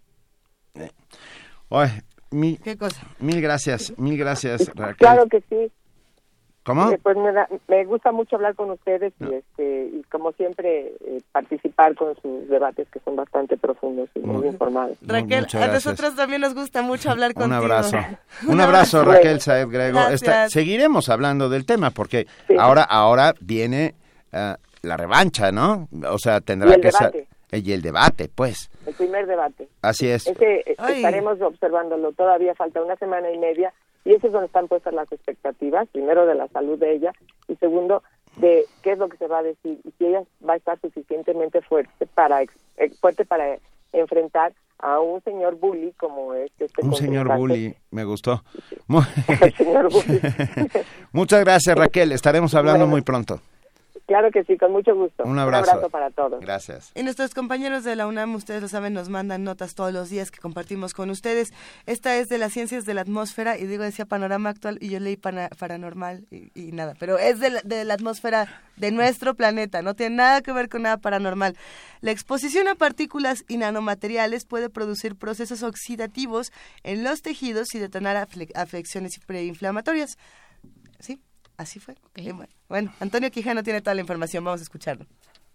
¿Qué cosa? Mil gracias, Raquel. Claro que sí. ¿Cómo? Pues me gusta mucho hablar con ustedes y como siempre participar con sus debates que son bastante profundos y muy informados. Raquel, a nosotros también nos gusta mucho hablar contigo. Un abrazo, Raquel Saed Grego. Seguiremos hablando del tema porque sí, ahora viene la revancha, ¿no? O sea, tendrá que ser el debate, pues. El primer debate. Así es. Estaremos observándolo. Todavía falta una semana y media. Y eso es donde están puestas las expectativas, primero de la salud de ella y segundo de qué es lo que se va a decir y si ella va a estar suficientemente fuerte para enfrentar a un señor bully como este. Un señor bully, me gustó. Señor bully. Muchas gracias, Raquel, estaremos hablando muy pronto. Claro que sí, con mucho gusto. Un abrazo para todos. Gracias. Y nuestros compañeros de la UNAM, ustedes lo saben, nos mandan notas todos los días que compartimos con ustedes. Esta es de las ciencias de la atmósfera, y decía panorama actual, y yo leí paranormal, y nada. Pero es de la atmósfera de nuestro planeta, no tiene nada que ver con nada paranormal. La exposición a partículas y nanomateriales puede producir procesos oxidativos en los tejidos y detonar afecciones preinflamatorias. ¿Sí? Así fue. Okay. Bueno, Antonio Quijano tiene toda la información, vamos a escucharlo.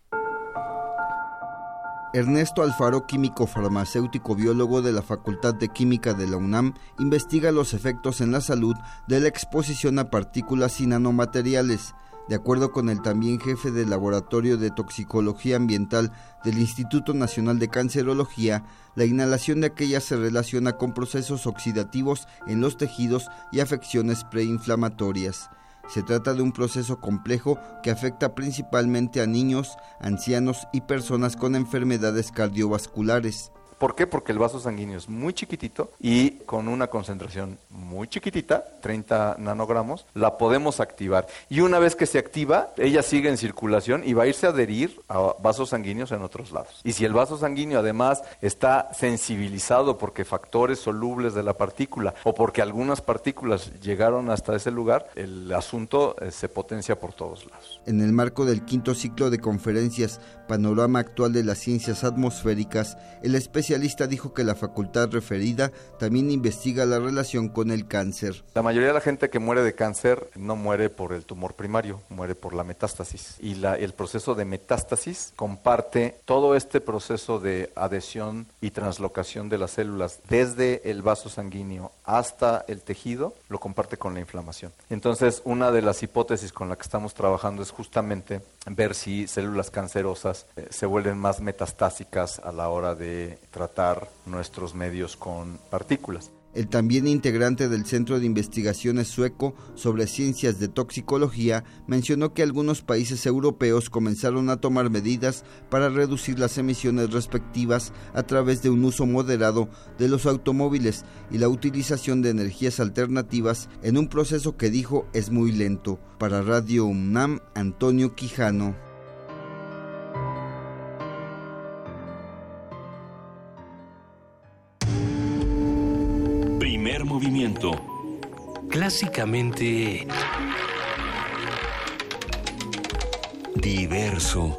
Ernesto Alfaro, químico farmacéutico biólogo de la Facultad de Química de la UNAM, investiga los efectos en la salud de la exposición a partículas y nanomateriales. De acuerdo con el también jefe del Laboratorio de Toxicología Ambiental del Instituto Nacional de Cancerología, la inhalación de aquellas se relaciona con procesos oxidativos en los tejidos y afecciones preinflamatorias. Se trata de un proceso complejo que afecta principalmente a niños, ancianos y personas con enfermedades cardiovasculares. ¿Por qué? Porque el vaso sanguíneo es muy chiquitito y con una concentración muy chiquitita, 30 nanogramos, la podemos activar. Y una vez que se activa, ella sigue en circulación y va a irse a adherir a vasos sanguíneos en otros lados. Y si el vaso sanguíneo además está sensibilizado porque factores solubles de la partícula o porque algunas partículas llegaron hasta ese lugar, el asunto se potencia por todos lados. En el marco del 5º ciclo de conferencias Panorama Actual de las Ciencias Atmosféricas, el especialista especialista dijo que la facultad referida también investiga la relación con el cáncer. La mayoría de la gente que muere de cáncer no muere por el tumor primario, muere por la metástasis. Y el proceso de metástasis comparte todo este proceso de adhesión y translocación de las células desde el vaso sanguíneo hasta el tejido, lo comparte con la inflamación. Entonces, una de las hipótesis con la que estamos trabajando es justamente ver si células cancerosas se vuelven más metastásicas a la hora de tratar nuestros medios con partículas. El también integrante del Centro de Investigaciones sueco sobre ciencias de toxicología mencionó que algunos países europeos comenzaron a tomar medidas para reducir las emisiones respectivas a través de un uso moderado de los automóviles y la utilización de energías alternativas en un proceso que dijo es muy lento. Para Radio UNAM, Antonio Quijano. Primer movimiento. Clásicamente diverso.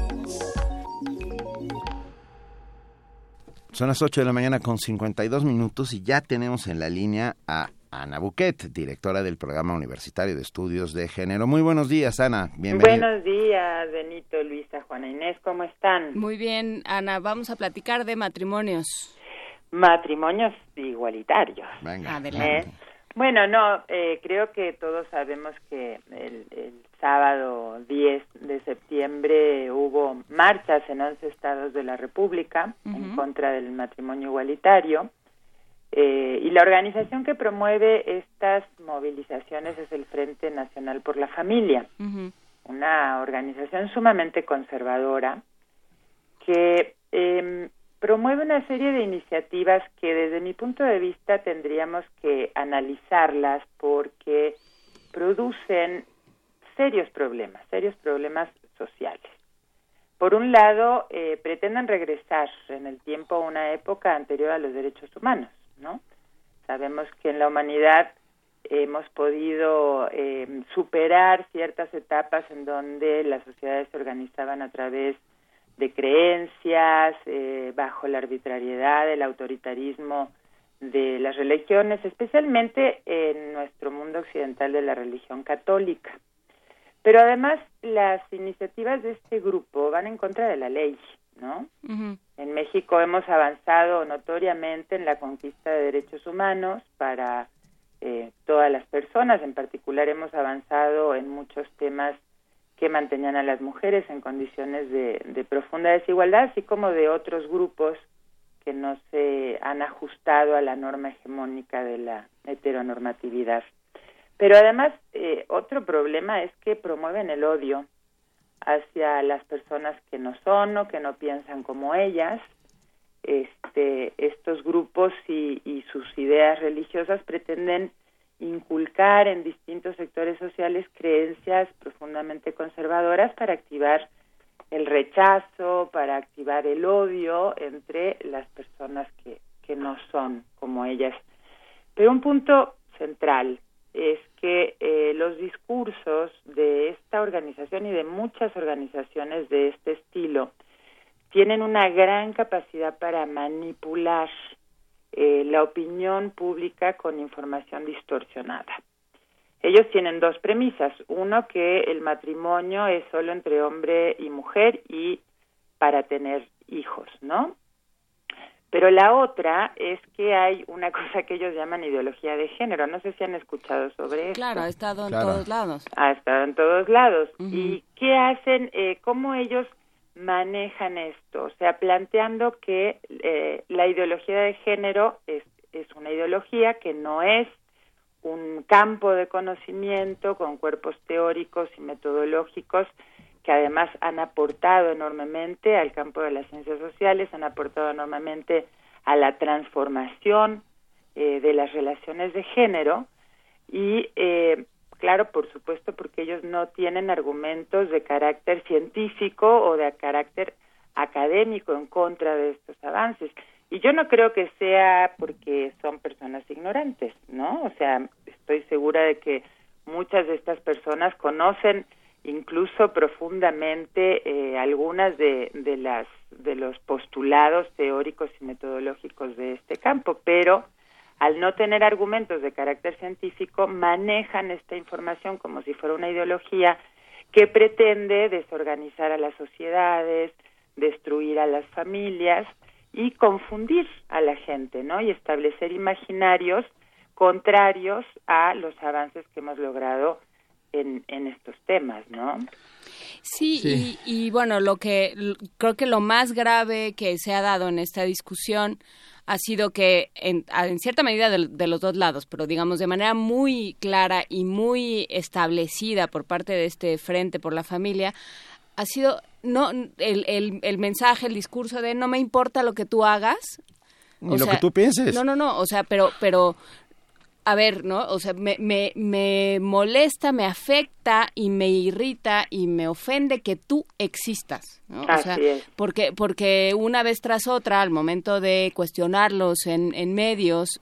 Son las 8 de la mañana con 52 minutos y ya tenemos en la línea a Ana Buquet, directora del Programa Universitario de Estudios de Género. Muy buenos días, Ana. Bienvenida. Buenos días, Benito, Luisa, Juana Inés, ¿cómo están? Muy bien, Ana. Vamos a platicar de matrimonios. Matrimonios igualitarios. Venga. Adelante. Bueno, creo que todos sabemos que el sábado 10 de septiembre hubo marchas en 11 estados de la República en contra del matrimonio igualitario. Y la organización que promueve estas movilizaciones es el Frente Nacional por la Familia, una organización sumamente conservadora que promueve una serie de iniciativas que desde mi punto de vista tendríamos que analizarlas porque producen serios problemas sociales. Por un lado, pretenden regresar en el tiempo a una época anterior a los derechos humanos, ¿no? Sabemos que en la humanidad hemos podido superar ciertas etapas en donde las sociedades se organizaban a través de creencias, bajo la arbitrariedad, el autoritarismo de las religiones, especialmente en nuestro mundo occidental de la religión católica. Pero además las iniciativas de este grupo van en contra de la ley, ¿no? En México hemos avanzado notoriamente en la conquista de derechos humanos para todas las personas, en particular hemos avanzado en muchos temas que mantenían a las mujeres en condiciones de profunda desigualdad, así como de otros grupos que no se han ajustado a la norma hegemónica de la heteronormatividad. Pero además, otro problema es que promueven el odio hacia las personas que no son o que no piensan como ellas. Estos grupos y sus ideas religiosas pretenden inculcar en distintos sectores sociales creencias profundamente conservadoras para activar el rechazo, para activar el odio entre las personas que no son como ellas. Pero un punto central es que los discursos de esta organización y de muchas organizaciones de este estilo tienen una gran capacidad para manipular la opinión pública con información distorsionada. Ellos tienen dos premisas. Uno, que el matrimonio es solo entre hombre y mujer y para tener hijos, ¿no? Pero la otra es que hay una cosa que ellos llaman ideología de género. No sé si han escuchado sobre eso. Claro, ha estado en todos lados. Ha estado en todos lados. ¿Y qué hacen? ¿Cómo ellos manejan esto? O sea, planteando que la ideología de género es una ideología que no es un campo de conocimiento con cuerpos teóricos y metodológicos que además han aportado enormemente al campo de las ciencias sociales, han aportado enormemente a la transformación de las relaciones de género y, claro, por supuesto, porque ellos no tienen argumentos de carácter científico o de carácter académico en contra de estos avances. Y yo no creo que sea porque son personas ignorantes, ¿no? O sea, estoy segura de que muchas de estas personas conocen incluso profundamente algunas de los postulados teóricos y metodológicos de este campo, pero al no tener argumentos de carácter científico, manejan esta información como si fuera una ideología que pretende desorganizar a las sociedades, destruir a las familias y confundir a la gente, ¿no? Y establecer imaginarios contrarios a los avances que hemos logrado en estos temas, ¿no? Sí. Y bueno, creo que lo más grave que se ha dado en esta discusión ha sido que en cierta medida de los dos lados, pero digamos de manera muy clara y muy establecida por parte de este Frente por la Familia, ha sido el mensaje, el discurso de no me importa lo que tú hagas. Ni lo que tú pienses. No, o sea, pero a ver, ¿no? O sea, me molesta, me afecta y me irrita y me ofende que tú existas, ¿no? O sea, porque una vez tras otra, al momento de cuestionarlos en medios,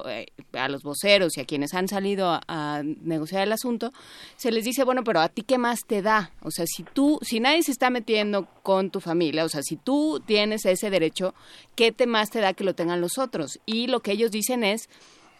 a los voceros y a quienes han salido a negociar el asunto, se les dice, bueno, pero ¿a ti qué más te da? O sea, si nadie se está metiendo con tu familia, o sea, si tú tienes ese derecho, ¿qué más te da que lo tengan los otros? Y lo que ellos dicen es,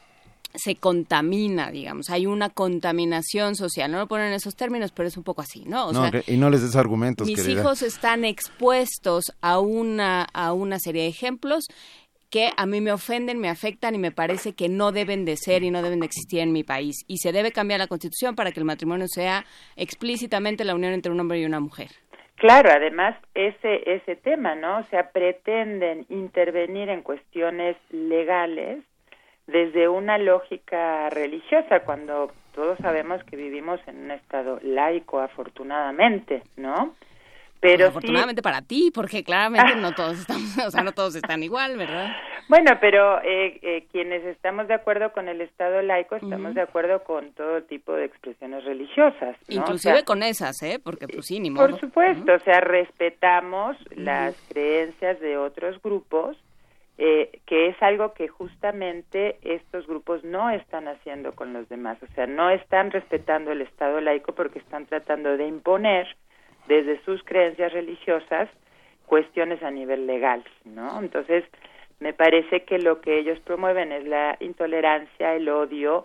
se contamina, digamos, hay una contaminación social, no lo ponen en esos términos, pero es un poco así, ¿no? O sea, y no les des argumentos, mis querida. hijos están expuestos a una serie de ejemplos que a mí me ofenden, me afectan y me parece que no deben de ser y no deben de existir en mi país. Y se debe cambiar la Constitución para que el matrimonio sea explícitamente la unión entre un hombre y una mujer. Claro, además ese tema, ¿no? O sea, pretenden intervenir en cuestiones legales desde una lógica religiosa, cuando todos sabemos que vivimos en un estado laico, afortunadamente, ¿no? Pero afortunadamente para ti, porque claramente no todos estamos, o sea, no todos están igual, ¿verdad? Bueno, pero quienes estamos de acuerdo con el estado laico estamos de acuerdo con todo tipo de expresiones religiosas, ¿no? Inclusive, o sea, con esas, porque pues sí, ni modo. Por supuesto, o sea, respetamos las creencias de otros grupos, que es algo que justamente estos grupos no están haciendo con los demás, o sea, no están respetando el estado laico porque están tratando de imponer desde sus creencias religiosas cuestiones a nivel legal, ¿no? Entonces, me parece que lo que ellos promueven es la intolerancia, el odio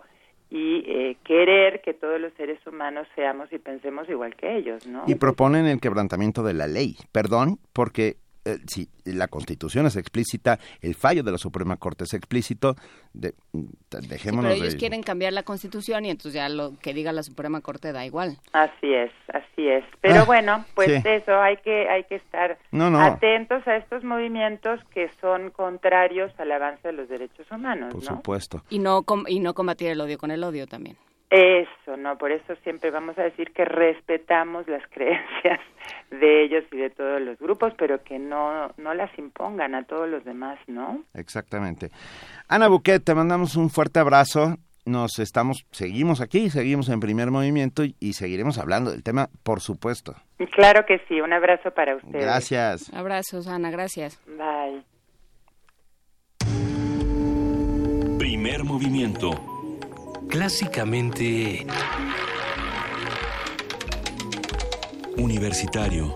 y querer que todos los seres humanos seamos y pensemos igual que ellos, ¿no? Y proponen el quebrantamiento de la ley, perdón, porque si la Constitución es explícita, el fallo de la Suprema Corte es explícito, dejémonos pero ellos quieren cambiar la Constitución y entonces ya lo que diga la Suprema Corte da igual. Así es. Pero bueno, pues sí. Eso, hay que estar atentos a estos movimientos que son contrarios al avance de los derechos humanos, Por supuesto. Y no combatir el odio con el odio también. Eso, ¿no? Por eso siempre vamos a decir que respetamos las creencias de ellos y de todos los grupos, pero que no las impongan a todos los demás, ¿no? Exactamente. Ana Buquet, te mandamos un fuerte abrazo. Seguimos aquí, seguimos en Primer Movimiento y seguiremos hablando del tema, por supuesto. Claro que sí, un abrazo para ustedes. Gracias. Abrazos, Ana, gracias. Bye. Primer Movimiento. Clásicamente universitario.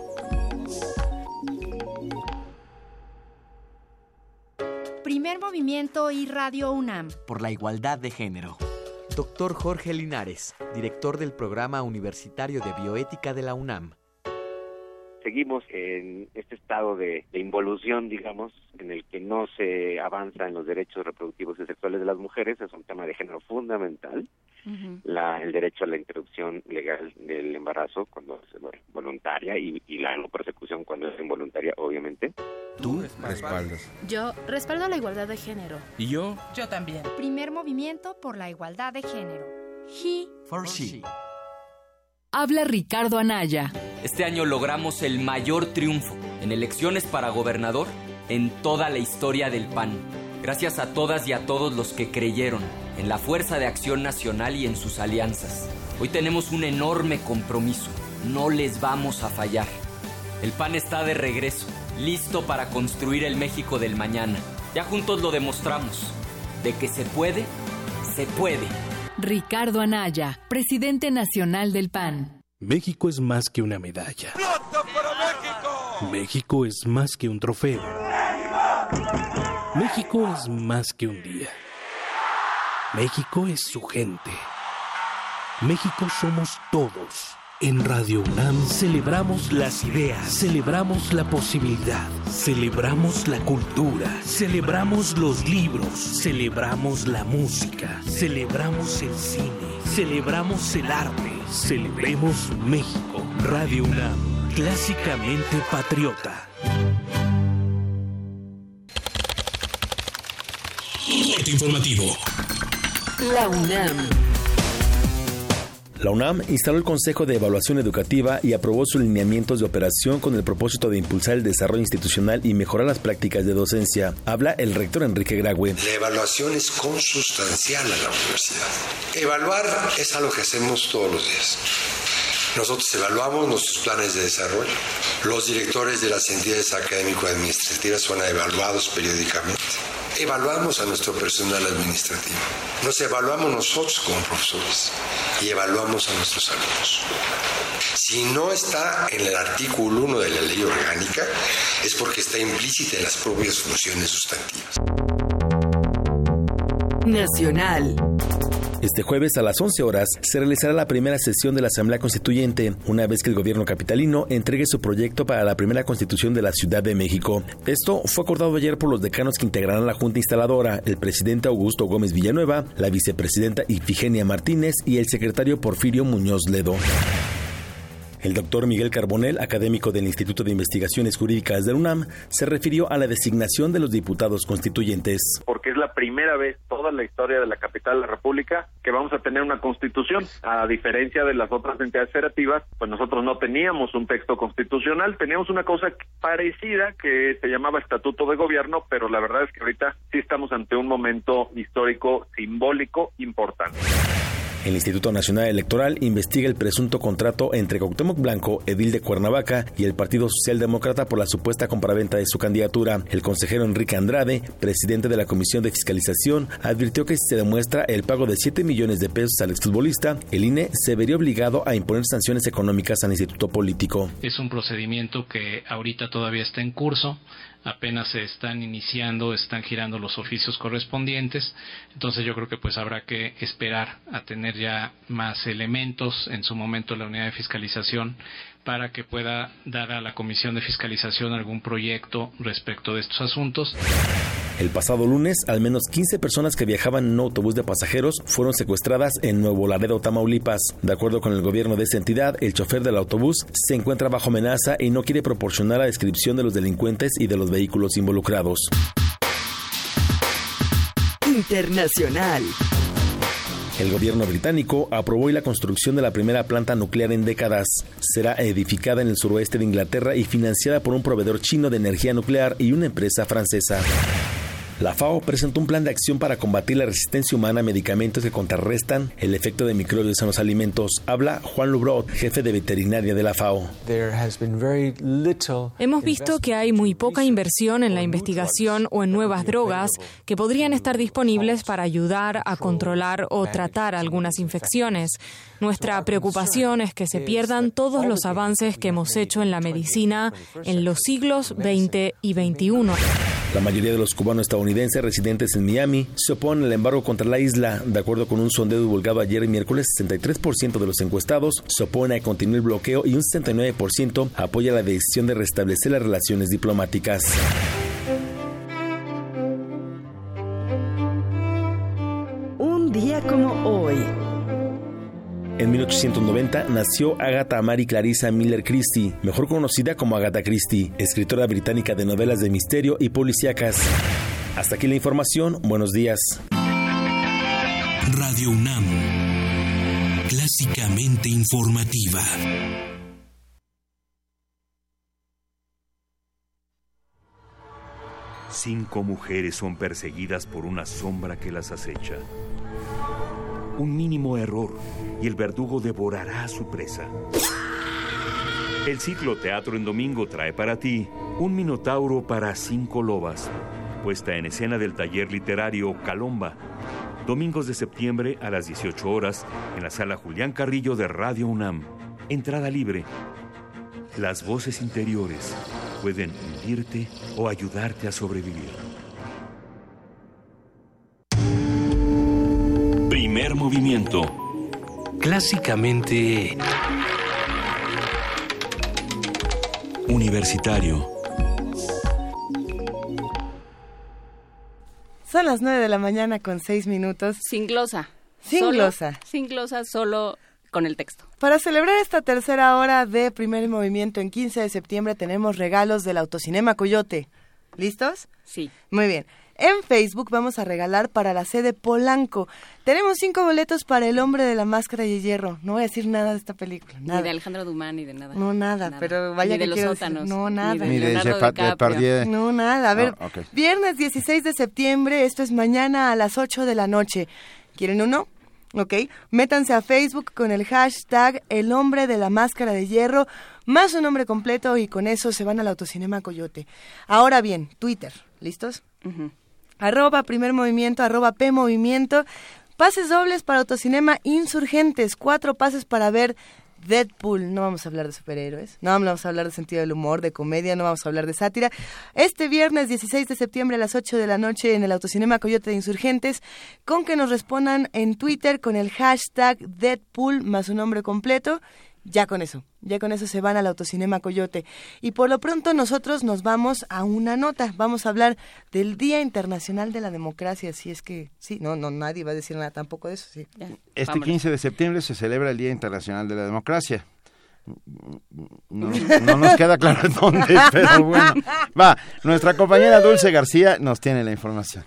Primer Movimiento y Radio UNAM. Por la igualdad de género. Doctor Jorge Linares, director del Programa Universitario de Bioética de la UNAM. Seguimos en este estado de involución, digamos, en el que no se avanza en los derechos reproductivos y sexuales de las mujeres. Es un tema de género fundamental. Uh-huh. El derecho a la interrupción legal del embarazo cuando es voluntaria y la no persecución cuando es involuntaria, obviamente. ¿Tú respaldas? Yo respaldo la igualdad de género. ¿Y yo? Yo también. Primer Movimiento por la igualdad de género. He for she. Habla Ricardo Anaya. Este año logramos el mayor triunfo en elecciones para gobernador en toda la historia del PAN. Gracias a todas y a todos los que creyeron en la Fuerza de Acción Nacional y en sus alianzas. Hoy tenemos un enorme compromiso. No les vamos a fallar. El PAN está de regreso, listo para construir el México del mañana. Ya juntos lo demostramos. De que se puede, se puede. Ricardo Anaya, presidente nacional del PAN. México es más que una medalla. ¡Plata para México! México es más que un trofeo. México es más que un día. México es su gente. México somos todos. En Radio UNAM celebramos las ideas, celebramos la posibilidad, celebramos la cultura, celebramos los libros, celebramos la música, celebramos el cine, celebramos el arte, celebremos México. Radio UNAM, clásicamente patriota. Corte informativo. La UNAM. La UNAM instaló el Consejo de Evaluación Educativa y aprobó sus lineamientos de operación con el propósito de impulsar el desarrollo institucional y mejorar las prácticas de docencia. Habla el rector Enrique Graue. La evaluación es consustancial a la universidad. Evaluar es algo que hacemos todos los días. Nosotros evaluamos nuestros planes de desarrollo. Los directores de las entidades académico-administrativas son evaluados periódicamente. Evaluamos a nuestro personal administrativo. Nos evaluamos nosotros como profesores y evaluamos a nuestros alumnos. Si no está en el artículo 1 de la ley orgánica, es porque está implícita en las propias funciones sustantivas. Nacional. Este jueves a las 11 horas se realizará la primera sesión de la Asamblea Constituyente, una vez que el gobierno capitalino entregue su proyecto para la primera constitución de la Ciudad de México. Esto fue acordado ayer por los decanos que integrarán la Junta Instaladora, el presidente Augusto Gómez Villanueva, la vicepresidenta Ifigenia Martínez y el secretario Porfirio Muñoz Ledo. El doctor Miguel Carbonell, académico del Instituto de Investigaciones Jurídicas de la UNAM, se refirió a la designación de los diputados constituyentes. Porque es la primera vez toda la historia de la capital de la República que vamos a tener una constitución. A diferencia de las otras entidades federativas, pues nosotros no teníamos un texto constitucional, teníamos una cosa parecida que se llamaba Estatuto de Gobierno, pero la verdad es que ahorita sí estamos ante un momento histórico, simbólico, importante. El Instituto Nacional Electoral investiga el presunto contrato entre Cuauhtémoc Blanco, edil de Cuernavaca, y el Partido Socialdemócrata por la supuesta compraventa de su candidatura. El consejero Enrique Andrade, presidente de la Comisión de Fiscalización, advirtió que si se demuestra el pago de 7 millones de pesos al exfutbolista, el INE se vería obligado a imponer sanciones económicas al instituto político. Es un procedimiento que ahorita todavía está en curso. Apenas se están iniciando, están girando los oficios correspondientes, entonces yo creo que pues habrá que esperar a tener ya más elementos en su momento la unidad de fiscalización para que pueda dar a la Comisión de Fiscalización algún proyecto respecto de estos asuntos. El pasado lunes, al menos 15 personas que viajaban en un autobús de pasajeros fueron secuestradas en Nuevo Laredo, Tamaulipas. De acuerdo con el gobierno de esa entidad, el chofer del autobús se encuentra bajo amenaza y no quiere proporcionar la descripción de los delincuentes y de los vehículos involucrados. Internacional. El gobierno británico aprobó hoy la construcción de la primera planta nuclear en décadas. Será edificada en el suroeste de Inglaterra y financiada por un proveedor chino de energía nuclear y una empresa francesa. La FAO presentó un plan de acción para combatir la resistencia humana a medicamentos que contrarrestan el efecto de microbios en los alimentos. Habla Juan Lubrot, jefe de veterinaria de la FAO. Hemos visto que hay muy poca inversión en la investigación o en nuevas drogas que podrían estar disponibles para ayudar a controlar o tratar algunas infecciones. Nuestra preocupación es que se pierdan todos los avances que hemos hecho en la medicina en los siglos XX y XXI. La mayoría de los cubanos estadounidenses residentes en Miami se oponen al embargo contra la isla. De acuerdo con un sondeo divulgado ayer miércoles, 63% de los encuestados se oponen a que continúe el bloqueo y un 69% apoya la decisión de restablecer las relaciones diplomáticas. Un día como hoy. En 1890 nació Agatha Mary Clarissa Miller Christie, mejor conocida como Agatha Christie, escritora británica de novelas de misterio y policíacas. Hasta aquí la información. Buenos días. Radio UNAM, clásicamente informativa. Cinco mujeres son perseguidas por una sombra que las acecha. Un mínimo error y el verdugo devorará a su presa. El ciclo Teatro en Domingo trae para ti Un Minotauro para 5 lobas, puesta en escena del taller literario Calomba. Domingos de septiembre a las 18 horas en la sala Julián Carrillo de Radio UNAM. Entrada libre. Las voces interiores pueden hundirte o ayudarte a sobrevivir. Primer movimiento. Clásicamente universitario. Son las 9 de la mañana con 6 minutos. Sin glosa. Sin glosa. Sin glosa, solo con el texto. Para celebrar esta tercera hora de Primer Movimiento en 15 de septiembre tenemos regalos del Autocinema Coyote. ¿Listos? Sí. Muy bien. En Facebook vamos a regalar para la sede Polanco. Tenemos 5 boletos para El hombre de la máscara de hierro. No voy a decir nada de esta película. Nada. Ni de Alejandro Dumas, ni de nada. No, nada. Pero vaya ni que de los sótanos. No, nada. Ni de Depardieu. No, nada. A ver, okay. Viernes 16 de septiembre, esto es mañana a las 8 de la noche. ¿Quieren uno? Ok, métanse a Facebook con el hashtag El hombre de la máscara de hierro, más un nombre completo y con eso se van al Autocinema Coyote. Ahora bien, Twitter, ¿listos? Uh-huh. @Primer Movimiento, @PMovimiento, pases dobles para Autocinema Insurgentes, 4 pases para ver Deadpool. No vamos a hablar de superhéroes, no vamos a hablar de sentido del humor, de comedia, no vamos a hablar de sátira. Este viernes 16 de septiembre a las 8 de la noche en el Autocinema Coyote de Insurgentes, con que nos respondan en Twitter con el hashtag Deadpool más un nombre completo. Ya con eso se van al Autocinema Coyote. Y por lo pronto nosotros nos vamos a una nota. Vamos a hablar del Día Internacional de la Democracia. Si es que, sí, no, nadie va a decir nada tampoco de eso. Sí. Este 15 de septiembre se celebra el Día Internacional de la Democracia. No nos queda claro dónde, pero bueno. Va, nuestra compañera Dulce García nos tiene la información.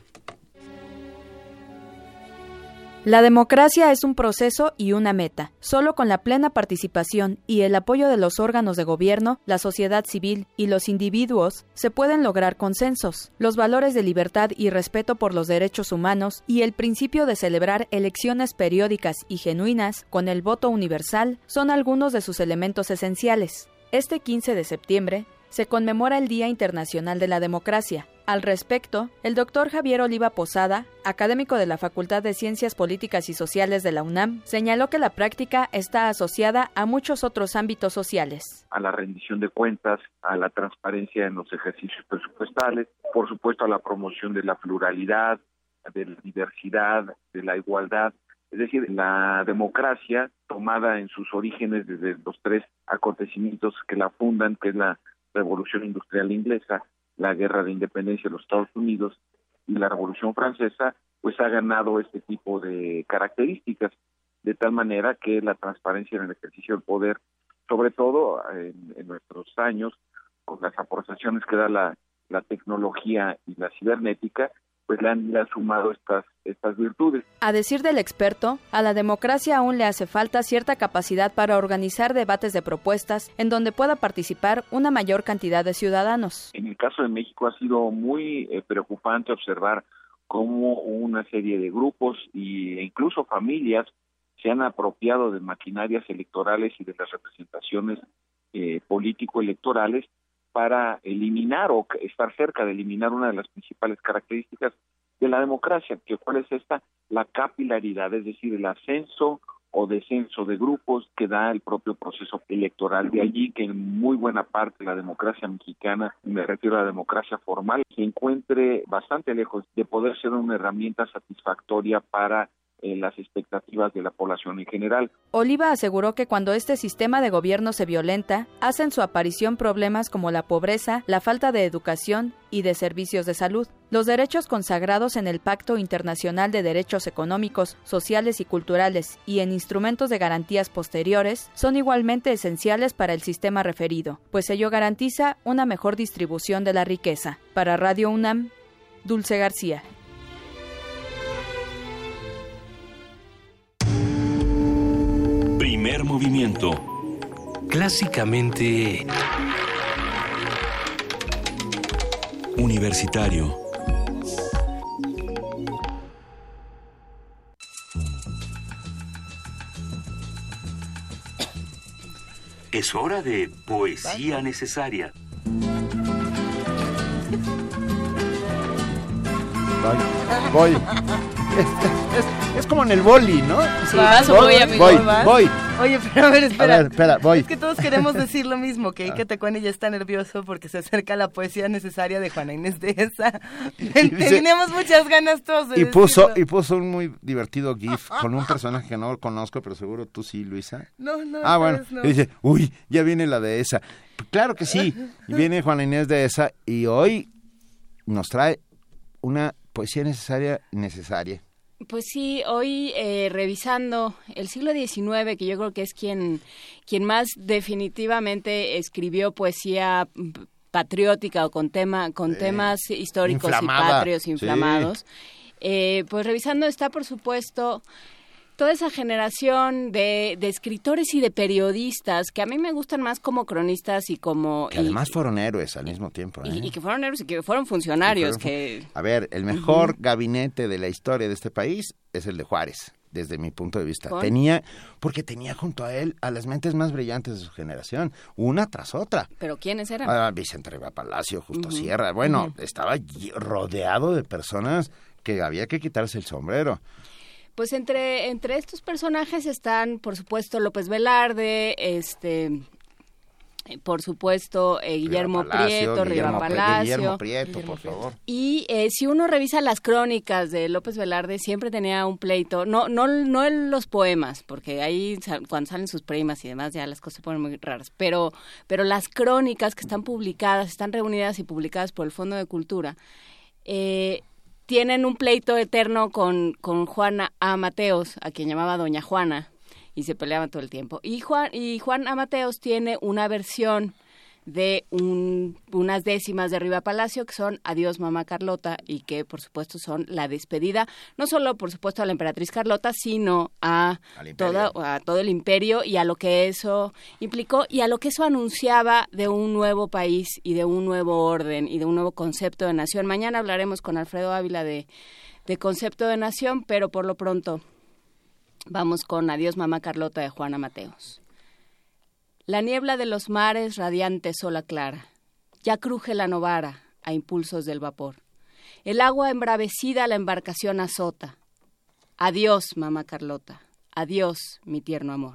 La democracia es un proceso y una meta. Solo con la plena participación y el apoyo de los órganos de gobierno, la sociedad civil y los individuos se pueden lograr consensos. Los valores de libertad y respeto por los derechos humanos y el principio de celebrar elecciones periódicas y genuinas con el voto universal son algunos de sus elementos esenciales. Este 15 de septiembre se conmemora el Día Internacional de la Democracia. Al respecto, el doctor Javier Oliva Posada, académico de la Facultad de Ciencias Políticas y Sociales de la UNAM, señaló que la práctica está asociada a muchos otros ámbitos sociales. A la rendición de cuentas, a la transparencia en los ejercicios presupuestales, por supuesto a la promoción de la pluralidad, de la diversidad, de la igualdad. Es decir, la democracia, tomada en sus orígenes desde los 3 acontecimientos que la fundan, que es la Revolución Industrial Inglesa, la Guerra de Independencia de los Estados Unidos y la Revolución Francesa, pues ha ganado este tipo de características, de tal manera que la transparencia en el ejercicio del poder, sobre todo en nuestros años, con las aportaciones que da la tecnología y la cibernética, pues le han sumado estas virtudes. A decir del experto, a la democracia aún le hace falta cierta capacidad para organizar debates de propuestas en donde pueda participar una mayor cantidad de ciudadanos. En el caso de México ha sido muy preocupante observar cómo una serie de grupos e incluso familias se han apropiado de maquinarias electorales y de las representaciones político-electorales para eliminar o estar cerca de eliminar una de las principales características de la democracia, que cuál es esta, la capilaridad, es decir, el ascenso o descenso de grupos que da el propio proceso electoral. De allí que en muy buena parte la democracia mexicana, me refiero a la democracia formal, se encuentre bastante lejos de poder ser una herramienta satisfactoria para las expectativas de la población en general. Oliva aseguró que cuando este sistema de gobierno se violenta, hacen su aparición problemas como la pobreza, la falta de educación y de servicios de salud. Los derechos consagrados en el Pacto Internacional de Derechos Económicos, Sociales y Culturales y en instrumentos de garantías posteriores son igualmente esenciales para el sistema referido, pues ello garantiza una mejor distribución de la riqueza. Para Radio UNAM, Dulce García. Primer movimiento. Clásicamente universitario. Es hora de poesía necesaria. Voy. Es como en el boli, ¿no? Sí, vas o voy, amigo. Voy. Oye, pero a ver, espera. A ver, espera, voy. Es que todos queremos decir lo mismo, que Ike Tecuani ya está nervioso porque se acerca la poesía necesaria de Juana Inés de Esa. Teníamos muchas ganas todos de decirlo. Y puso un muy divertido GIF con un personaje que no conozco, pero seguro tú sí, Luisa. No. Bueno, no. Y dice, uy, ya viene la de Esa. Claro que sí, y viene Juana Inés de Esa y hoy nos trae una poesía necesaria. Pues sí, hoy revisando el siglo XIX, que yo creo que es quien más definitivamente escribió poesía patriótica o con temas históricos inflamada. Y patrios inflamados, pues revisando está, por supuesto, toda esa generación de escritores y de periodistas que a mí me gustan más como cronistas y como... Que además fueron héroes al mismo tiempo. Y que fueron héroes y que fueron funcionarios. A ver, el mejor gabinete de la historia de este país es el de Juárez, desde mi punto de vista. Porque tenía junto a él a las mentes más brillantes de su generación, una tras otra. ¿Pero quiénes eran? Vicente Riva Palacio, Justo Sierra. Bueno, estaba rodeado de personas que había que quitarse el sombrero. Pues entre estos personajes están, por supuesto, López Velarde, por supuesto, Guillermo Prieto, Guillermo Prieto, por favor. Y si uno revisa las crónicas de López Velarde, siempre tenía un pleito, no en los poemas, porque ahí cuando salen sus primas y demás ya las cosas se ponen muy raras, pero las crónicas que están publicadas, están reunidas y publicadas por el Fondo de Cultura, tienen un pleito eterno con Juan A. Mateos, a quien llamaba Doña Juana, y se peleaban todo el tiempo. Y Juan A. Mateos tiene una versión de unas décimas de Riva Palacio que son Adiós Mamá Carlota, y que por supuesto son la despedida, no solo por supuesto a la emperatriz Carlota, sino a todo el imperio y a lo que eso implicó y a lo que eso anunciaba de un nuevo país y de un nuevo orden y de un nuevo concepto de nación. Mañana hablaremos con Alfredo Ávila de concepto de nación, pero por lo pronto vamos con Adiós Mamá Carlota de Juana Mateos. La niebla de los mares radiante sola clara, ya cruje la novara a impulsos del vapor. El agua embravecida la embarcación azota. Adiós, mamá Carlota, adiós, mi tierno amor.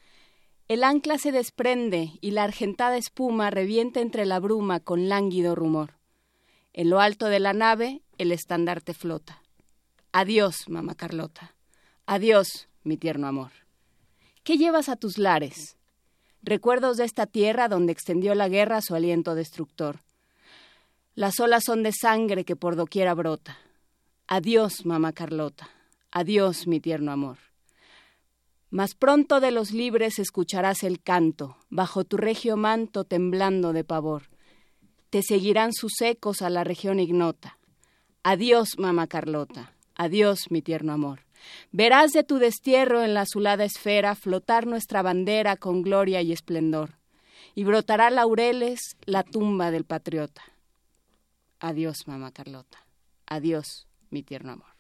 El ancla se desprende y la argentada espuma revienta entre la bruma con lánguido rumor. En lo alto de la nave el estandarte flota. Adiós, mamá Carlota, adiós, mi tierno amor. ¿Qué llevas a tus lares? Recuerdos de esta tierra donde extendió la guerra su aliento destructor. Las olas son de sangre que por doquiera brota. Adiós, mamá Carlota, adiós, mi tierno amor. Mas pronto de los libres escucharás el canto, bajo tu regio manto temblando de pavor. Te seguirán sus ecos a la región ignota. Adiós, mamá Carlota, adiós, mi tierno amor. Verás de tu destierro en la azulada esfera flotar nuestra bandera con gloria y esplendor, y brotará laureles la tumba del patriota. Adiós, mamá Carlota, adiós, mi tierno amor.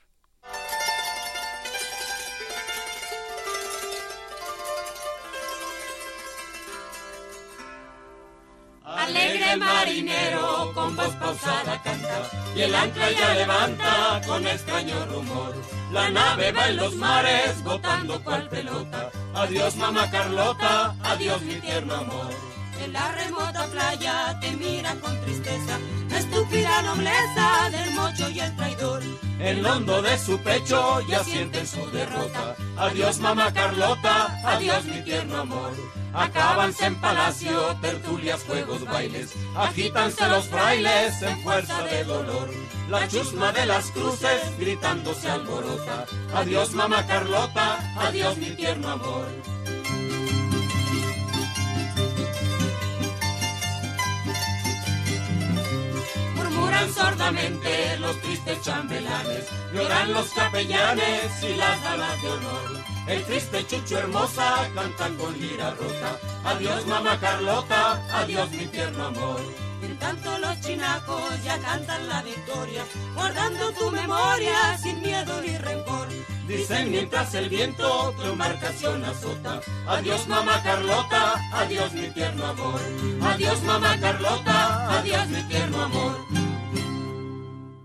Alegre marinero con voz pausada canta, y el ancla ya levanta con extraño rumor. La nave va en los mares botando cual pelota. Adiós mamá Carlota, adiós mi tierno amor. En la remota playa te miran con tristeza la estúpida nobleza del mocho y el traidor. En lo hondo de su pecho ya sienten su derrota. Adiós mamá Carlota, adiós mi tierno amor. Acábanse en palacio, tertulias, juegos, bailes, agítanse los frailes en fuerza de dolor. La chusma de las cruces gritando se alborota. Adiós mamá Carlota, adiós mi tierno amor. Murmuran sordamente los tristes chambelanes, lloran los capellanes y las damas de honor. El triste Chucho hermosa canta con lira rota. Adiós mamá Carlota, adiós mi tierno amor. En tanto los chinacos ya cantan la victoria, guardando tu memoria sin miedo ni rencor. Dicen mientras el viento tu embarcación azota. Adiós mamá Carlota, adiós mi tierno amor. Adiós mamá Carlota, adiós mi tierno amor.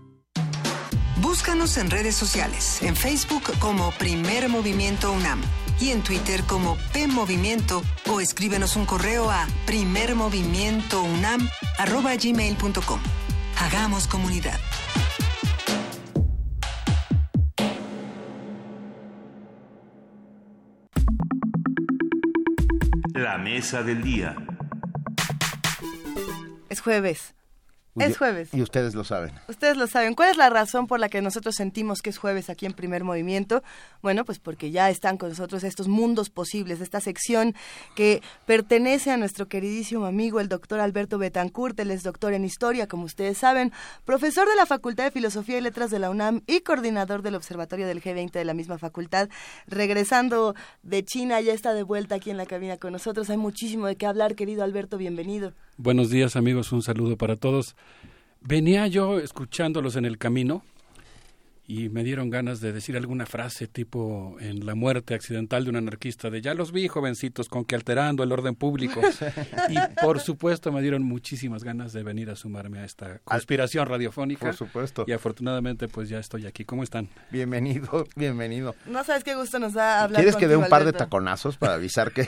Búscanos en redes sociales, en Facebook como Primer Movimiento UNAM y en Twitter como PMovimiento o escríbenos un correo a primermovimientounam@gmail.com. Hagamos comunidad. La mesa del día. Es jueves. Es jueves. Y ustedes lo saben. Ustedes lo saben. ¿Cuál es la razón por la que nosotros sentimos que es jueves aquí en Primer Movimiento? Bueno, pues porque ya están con nosotros estos mundos posibles, esta sección que pertenece a nuestro queridísimo amigo, el doctor Alberto Betancourt. Él es doctor en Historia, como ustedes saben, profesor de la Facultad de Filosofía y Letras de la UNAM y coordinador del Observatorio del G20 de la misma facultad. Regresando de China, ya está de vuelta aquí en la cabina con nosotros. Hay muchísimo de qué hablar, querido Alberto, bienvenido. Buenos días, amigos, un saludo para todos. Venía yo escuchándolos en el camino y me dieron ganas de decir alguna frase tipo en La muerte accidental de un anarquista de ya los vi, jovencitos, con que alterando el orden público. Y por supuesto me dieron muchísimas ganas de venir a sumarme a esta conspiración radiofónica. Por supuesto. Y afortunadamente pues ya estoy aquí. ¿Cómo están? Bienvenido, bienvenido. No sabes qué gusto nos da hablar ¿Quieres que dé un par Alberto? de taconazos para avisar que...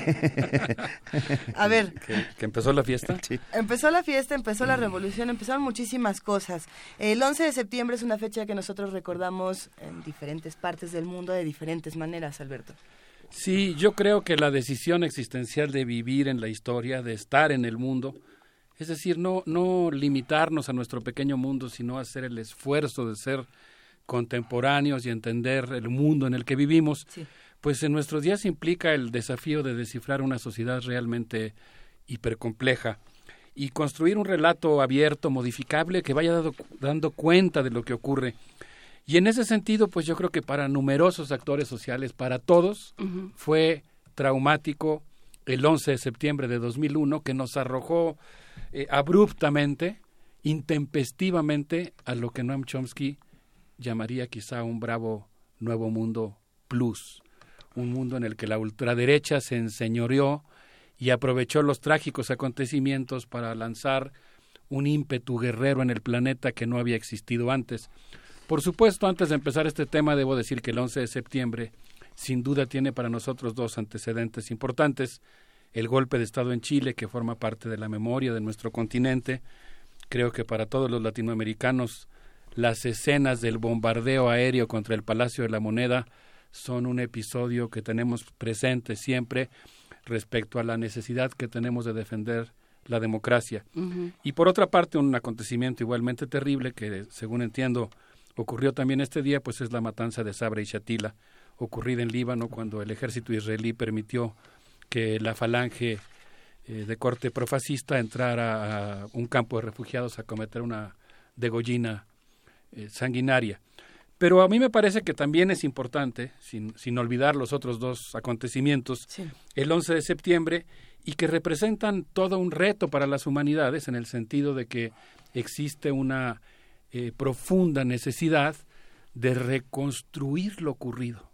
A ver. ¿Que empezó la fiesta? Sí. Empezó la fiesta, empezó la revolución, empezaron muchísimas cosas. El 11 de septiembre es una fecha que nosotros recordamos en diferentes partes del mundo de diferentes maneras, Alberto. Sí, yo creo que la decisión existencial de vivir en la historia, de estar en el mundo, es decir, no limitarnos a nuestro pequeño mundo, sino hacer el esfuerzo de ser contemporáneos y entender el mundo en el que vivimos, sí. Pues en nuestros días implica el desafío de descifrar una sociedad realmente hipercompleja y construir un relato abierto, modificable, que vaya dando cuenta de lo que ocurre. Y en ese sentido, pues yo creo que para numerosos actores sociales, para todos, fue traumático el 11 de septiembre de 2001, que nos arrojó abruptamente, intempestivamente, a lo que Noam Chomsky llamaría quizá un bravo nuevo mundo plus, un mundo en el que la ultraderecha se enseñoreó y aprovechó los trágicos acontecimientos para lanzar un ímpetu guerrero en el planeta que no había existido antes. Por supuesto, antes de empezar este tema, debo decir que el 11 de septiembre sin duda tiene para nosotros dos antecedentes importantes. El golpe de Estado en Chile, que forma parte de la memoria de nuestro continente. Creo que para todos los latinoamericanos las escenas del bombardeo aéreo contra el Palacio de la Moneda son un episodio que tenemos presente siempre respecto a la necesidad que tenemos de defender la democracia. Y por otra parte, un acontecimiento igualmente terrible que, según entiendo, ocurrió también este día, pues es la matanza de Sabra y Shatila, ocurrida en Líbano cuando el ejército israelí permitió que la falange de corte profascista entrara a un campo de refugiados a cometer una degollina sanguinaria. Pero a mí me parece que también es importante, sin olvidar los otros dos acontecimientos, sí. El 11 de septiembre, y que representan todo un reto para las humanidades en el sentido de que existe una profunda necesidad de reconstruir lo ocurrido,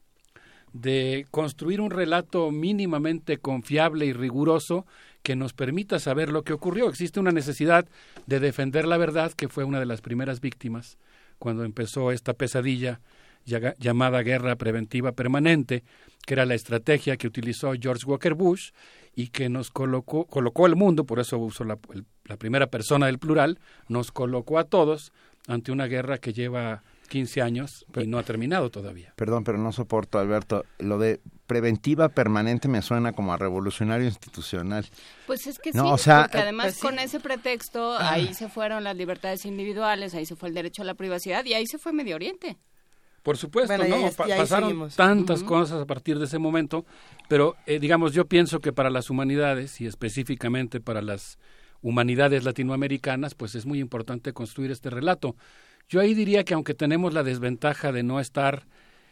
de construir un relato mínimamente confiable y riguroso que nos permita saber lo que ocurrió. Existe una necesidad de defender la verdad, que fue una de las primeras víctimas cuando empezó esta pesadilla llamada guerra preventiva permanente, que era la estrategia que utilizó George Walker Bush y que nos colocó al mundo, por eso uso la primera persona del plural, nos colocó a todos ante una guerra que lleva 15 años y no ha terminado todavía. Perdón, pero no soporto, Alberto. Lo de preventiva permanente me suena como a revolucionario institucional. Pues es que no, sí, o sea, porque además con ese pretexto ahí se fueron las libertades individuales, ahí se fue el derecho a la privacidad y ahí se fue Medio Oriente. Por supuesto, bueno, ¿no? Pasaron seguimos. Tantas cosas a partir de ese momento, pero digamos, yo pienso que para las humanidades y específicamente para las humanidades latinoamericanas, pues es muy importante construir este relato. Yo ahí diría que aunque tenemos la desventaja de no estar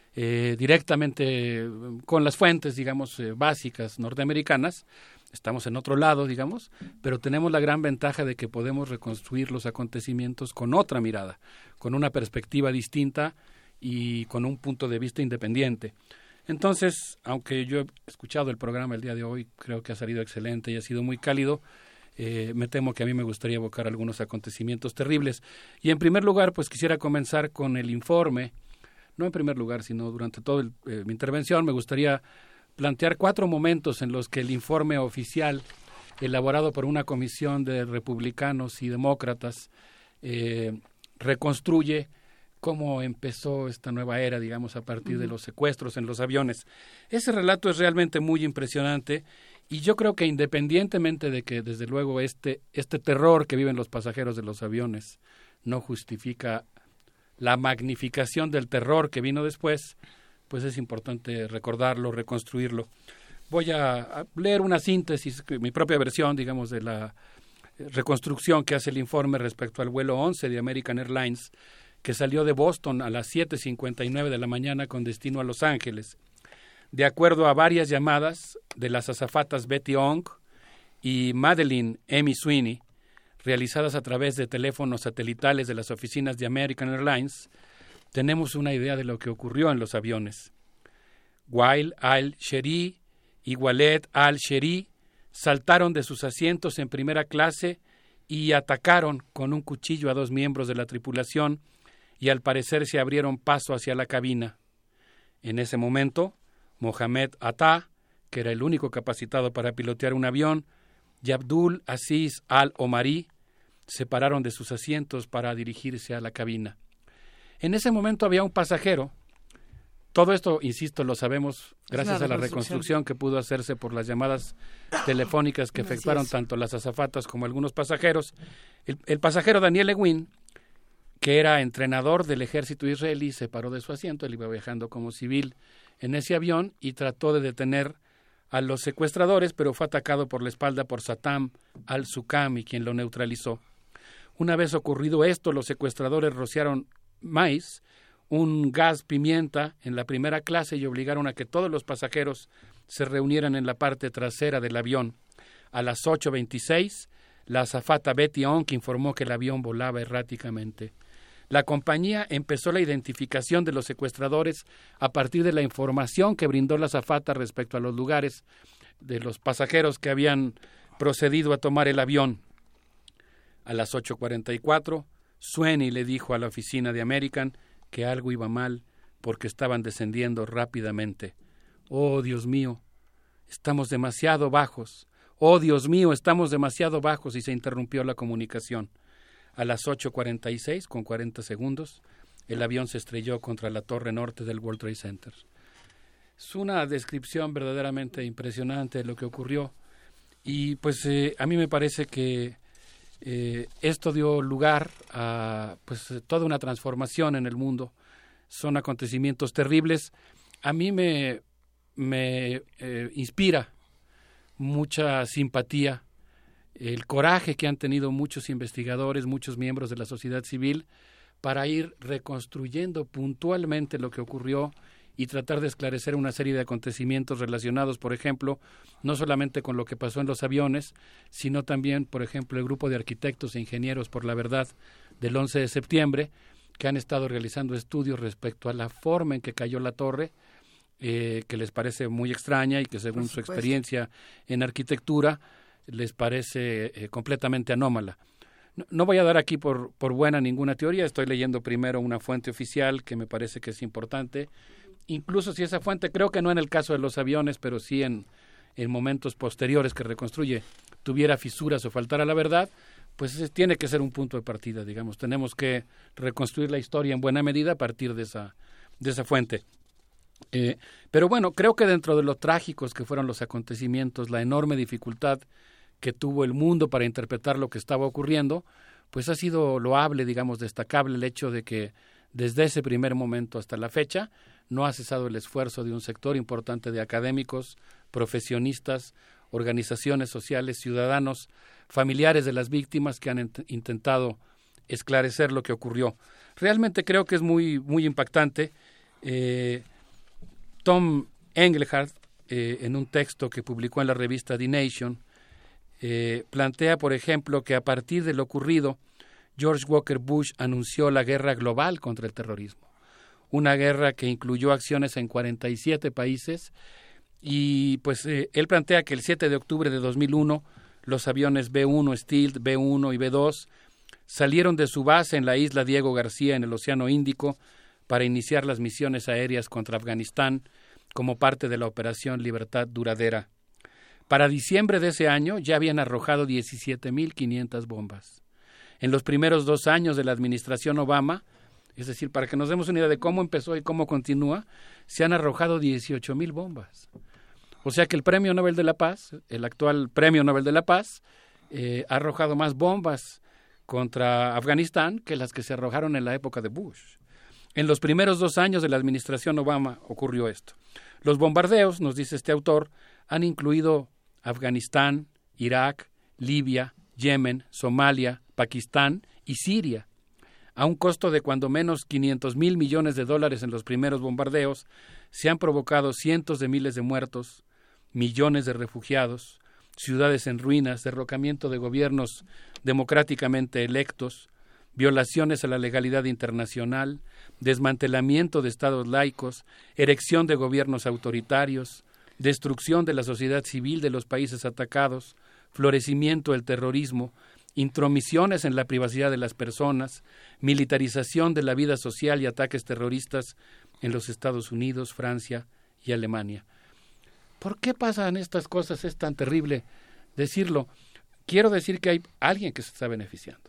directamente con las fuentes, digamos, básicas norteamericanas, estamos en otro lado, digamos, pero tenemos la gran ventaja de que podemos reconstruir los acontecimientos con otra mirada, con una perspectiva distinta y con un punto de vista independiente. Entonces, aunque yo he escuchado el programa el día de hoy, creo que ha salido excelente y ha sido muy cálido, me temo que a mí me gustaría evocar algunos acontecimientos terribles. Y en primer lugar, pues quisiera comenzar con el informe, no en primer lugar, sino durante toda mi intervención, me gustaría plantear 4 momentos en los que el informe oficial, elaborado por una comisión de republicanos y demócratas, reconstruye cómo empezó esta nueva era, digamos, a partir de los secuestros en los aviones. Ese relato es realmente muy impresionante y yo creo que independientemente de que, desde luego, este terror que viven los pasajeros de los aviones no justifica la magnificación del terror que vino después, pues es importante recordarlo, reconstruirlo. Voy a leer una síntesis, mi propia versión, digamos, de la reconstrucción que hace el informe respecto al vuelo 11 de American Airlines, que salió de Boston a las 7:59 de la mañana con destino a Los Ángeles. De acuerdo a varias llamadas de las azafatas Betty Ong y Madeleine Amy Sweeney, realizadas a través de teléfonos satelitales de las oficinas de American Airlines, tenemos una idea de lo que ocurrió en los aviones. Wael al-Sheri y Waled al-Sheri saltaron de sus asientos en primera clase y atacaron con un cuchillo a 2 miembros de la tripulación y al parecer se abrieron paso hacia la cabina. En ese momento, Mohamed Atta, que era el único capacitado para pilotear un avión, y Abdul Aziz al-Omari se pararon de sus asientos para dirigirse a la cabina. En ese momento había un pasajero. Todo esto, insisto, lo sabemos gracias a la reconstrucción que pudo hacerse por las llamadas telefónicas que efectuaron tanto las azafatas como algunos pasajeros. El pasajero Daniel Lewin, que era entrenador del ejército israelí, se paró de su asiento. Él iba viajando como civil en ese avión y trató de detener a los secuestradores, pero fue atacado por la espalda por Satam al-Sukami, quien lo neutralizó. Una vez ocurrido esto, los secuestradores rociaron maíz, un gas pimienta en la primera clase y obligaron a que todos los pasajeros se reunieran en la parte trasera del avión. A las 8:26, la azafata Betty Ong informó que el avión volaba erráticamente. La compañía empezó la identificación de los secuestradores a partir de la información que brindó la azafata respecto a los lugares de los pasajeros que habían procedido a tomar el avión. A las 8:44, Sweeney le dijo a la oficina de American que algo iba mal porque estaban descendiendo rápidamente. «Oh, Dios mío, estamos demasiado bajos. Oh, Dios mío, estamos demasiado bajos», y se interrumpió la comunicación. A las 8:46, con 40 segundos, el avión se estrelló contra la torre norte del World Trade Center. Es una descripción verdaderamente impresionante de lo que ocurrió y pues a mí me parece que esto dio lugar a toda una transformación en el mundo. Son acontecimientos terribles. A mí me inspira mucha simpatía el coraje que han tenido muchos investigadores, muchos miembros de la sociedad civil para ir reconstruyendo puntualmente lo que ocurrió y tratar de esclarecer una serie de acontecimientos relacionados, por ejemplo, no solamente con lo que pasó en los aviones, sino también, por ejemplo, el grupo de arquitectos e ingenieros por la verdad del 11 de septiembre, que han estado realizando estudios respecto a la forma en que cayó la torre, que les parece muy extraña y que según su experiencia en arquitectura les parece completamente anómala. No voy a dar aquí por buena ninguna teoría, estoy leyendo primero una fuente oficial que me parece que es importante, incluso si esa fuente, creo que no en el caso de los aviones, pero sí en momentos posteriores que reconstruye, tuviera fisuras o faltara la verdad, pues tiene que ser un punto de partida, digamos. Tenemos que reconstruir la historia en buena medida a partir de esa fuente. Pero bueno, creo que dentro de lo trágicos que fueron los acontecimientos, la enorme dificultad que tuvo el mundo para interpretar lo que estaba ocurriendo, pues ha sido loable, digamos, destacable el hecho de que desde ese primer momento hasta la fecha no ha cesado el esfuerzo de un sector importante de académicos, profesionistas, organizaciones sociales, ciudadanos, familiares de las víctimas que han intentado esclarecer lo que ocurrió. Realmente creo que es muy, muy impactante. Tom Engelhardt, en un texto que publicó en la revista The Nation, plantea, por ejemplo, que a partir de lo ocurrido, George Walker Bush anunció la guerra global contra el terrorismo, una guerra que incluyó acciones en 47 países y pues él plantea que el 7 de octubre de 2001 los aviones B-1 Stealth, B-1 y B-2 salieron de su base en la isla Diego García en el Océano Índico para iniciar las misiones aéreas contra Afganistán como parte de la Operación Libertad Duradera. Para diciembre de ese año ya habían arrojado 17.500 bombas. En los primeros 2 años de la administración Obama, es decir, para que nos demos una idea de cómo empezó y cómo continúa, se han arrojado 18.000 bombas. O sea que el Premio Nobel de la Paz, el actual Premio Nobel de la Paz, ha arrojado más bombas contra Afganistán que las que se arrojaron en la época de Bush. En los primeros 2 años de la administración Obama ocurrió esto. Los bombardeos, nos dice este autor, han incluido Afganistán, Irak, Libia, Yemen, Somalia, Pakistán y Siria. A un costo de cuando menos $500,000 millones en los primeros bombardeos, se han provocado cientos de miles de muertos, millones de refugiados, ciudades en ruinas, derrocamiento de gobiernos democráticamente electos, violaciones a la legalidad internacional, desmantelamiento de estados laicos, erección de gobiernos autoritarios, destrucción de la sociedad civil de los países atacados, florecimiento del terrorismo, intromisiones en la privacidad de las personas, militarización de la vida social y ataques terroristas en los Estados Unidos, Francia y Alemania. ¿Por qué pasan estas cosas? Es tan terrible decirlo. Quiero decir que hay alguien que se está beneficiando.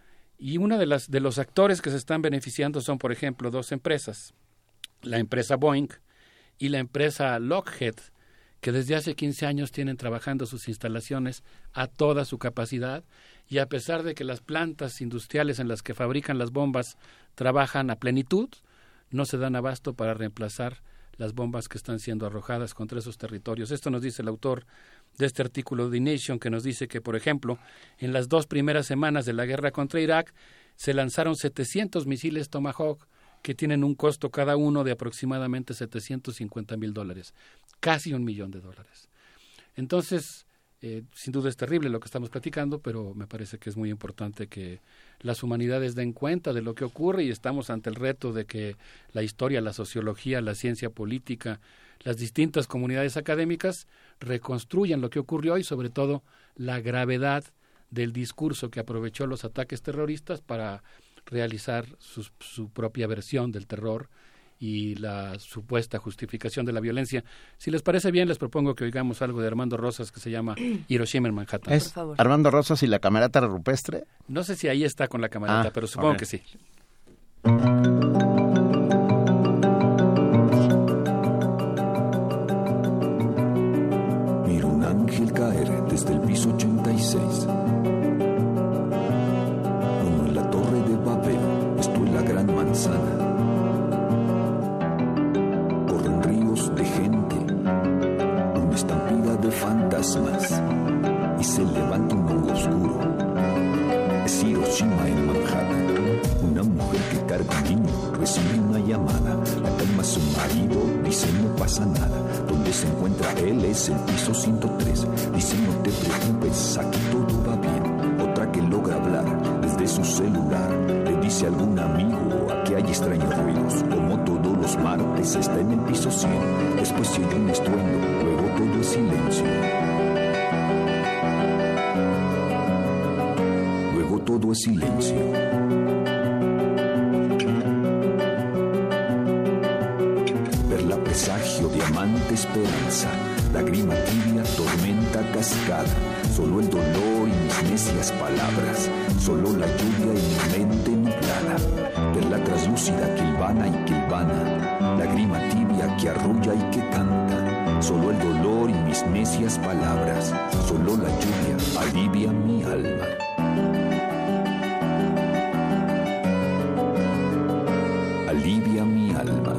Y uno de los actores que se están beneficiando son, por ejemplo, 2 empresas. La empresa Boeing y la empresa Lockheed, que desde hace 15 años tienen trabajando sus instalaciones a toda su capacidad, y a pesar de que las plantas industriales en las que fabrican las bombas trabajan a plenitud, no se dan abasto para reemplazar las bombas que están siendo arrojadas contra esos territorios. Esto nos dice el autor de este artículo de The Nation, que nos dice que, por ejemplo, en las 2 primeras semanas de la guerra contra Irak se lanzaron 700 misiles Tomahawk que tienen un costo cada uno de aproximadamente $750,000, casi $1 millón. Entonces, sin duda es terrible lo que estamos platicando, pero me parece que es muy importante que las humanidades den cuenta de lo que ocurre, y estamos ante el reto de que la historia, la sociología, la ciencia política, las distintas comunidades académicas reconstruyan lo que ocurrió y sobre todo la gravedad del discurso que aprovechó los ataques terroristas para realizar su propia versión del terror y la supuesta justificación de la violencia. Si les parece bien, les propongo que oigamos algo de Armando Rosas que se llama Hiroshima en Manhattan. ¿Es Armando Rosas y la camerata rupestre? No sé si ahí está con la camerata, pero supongo que sí. Miro un ángel caer desde el piso 86. Como en la torre de Babel, estoy la gran manzana. De gente, una estampida de fantasmas, y se levanta un hongo oscuro. Es Hiroshima en Manhattan. Una mujer que carga un niño recibe una llamada. La calma a su marido, dice no pasa nada. Donde se encuentra él es el piso 103. Dice no te preocupes, aquí todo va bien. Otra que logra hablar desde su celular le dice a algún amigo, aquí hay extraños ruidos. Como todos los martes está en el piso 100. Después se oye un estruendo, luego todo es silencio. Luego todo es silencio. Perla, presagio, diamante, esperanza. Lágrima tibia, tormenta, cascada. Solo el dolor y mis necias palabras. Solo la lluvia y mi mente nublada. Perla traslúcida que hilvana y que hilvana. Lágrima tibia que arrulla y que canta. Solo el dolor y mis necias palabras. Solo la lluvia alivia mi alma. Alivia mi alma.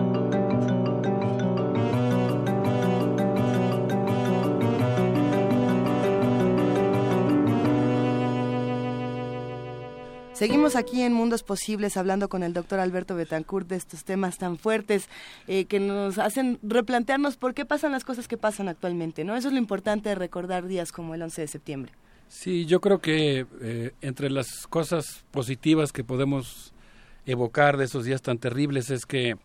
Seguimos aquí en Mundos Posibles hablando con el doctor Alberto Betancourt de estos temas tan fuertes que nos hacen replantearnos por qué pasan las cosas que pasan actualmente, ¿no? Eso es lo importante de recordar días como el 11 de septiembre. Sí, yo creo que entre las cosas positivas que podemos evocar de esos días tan terribles es que,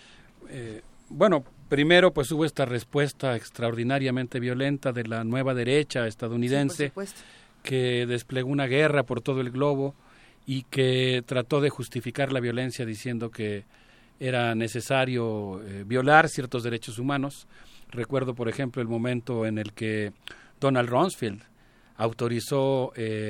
primero pues hubo esta respuesta extraordinariamente violenta de la nueva derecha estadounidense, sí, que desplegó una guerra por todo el globo y que trató de justificar la violencia diciendo que era necesario violar ciertos derechos humanos. Recuerdo, por ejemplo, el momento en el que Donald Rumsfeld autorizó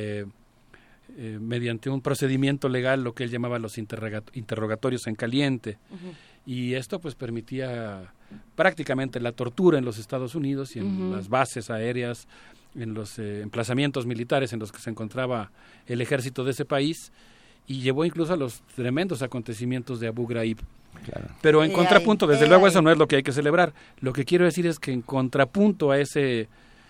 mediante un procedimiento legal lo que él llamaba los interrogatorios en caliente. Y esto pues permitía prácticamente la tortura en los Estados Unidos y en las bases aéreas, en los emplazamientos militares en los que se encontraba el ejército de ese país, y llevó incluso a los tremendos acontecimientos de Abu Ghraib. Claro. Pero en contrapunto, desde luego eso no es lo que hay que celebrar. Lo que quiero decir es que en contrapunto a ese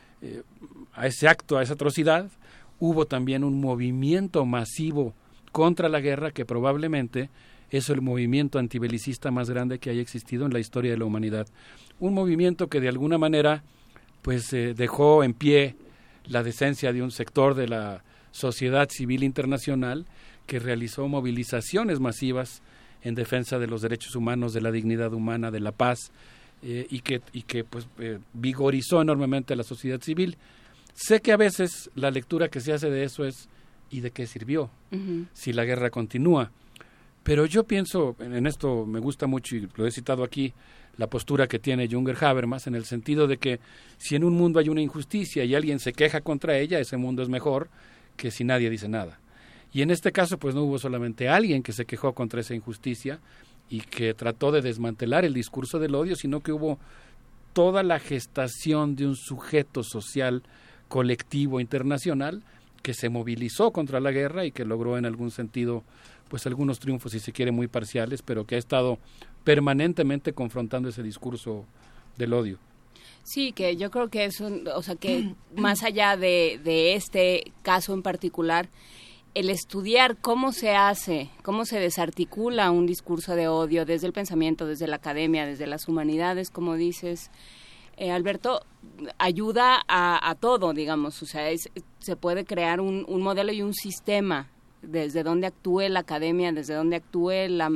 acto, a esa atrocidad, hubo también un movimiento masivo contra la guerra que probablemente es el movimiento antibelicista más grande que haya existido en la historia de la humanidad. Un movimiento que de alguna manera pues dejó en pie la decencia de un sector de la sociedad civil internacional que realizó movilizaciones masivas en defensa de los derechos humanos, de la dignidad humana, de la paz, y que pues vigorizó enormemente a la sociedad civil. Sé que a veces la lectura que se hace de eso es ¿y de qué sirvió? Si la guerra continúa. Pero yo pienso, en esto me gusta mucho, y lo he citado aquí, la postura que tiene Junger Habermas, en el sentido de que si en un mundo hay una injusticia y alguien se queja contra ella, ese mundo es mejor que si nadie dice nada. Y en este caso, pues no hubo solamente alguien que se quejó contra esa injusticia y que trató de desmantelar el discurso del odio, sino que hubo toda la gestación de un sujeto social colectivo internacional que se movilizó contra la guerra y que logró en algún sentido pues algunos triunfos, si se quiere, muy parciales, pero que ha estado permanentemente confrontando ese discurso del odio. Sí, que yo creo que eso, o sea, que más allá de este caso en particular, el estudiar cómo se hace, cómo se desarticula un discurso de odio desde el pensamiento, desde la academia, desde las humanidades, como dices, Alberto, ayuda a todo, digamos, o sea, se puede crear un modelo y un sistema desde donde actúe la academia, desde donde actúe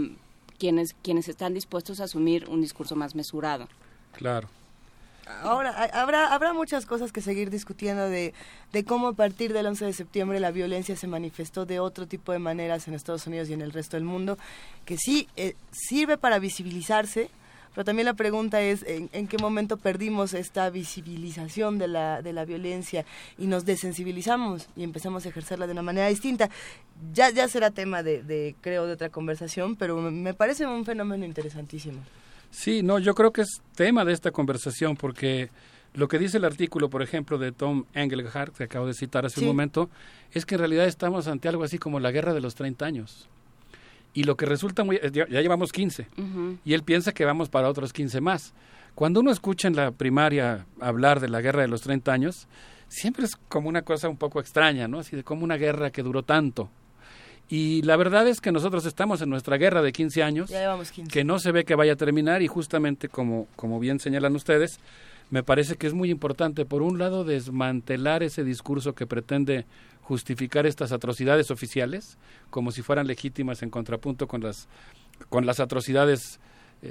quienes están dispuestos a asumir un discurso más mesurado. Claro. Ahora, habrá muchas cosas que seguir discutiendo de cómo a partir del 11 de septiembre la violencia se manifestó de otro tipo de maneras en Estados Unidos y en el resto del mundo, que sí sirve para visibilizarse, pero también la pregunta es en qué momento perdimos esta visibilización de la violencia y nos desensibilizamos y empezamos a ejercerla de una manera distinta. Ya será tema creo, de otra conversación, pero me parece un fenómeno interesantísimo. Sí, no, yo creo que es tema de esta conversación porque lo que dice el artículo, por ejemplo, de Tom Engelhardt, que acabo de citar hace un momento, es que en realidad estamos ante algo así como la guerra de los 30 años. Y lo que resulta ya llevamos 15, y él piensa que vamos para otros 15 más. Cuando uno escucha en la primaria hablar de la guerra de los 30 años, siempre es como una cosa un poco extraña, ¿no? Así de como una guerra que duró tanto. Y la verdad es que nosotros estamos en nuestra guerra de 15 años, ya llevamos 15. Que no se ve que vaya a terminar, y justamente como bien señalan ustedes, me parece que es muy importante, por un lado, desmantelar ese discurso que pretende justificar estas atrocidades oficiales, como si fueran legítimas en contrapunto con las atrocidades,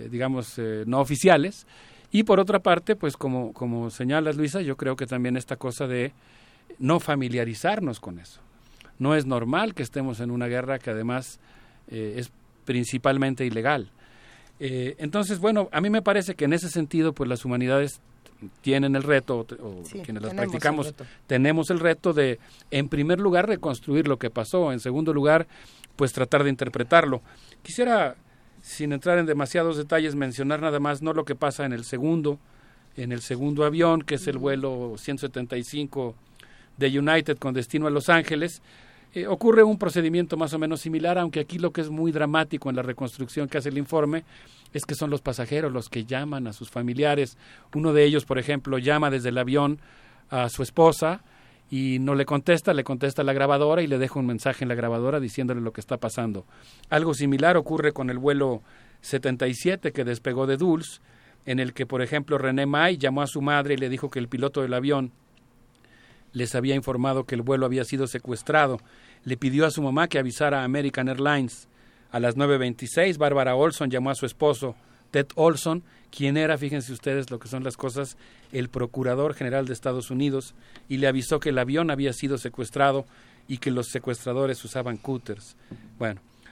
no oficiales, y por otra parte, pues como señalas, Luisa, yo creo que también esta cosa de no familiarizarnos con eso. No es normal que estemos en una guerra que además es principalmente ilegal. Entonces, bueno, a mí me parece que en ese sentido, pues las humanidades tienen el reto, quienes las practicamos, tenemos el reto de, en primer lugar, reconstruir lo que pasó, en segundo lugar, pues tratar de interpretarlo. Quisiera, sin entrar en demasiados detalles, mencionar nada más, no lo que pasa en el segundo avión, que es el vuelo 175 de United con destino a Los Ángeles. Ocurre un procedimiento más o menos similar, aunque aquí lo que es muy dramático en la reconstrucción que hace el informe es que son los pasajeros los que llaman a sus familiares. Uno de ellos, por ejemplo, llama desde el avión a su esposa y no le contesta la grabadora y le deja un mensaje en la grabadora diciéndole lo que está pasando. Algo similar ocurre con el vuelo 77 que despegó de Dulles, en el que, por ejemplo, René May llamó a su madre y le dijo que el piloto del avión les había informado que el vuelo había sido secuestrado. Le pidió a su mamá que avisara a American Airlines. A las 9:26, Bárbara Olson llamó a su esposo, Ted Olson, quien era, fíjense ustedes lo que son las cosas, el Procurador General de Estados Unidos, y le avisó que el avión había sido secuestrado y que los secuestradores usaban cúters. Bueno,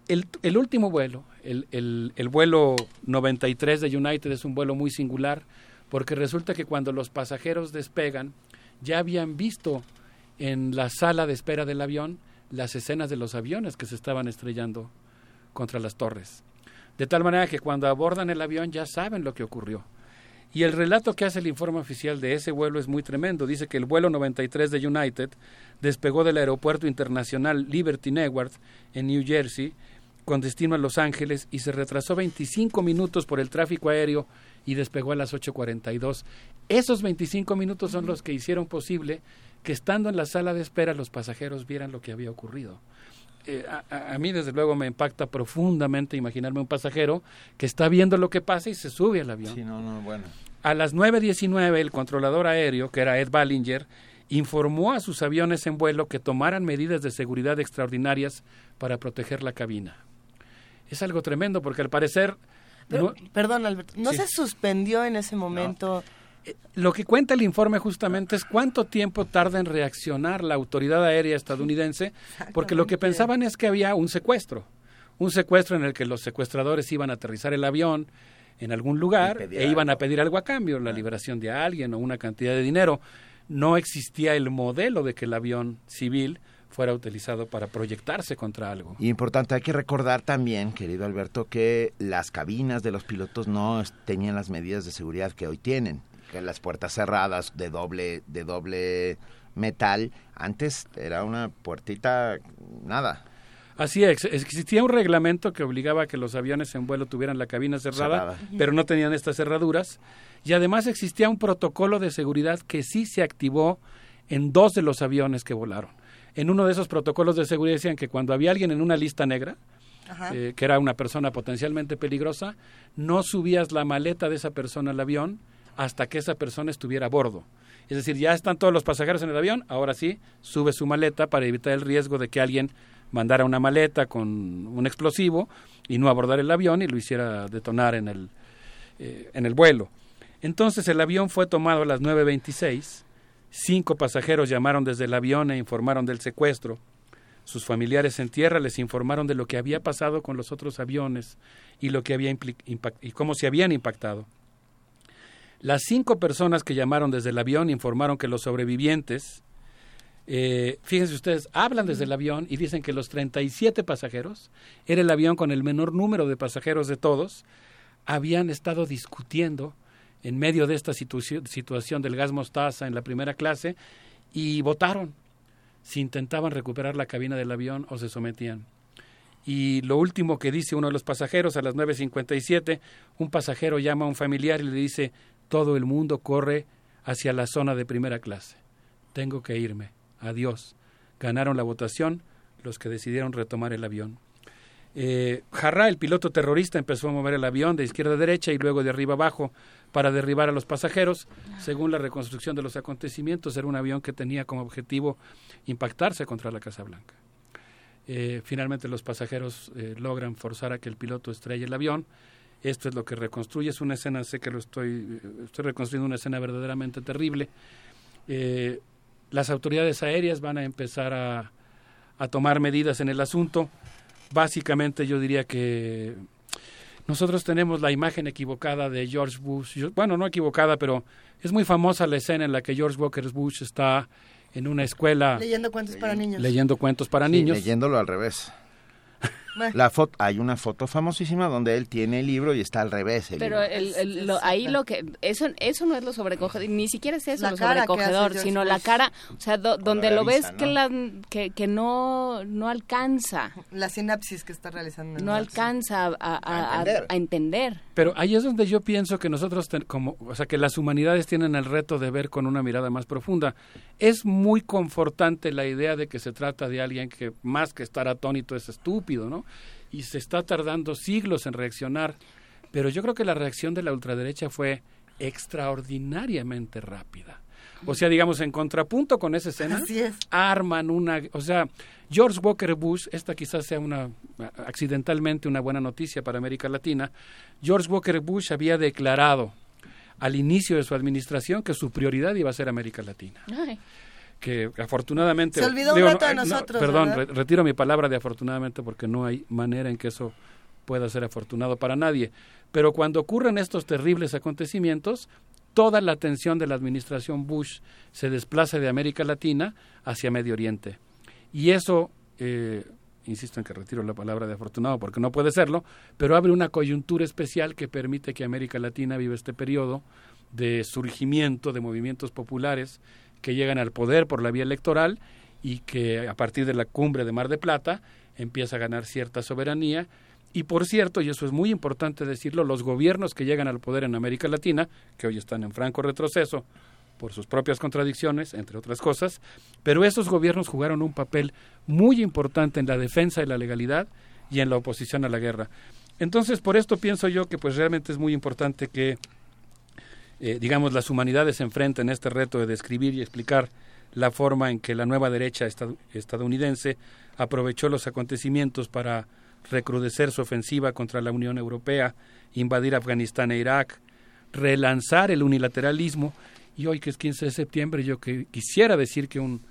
El último vuelo, el vuelo 93 de United es un vuelo muy singular porque resulta que cuando los pasajeros despegan ya habían visto en la sala de espera del avión las escenas de los aviones que se estaban estrellando contra las torres. De tal manera que cuando abordan el avión ya saben lo que ocurrió. Y el relato que hace el informe oficial de ese vuelo es muy tremendo. Dice que el vuelo 93 de United despegó del aeropuerto internacional Liberty Newark en New Jersey con destino a Los Ángeles y se retrasó 25 minutos por el tráfico aéreo y despegó a las 8:42. Esos 25 minutos son los que hicieron posible que estando en la sala de espera los pasajeros vieran lo que había ocurrido. A mí desde luego me impacta profundamente imaginarme un pasajero que está viendo lo que pasa y se sube al avión. Sí, bueno. A las 9:19 el controlador aéreo, que era Ed Ballinger, informó a sus aviones en vuelo que tomaran medidas de seguridad extraordinarias para proteger la cabina. Es algo tremendo porque al parecer... Pero, perdón, Alberto, ¿no se suspendió en ese momento? No. Lo que cuenta el informe justamente es cuánto tiempo tarda en reaccionar la autoridad aérea estadounidense, porque lo que pensaban es que había un secuestro en el que los secuestradores iban a aterrizar el avión en algún lugar e iban a pedir algo a cambio, la liberación de alguien o una cantidad de dinero. No existía el modelo de que el avión civil fuera utilizado para proyectarse contra algo. Y importante, hay que recordar también, querido Alberto, que las cabinas de los pilotos no tenían las medidas de seguridad que hoy tienen, que las puertas cerradas de doble metal, antes era una puertita, nada. Así es, existía un reglamento que obligaba a que los aviones en vuelo tuvieran la cabina cerrada. Pero no tenían estas cerraduras, y además existía un protocolo de seguridad que sí se activó en 2 de los aviones que volaron. En uno de esos protocolos de seguridad decían que cuando había alguien en una lista negra, que era una persona potencialmente peligrosa, no subías la maleta de esa persona al avión hasta que esa persona estuviera a bordo. Es decir, ya están todos los pasajeros en el avión, ahora sí, sube su maleta para evitar el riesgo de que alguien mandara una maleta con un explosivo y no abordar el avión y lo hiciera detonar en el vuelo. Entonces el avión fue tomado a las 9:26, 5 pasajeros llamaron desde el avión e informaron del secuestro. Sus familiares en tierra les informaron de lo que había pasado con los otros aviones y lo que había y cómo se habían impactado. Las 5 personas que llamaron desde el avión informaron que los sobrevivientes, fíjense ustedes, hablan desde el avión y dicen que los 37 pasajeros, era el avión con el menor número de pasajeros de todos, habían estado discutiendo en medio de esta situación del gas mostaza en la primera clase y votaron si intentaban recuperar la cabina del avión o se sometían. Y lo último que dice uno de los pasajeros a las 9:57, un pasajero llama a un familiar y le dice: todo el mundo corre hacia la zona de primera clase. Tengo que irme. Adiós. Ganaron la votación los que decidieron retomar el avión. Jarrah, el piloto terrorista, empezó a mover el avión de izquierda a derecha y luego de arriba abajo para derribar a los pasajeros. Según la reconstrucción de los acontecimientos, era un avión que tenía como objetivo impactarse contra la Casa Blanca. Finalmente los pasajeros logran forzar a que el piloto estrelle el avión. Esto es lo que reconstruye, es una escena, sé que estoy reconstruyendo una escena verdaderamente terrible. Las autoridades aéreas van a empezar a tomar medidas en el asunto. Básicamente yo diría que nosotros tenemos la imagen equivocada de George Bush. Bueno, no equivocada, pero es muy famosa la escena en la que George Walker Bush está en una escuela leyendo cuentos para niños. Leyendo cuentos para niños. Leyéndolo al revés. Hay una foto famosísima donde él tiene el libro y está al revés. Pero eso no es lo sobrecogedor, ni siquiera es eso lo sobrecogedor, sino la cara, o sea, donde lo ves, ¿no? que no alcanza. La sinapsis que está realizando. No alcanza a entender. Pero ahí es donde yo pienso que nosotros, que las humanidades tienen el reto de ver con una mirada más profunda. Es muy confortante la idea de que se trata de alguien que más que estar atónito es estúpido, ¿no? Y se está tardando siglos en reaccionar, pero yo creo que la reacción de la ultraderecha fue extraordinariamente rápida. O sea, digamos, en contrapunto con esa escena, arman George Walker Bush, esta quizás sea accidentalmente una buena noticia para América Latina. George Walker Bush había declarado al inicio de su administración que su prioridad iba a ser América Latina. que afortunadamente... Se olvidó un rato de nosotros, perdón, ¿verdad? retiro mi palabra de afortunadamente porque no hay manera en que eso pueda ser afortunado para nadie. Pero cuando ocurren estos terribles acontecimientos, toda la atención de la administración Bush se desplaza de América Latina hacia Medio Oriente. Y eso, insisto en que retiro la palabra de afortunado porque no puede serlo, pero abre una coyuntura especial que permite que América Latina viva este periodo de surgimiento de movimientos populares que llegan al poder por la vía electoral y que a partir de la cumbre de Mar del Plata empieza a ganar cierta soberanía. Y por cierto, y eso es muy importante decirlo, los gobiernos que llegan al poder en América Latina, que hoy están en franco retroceso por sus propias contradicciones, entre otras cosas, pero esos gobiernos jugaron un papel muy importante en la defensa de la legalidad y en la oposición a la guerra. Entonces, por esto pienso yo que pues realmente es muy importante que digamos, las humanidades se enfrentan a este reto de describir y explicar la forma en que la nueva derecha estadounidense aprovechó los acontecimientos para recrudecer su ofensiva contra la Unión Europea, invadir Afganistán e Irak, relanzar el unilateralismo. Y hoy, que es 15 de septiembre, yo quisiera decir que un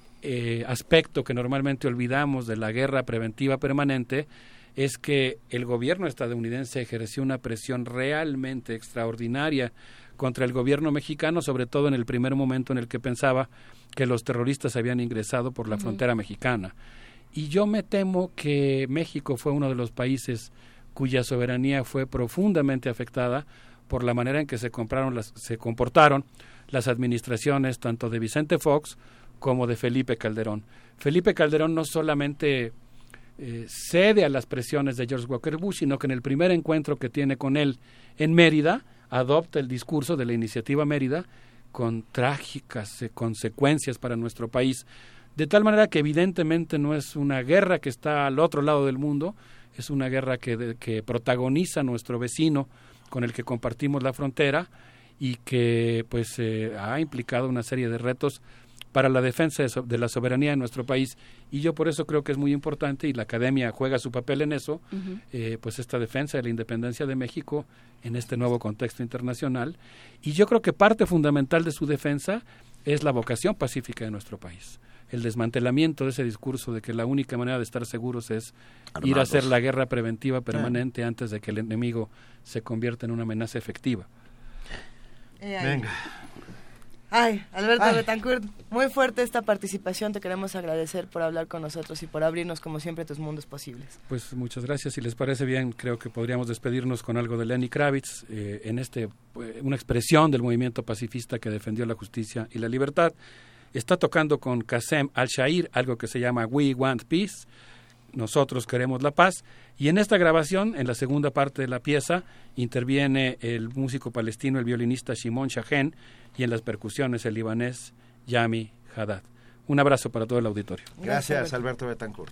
aspecto que normalmente olvidamos de la guerra preventiva permanente es que el gobierno estadounidense ejerció una presión realmente extraordinaria contra el gobierno mexicano, sobre todo en el primer momento en el que pensaba que los terroristas habían ingresado por la frontera mexicana. Y yo me temo que México fue uno de los países cuya soberanía fue profundamente afectada por la manera en que se comportaron las administraciones tanto de Vicente Fox como de Felipe Calderón. Felipe Calderón no solamente cede a las presiones de George Walker Bush, sino que en el primer encuentro que tiene con él en Mérida, adopta el discurso de la Iniciativa Mérida con trágicas consecuencias para nuestro país, de tal manera que evidentemente no es una guerra que está al otro lado del mundo, es una guerra que protagoniza nuestro vecino con el que compartimos la frontera y que pues ha implicado una serie de retos para la defensa de la soberanía de nuestro país. Y yo por eso creo que es muy importante, y la academia juega su papel en eso, pues esta defensa de la independencia de México en este nuevo contexto internacional. Y yo creo que parte fundamental de su defensa es la vocación pacífica de nuestro país. El desmantelamiento de ese discurso de que la única manera de estar seguros es ir a hacer la guerra preventiva permanente antes de que el enemigo se convierta en una amenaza efectiva. Venga. Ay, Alberto Betancourt, muy fuerte esta participación, te queremos agradecer por hablar con nosotros y por abrirnos como siempre tus mundos posibles. Pues muchas gracias, si les parece bien, creo que podríamos despedirnos con algo de Lenny Kravitz, en una expresión del movimiento pacifista que defendió la justicia y la libertad. Está tocando con Qasem Al-Shair algo que se llama We Want Peace, nosotros queremos la paz, y en esta grabación, en la segunda parte de la pieza, interviene el músico palestino, el violinista Shimon Shahen, y en las percusiones el libanés Yami Haddad. Un abrazo para todo el auditorio. Gracias, Alberto Betancourt.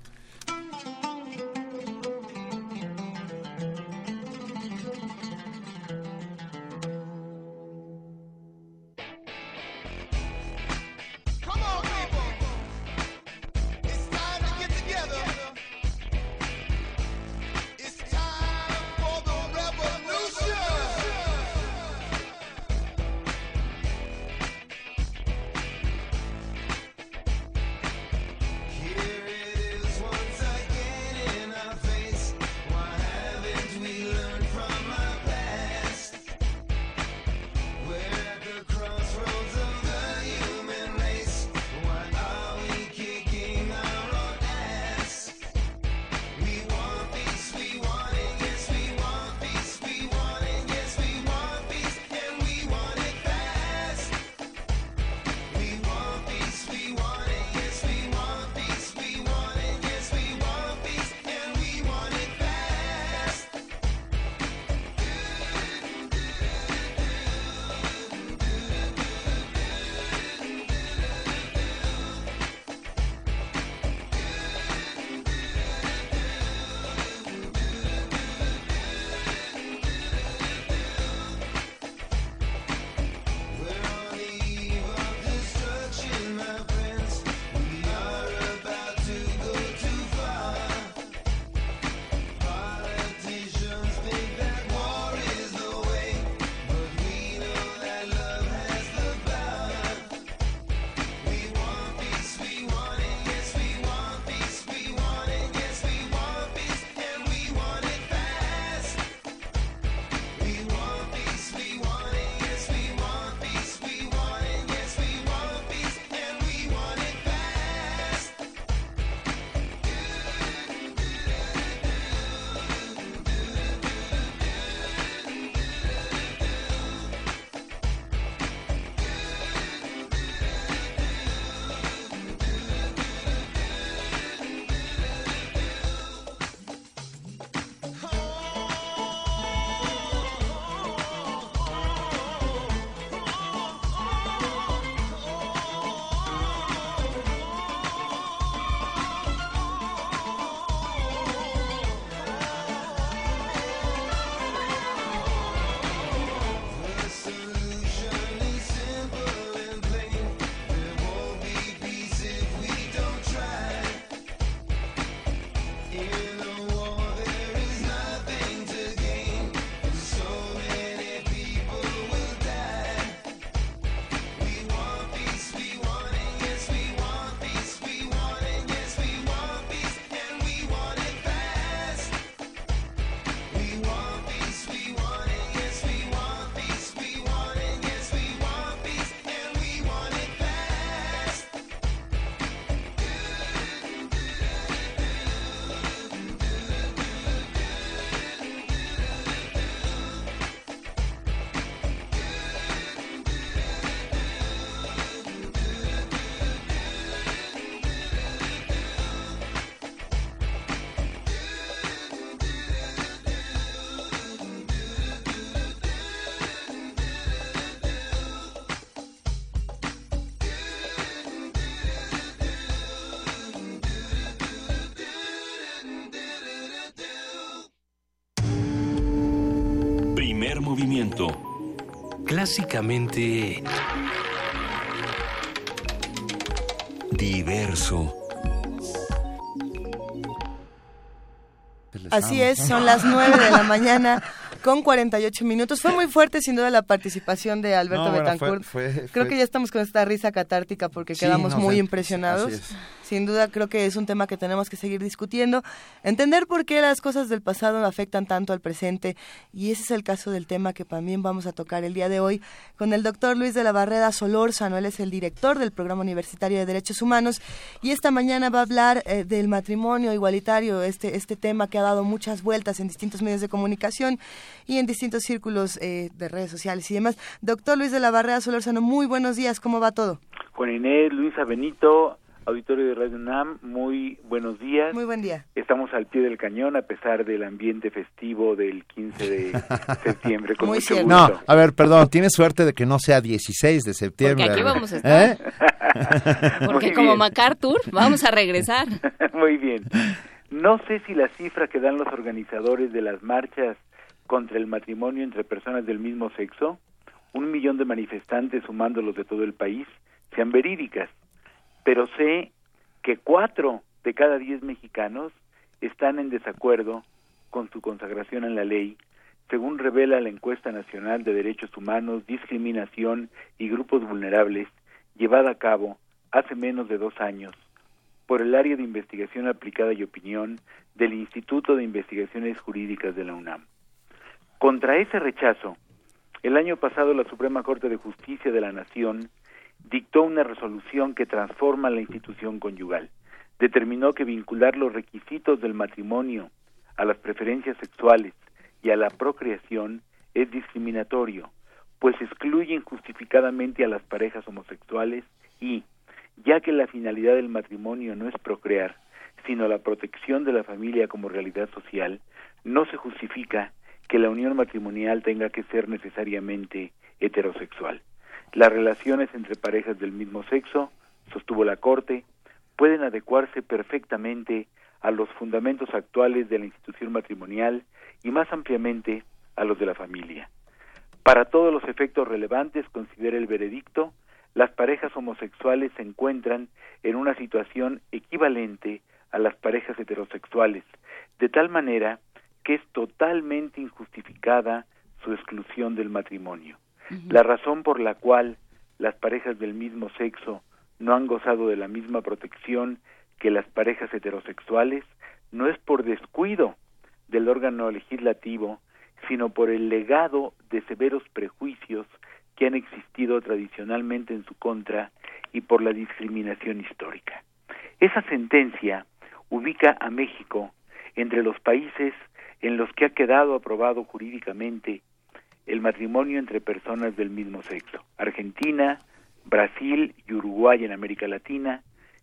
Here it is. Primer movimiento. Clásicamente diverso. Así es, son las 9 de la mañana con 48 minutos. Fue muy fuerte sin duda la participación de Alberto Betancourt. Creo que ya estamos con esta risa catártica porque quedamos muy impresionados. Sin duda creo que es un tema que tenemos que seguir discutiendo, entender por qué las cosas del pasado afectan tanto al presente, y ese es el caso del tema que también vamos a tocar el día de hoy con el doctor Luis de la Barrera Solórzano. Él es el director del Programa Universitario de Derechos Humanos y esta mañana va a hablar del matrimonio igualitario, este tema que ha dado muchas vueltas en distintos medios de comunicación y en distintos círculos de redes sociales y demás. Doctor Luis de la Barrera Solórzano, muy buenos días, ¿cómo va todo? Juan Inés, Luisa, Benito, auditorio de Radio UNAM, muy buenos días. Muy buen día. Estamos al pie del cañón a pesar del ambiente festivo del 15 de septiembre. Con muy mucho cierto. gusto. No, a ver, perdón, tienes suerte de que no sea 16 de septiembre. Porque aquí vamos a estar. Porque como MacArthur, vamos a regresar. Muy bien. No sé si la cifra que dan los organizadores de las marchas contra el matrimonio entre personas del mismo sexo, 1 millón de manifestantes sumándolos de todo el país, sean verídicas. Pero sé que 4 de cada 10 mexicanos están en desacuerdo con su consagración en la ley, según revela la Encuesta Nacional de Derechos Humanos, Discriminación y Grupos Vulnerables, llevada a cabo hace menos de 2 años por el Área de Investigación Aplicada y Opinión del Instituto de Investigaciones Jurídicas de la UNAM. Contra ese rechazo, el año pasado la Suprema Corte de Justicia de la Nación dictó una resolución que transforma la institución conyugal. Determinó que vincular los requisitos del matrimonio a las preferencias sexuales y a la procreación es discriminatorio, pues excluye injustificadamente a las parejas homosexuales y, ya que la finalidad del matrimonio no es procrear, sino la protección de la familia como realidad social, no se justifica que la unión matrimonial tenga que ser necesariamente heterosexual. Las relaciones entre parejas del mismo sexo, sostuvo la Corte, pueden adecuarse perfectamente a los fundamentos actuales de la institución matrimonial y más ampliamente a los de la familia. Para todos los efectos relevantes, considera el veredicto, las parejas homosexuales se encuentran en una situación equivalente a las parejas heterosexuales, de tal manera que es totalmente injustificada su exclusión del matrimonio. La razón por la cual las parejas del mismo sexo no han gozado de la misma protección que las parejas heterosexuales no es por descuido del órgano legislativo, sino por el legado de severos prejuicios que han existido tradicionalmente en su contra y por la discriminación histórica. Esa sentencia ubica a México entre los países en los que ha quedado aprobado jurídicamente el matrimonio entre personas del mismo sexo. Argentina, Brasil y Uruguay en América Latina,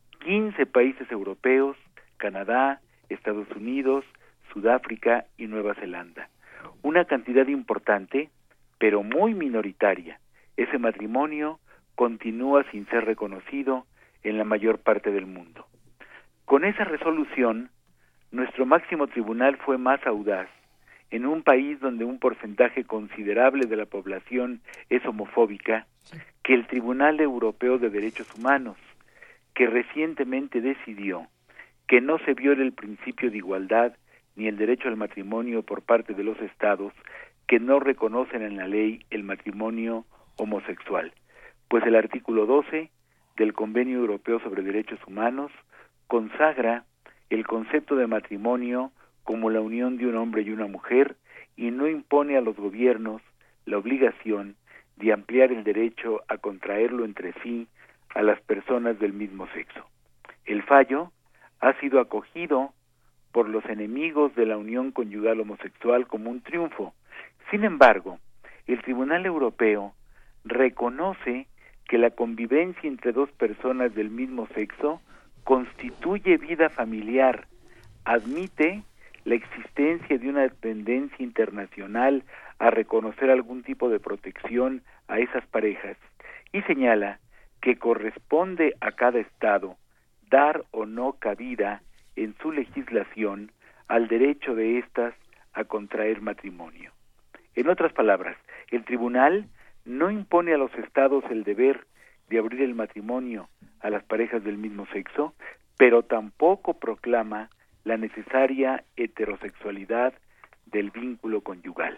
15 países europeos, Canadá, Estados Unidos, Sudáfrica y Nueva Zelanda. Una cantidad importante, pero muy minoritaria. Ese matrimonio continúa sin ser reconocido en la mayor parte del mundo. Con esa resolución, nuestro máximo tribunal fue más audaz. En un país donde un porcentaje considerable de la población es homofóbica, que el Tribunal Europeo de Derechos Humanos, que recientemente decidió que no se viole el principio de igualdad ni el derecho al matrimonio por parte de los estados que no reconocen en la ley el matrimonio homosexual, pues el artículo 12 del Convenio Europeo sobre Derechos Humanos consagra el concepto de matrimonio como la unión de un hombre y una mujer y no impone a los gobiernos la obligación de ampliar el derecho a contraerlo entre sí a las personas del mismo sexo. El fallo ha sido acogido por los enemigos de la unión conyugal homosexual como un triunfo. Sin embargo, el Tribunal Europeo reconoce que la convivencia entre dos personas del mismo sexo constituye vida familiar, admite la existencia de una tendencia internacional a reconocer algún tipo de protección a esas parejas y señala que corresponde a cada estado dar o no cabida en su legislación al derecho de éstas a contraer matrimonio. En otras palabras, el tribunal no impone a los estados el deber de abrir el matrimonio a las parejas del mismo sexo, pero tampoco proclama la necesaria heterosexualidad del vínculo conyugal.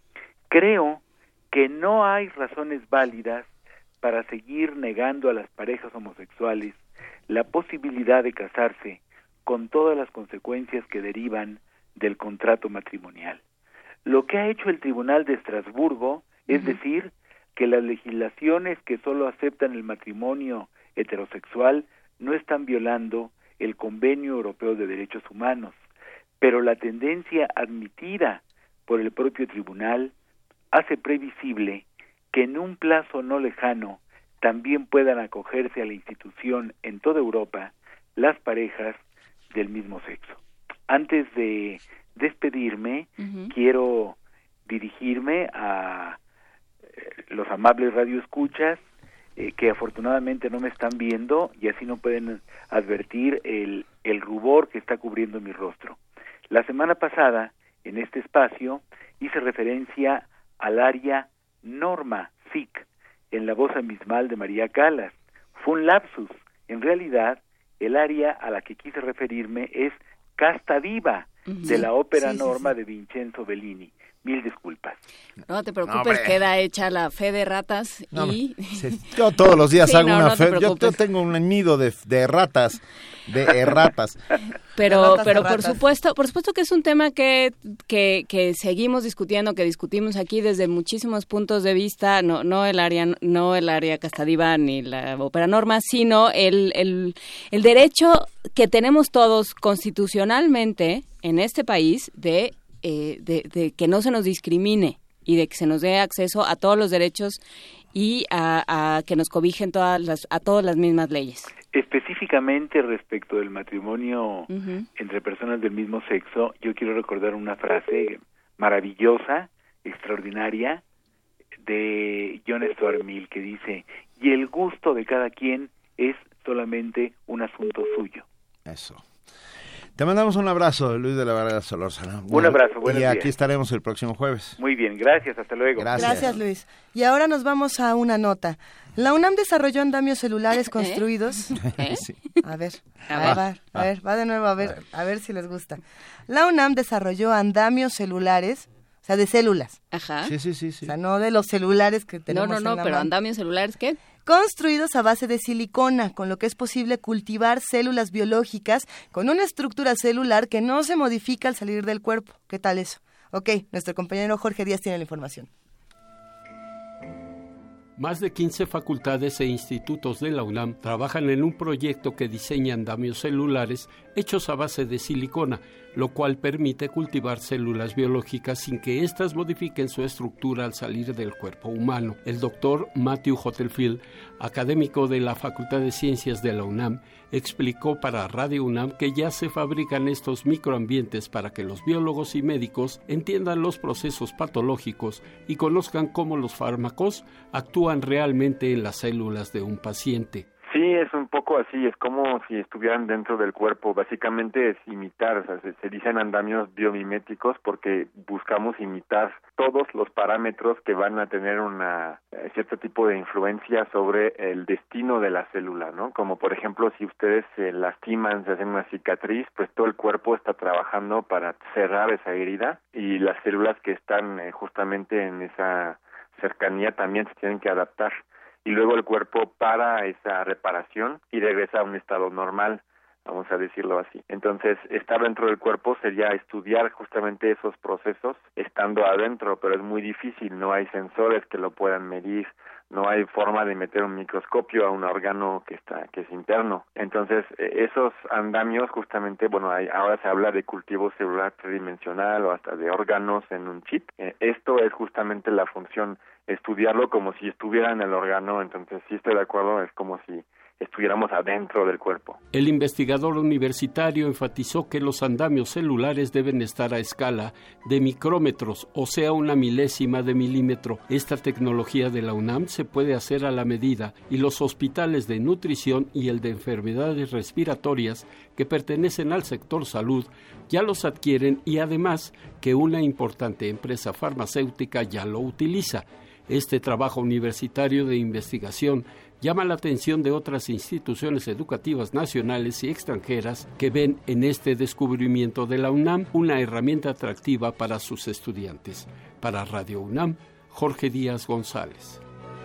Creo que no hay razones válidas para seguir negando a las parejas homosexuales la posibilidad de casarse con todas las consecuencias que derivan del contrato matrimonial. Lo que ha hecho el Tribunal de Estrasburgo es decir que las legislaciones que solo aceptan el matrimonio heterosexual no están violando el Convenio Europeo de Derechos Humanos, pero la tendencia admitida por el propio tribunal hace previsible que en un plazo no lejano también puedan acogerse a la institución en toda Europa las parejas del mismo sexo. Antes de despedirme, quiero dirigirme a los amables radioescuchas que afortunadamente no me están viendo y así no pueden advertir el rubor que está cubriendo mi rostro. La semana pasada, en este espacio, hice referencia al área Norma SIC, en la voz abismal de María Callas. Fue un lapsus. En realidad, el área a la que quise referirme es Casta Diva, de la ópera Norma de Vincenzo Bellini. Mil disculpas. No te preocupes, queda hecha la fe de ratas y... Yo todos los días hago una fe, yo tengo un nido de ratas, de erratas. Pero por supuesto que es un tema que seguimos discutiendo, que discutimos aquí desde muchísimos puntos de vista, no el área Casta Diva ni la ópera Norma, sino el derecho que tenemos todos constitucionalmente en este país de que no se nos discrimine y de que se nos dé acceso a todos los derechos y a que nos cobijen todas las mismas leyes. Específicamente respecto del matrimonio entre personas del mismo sexo, yo quiero recordar una frase maravillosa, extraordinaria, de John Stuart Mill, que dice: y el gusto de cada quien es solamente un asunto suyo. Eso. Te mandamos un abrazo, Luis de la Vargas Solórzano. Un abrazo, buenos días. Y aquí estaremos el próximo jueves. Muy bien, gracias, hasta luego. Gracias, Luis. Y ahora nos vamos a una nota. La UNAM desarrolló andamios celulares construidos. Sí. A ver, va de nuevo, a ver si les gusta. La UNAM desarrolló andamios celulares, o sea, de células. Ajá. Sí. O sea, no de los celulares que tenemos en la pero mano. andamios celulares, ¿qué? Construidos a base de silicona, con lo que es posible cultivar células biológicas con una estructura celular que no se modifica al salir del cuerpo. ¿Qué tal eso? Ok, nuestro compañero Jorge Díaz tiene la información. Más de 15 facultades e institutos de la UNAM trabajan en un proyecto que diseña andamios celulares hechos a base de silicona, lo cual permite cultivar células biológicas sin que éstas modifiquen su estructura al salir del cuerpo humano. El doctor Matthew Hotelfield, académico de la Facultad de Ciencias de la UNAM, explicó para Radio UNAM que ya se fabrican estos microambientes para que los biólogos y médicos entiendan los procesos patológicos y conozcan cómo los fármacos actúan realmente en las células de un paciente. Sí, es un poco así, es como si estuvieran dentro del cuerpo, básicamente es imitar, o sea, se dicen andamios biomiméticos porque buscamos imitar todos los parámetros que van a tener una cierto tipo de influencia sobre el destino de la célula, ¿no? Como por ejemplo, si ustedes se lastiman, se hacen una cicatriz, pues todo el cuerpo está trabajando para cerrar esa herida y las células que están justamente en esa cercanía también se tienen que adaptar. Y luego el cuerpo para esa reparación y regresa a un estado normal, vamos a decirlo así. Entonces, estar dentro del cuerpo sería estudiar justamente esos procesos estando adentro, pero es muy difícil, no hay sensores que lo puedan medir, no hay forma de meter un microscopio a un órgano que es interno. Entonces, esos andamios justamente, bueno, ahora se habla de cultivo celular tridimensional o hasta de órganos en un chip. Esto es justamente la función, estudiarlo como si estuviera en el órgano. Entonces, sí estoy de acuerdo, es como si estuviéramos adentro del cuerpo. El investigador universitario enfatizó que los andamios celulares deben estar a escala de micrómetros, o sea, 1/1000 de milímetro. Esta tecnología de la UNAM se puede hacer a la medida y los hospitales de nutrición y el de enfermedades respiratorias que pertenecen al sector salud ya los adquieren, y además que una importante empresa farmacéutica ya lo utiliza. Este trabajo universitario de investigación llama la atención de otras instituciones educativas nacionales y extranjeras que ven en este descubrimiento de la UNAM una herramienta atractiva para sus estudiantes. Para Radio UNAM, Jorge Díaz González.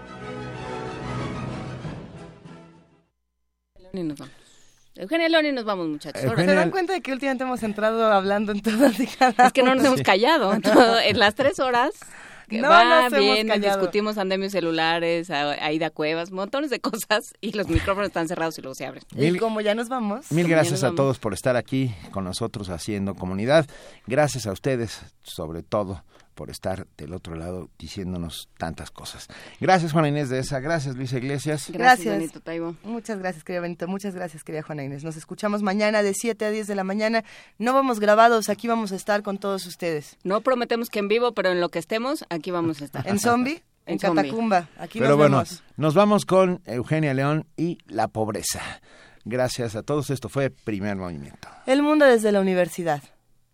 Eugenia León y nos vamos, muchachos. ¿Se dan cuenta de que últimamente hemos entrado hablando en todas y cada Es que no nos hemos callado. En las 3 horas discutimos andamios celulares, Aida Cuevas, montones de cosas, y los micrófonos están cerrados y luego se abren. Y como ya nos vamos. Mil gracias a todos por estar aquí con nosotros haciendo comunidad. Gracias a ustedes, sobre todo, por estar del otro lado diciéndonos tantas cosas. Gracias, Juana Inés de ESA. Gracias, Luisa Iglesias. Gracias, Benito Taibo. Muchas gracias, querido Benito. Muchas gracias, querida Juana Inés. Nos escuchamos mañana de 7 a 10 de la mañana. No vamos grabados, aquí vamos a estar con todos ustedes. No prometemos que en vivo, pero en lo que estemos, aquí vamos a estar. En Zombie, en Catacumba. Aquí pero nos bueno, vemos. Nos vamos con Eugenia León y la pobreza. Gracias a todos. Esto fue Primer Movimiento. El mundo desde la universidad.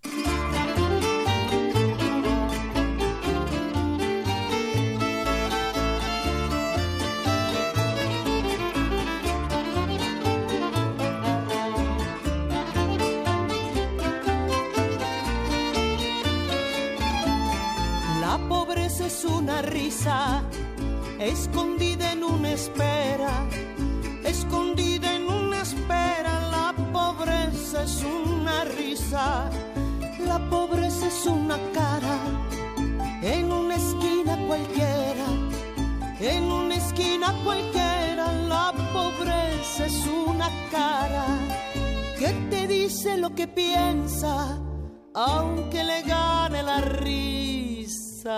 Es una risa escondida en una espera, escondida en una espera. La pobreza es una risa, la pobreza es una cara, en una esquina cualquiera, en una esquina cualquiera. La pobreza es una cara que te dice lo que piensa, aunque le gane la risa.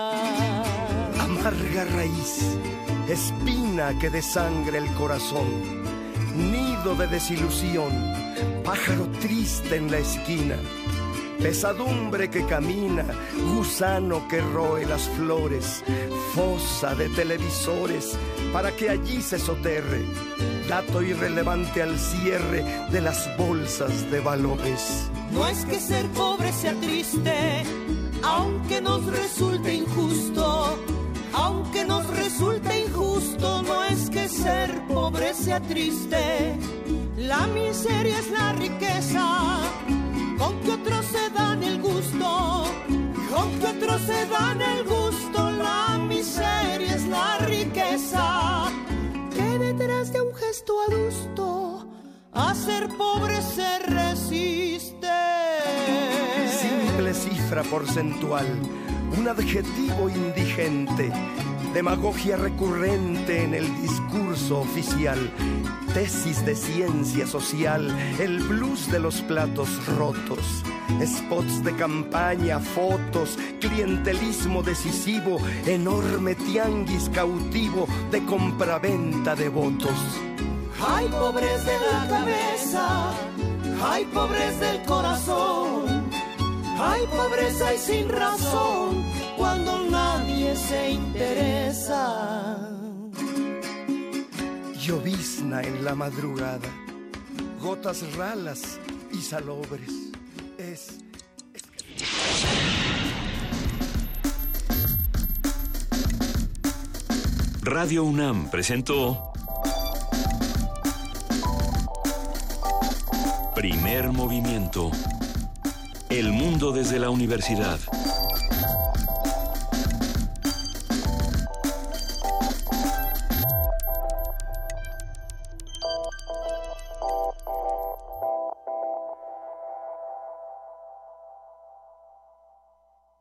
Amarga raíz, espina que desangra el corazón, nido de desilusión, pájaro triste en la esquina, pesadumbre que camina, gusano que roe las flores, fosa de televisores para que allí se soterre, dato irrelevante al cierre de las bolsas de valores. No es que ser pobre sea triste, aunque nos resulte injusto, aunque nos resulte injusto, no es que ser pobre sea triste. La miseria es la riqueza, con que otros se dan el gusto, con que otros se dan el gusto. La miseria es la riqueza, que detrás de un gesto adusto, a ser pobre se resiste. Simple cifra porcentual, un adjetivo indigente, demagogia recurrente en el discurso oficial, tesis de ciencia social, el blues de los platos rotos, spots de campaña, fotos, clientelismo decisivo, enorme tianguis cautivo de compraventa de votos. Hay pobres de la cabeza, hay pobres del corazón, hay pobreza y sin razón cuando nadie se interesa. Llovizna en la madrugada, gotas ralas y salobres. Radio UNAM presentó Primer Movimiento. El mundo desde la universidad.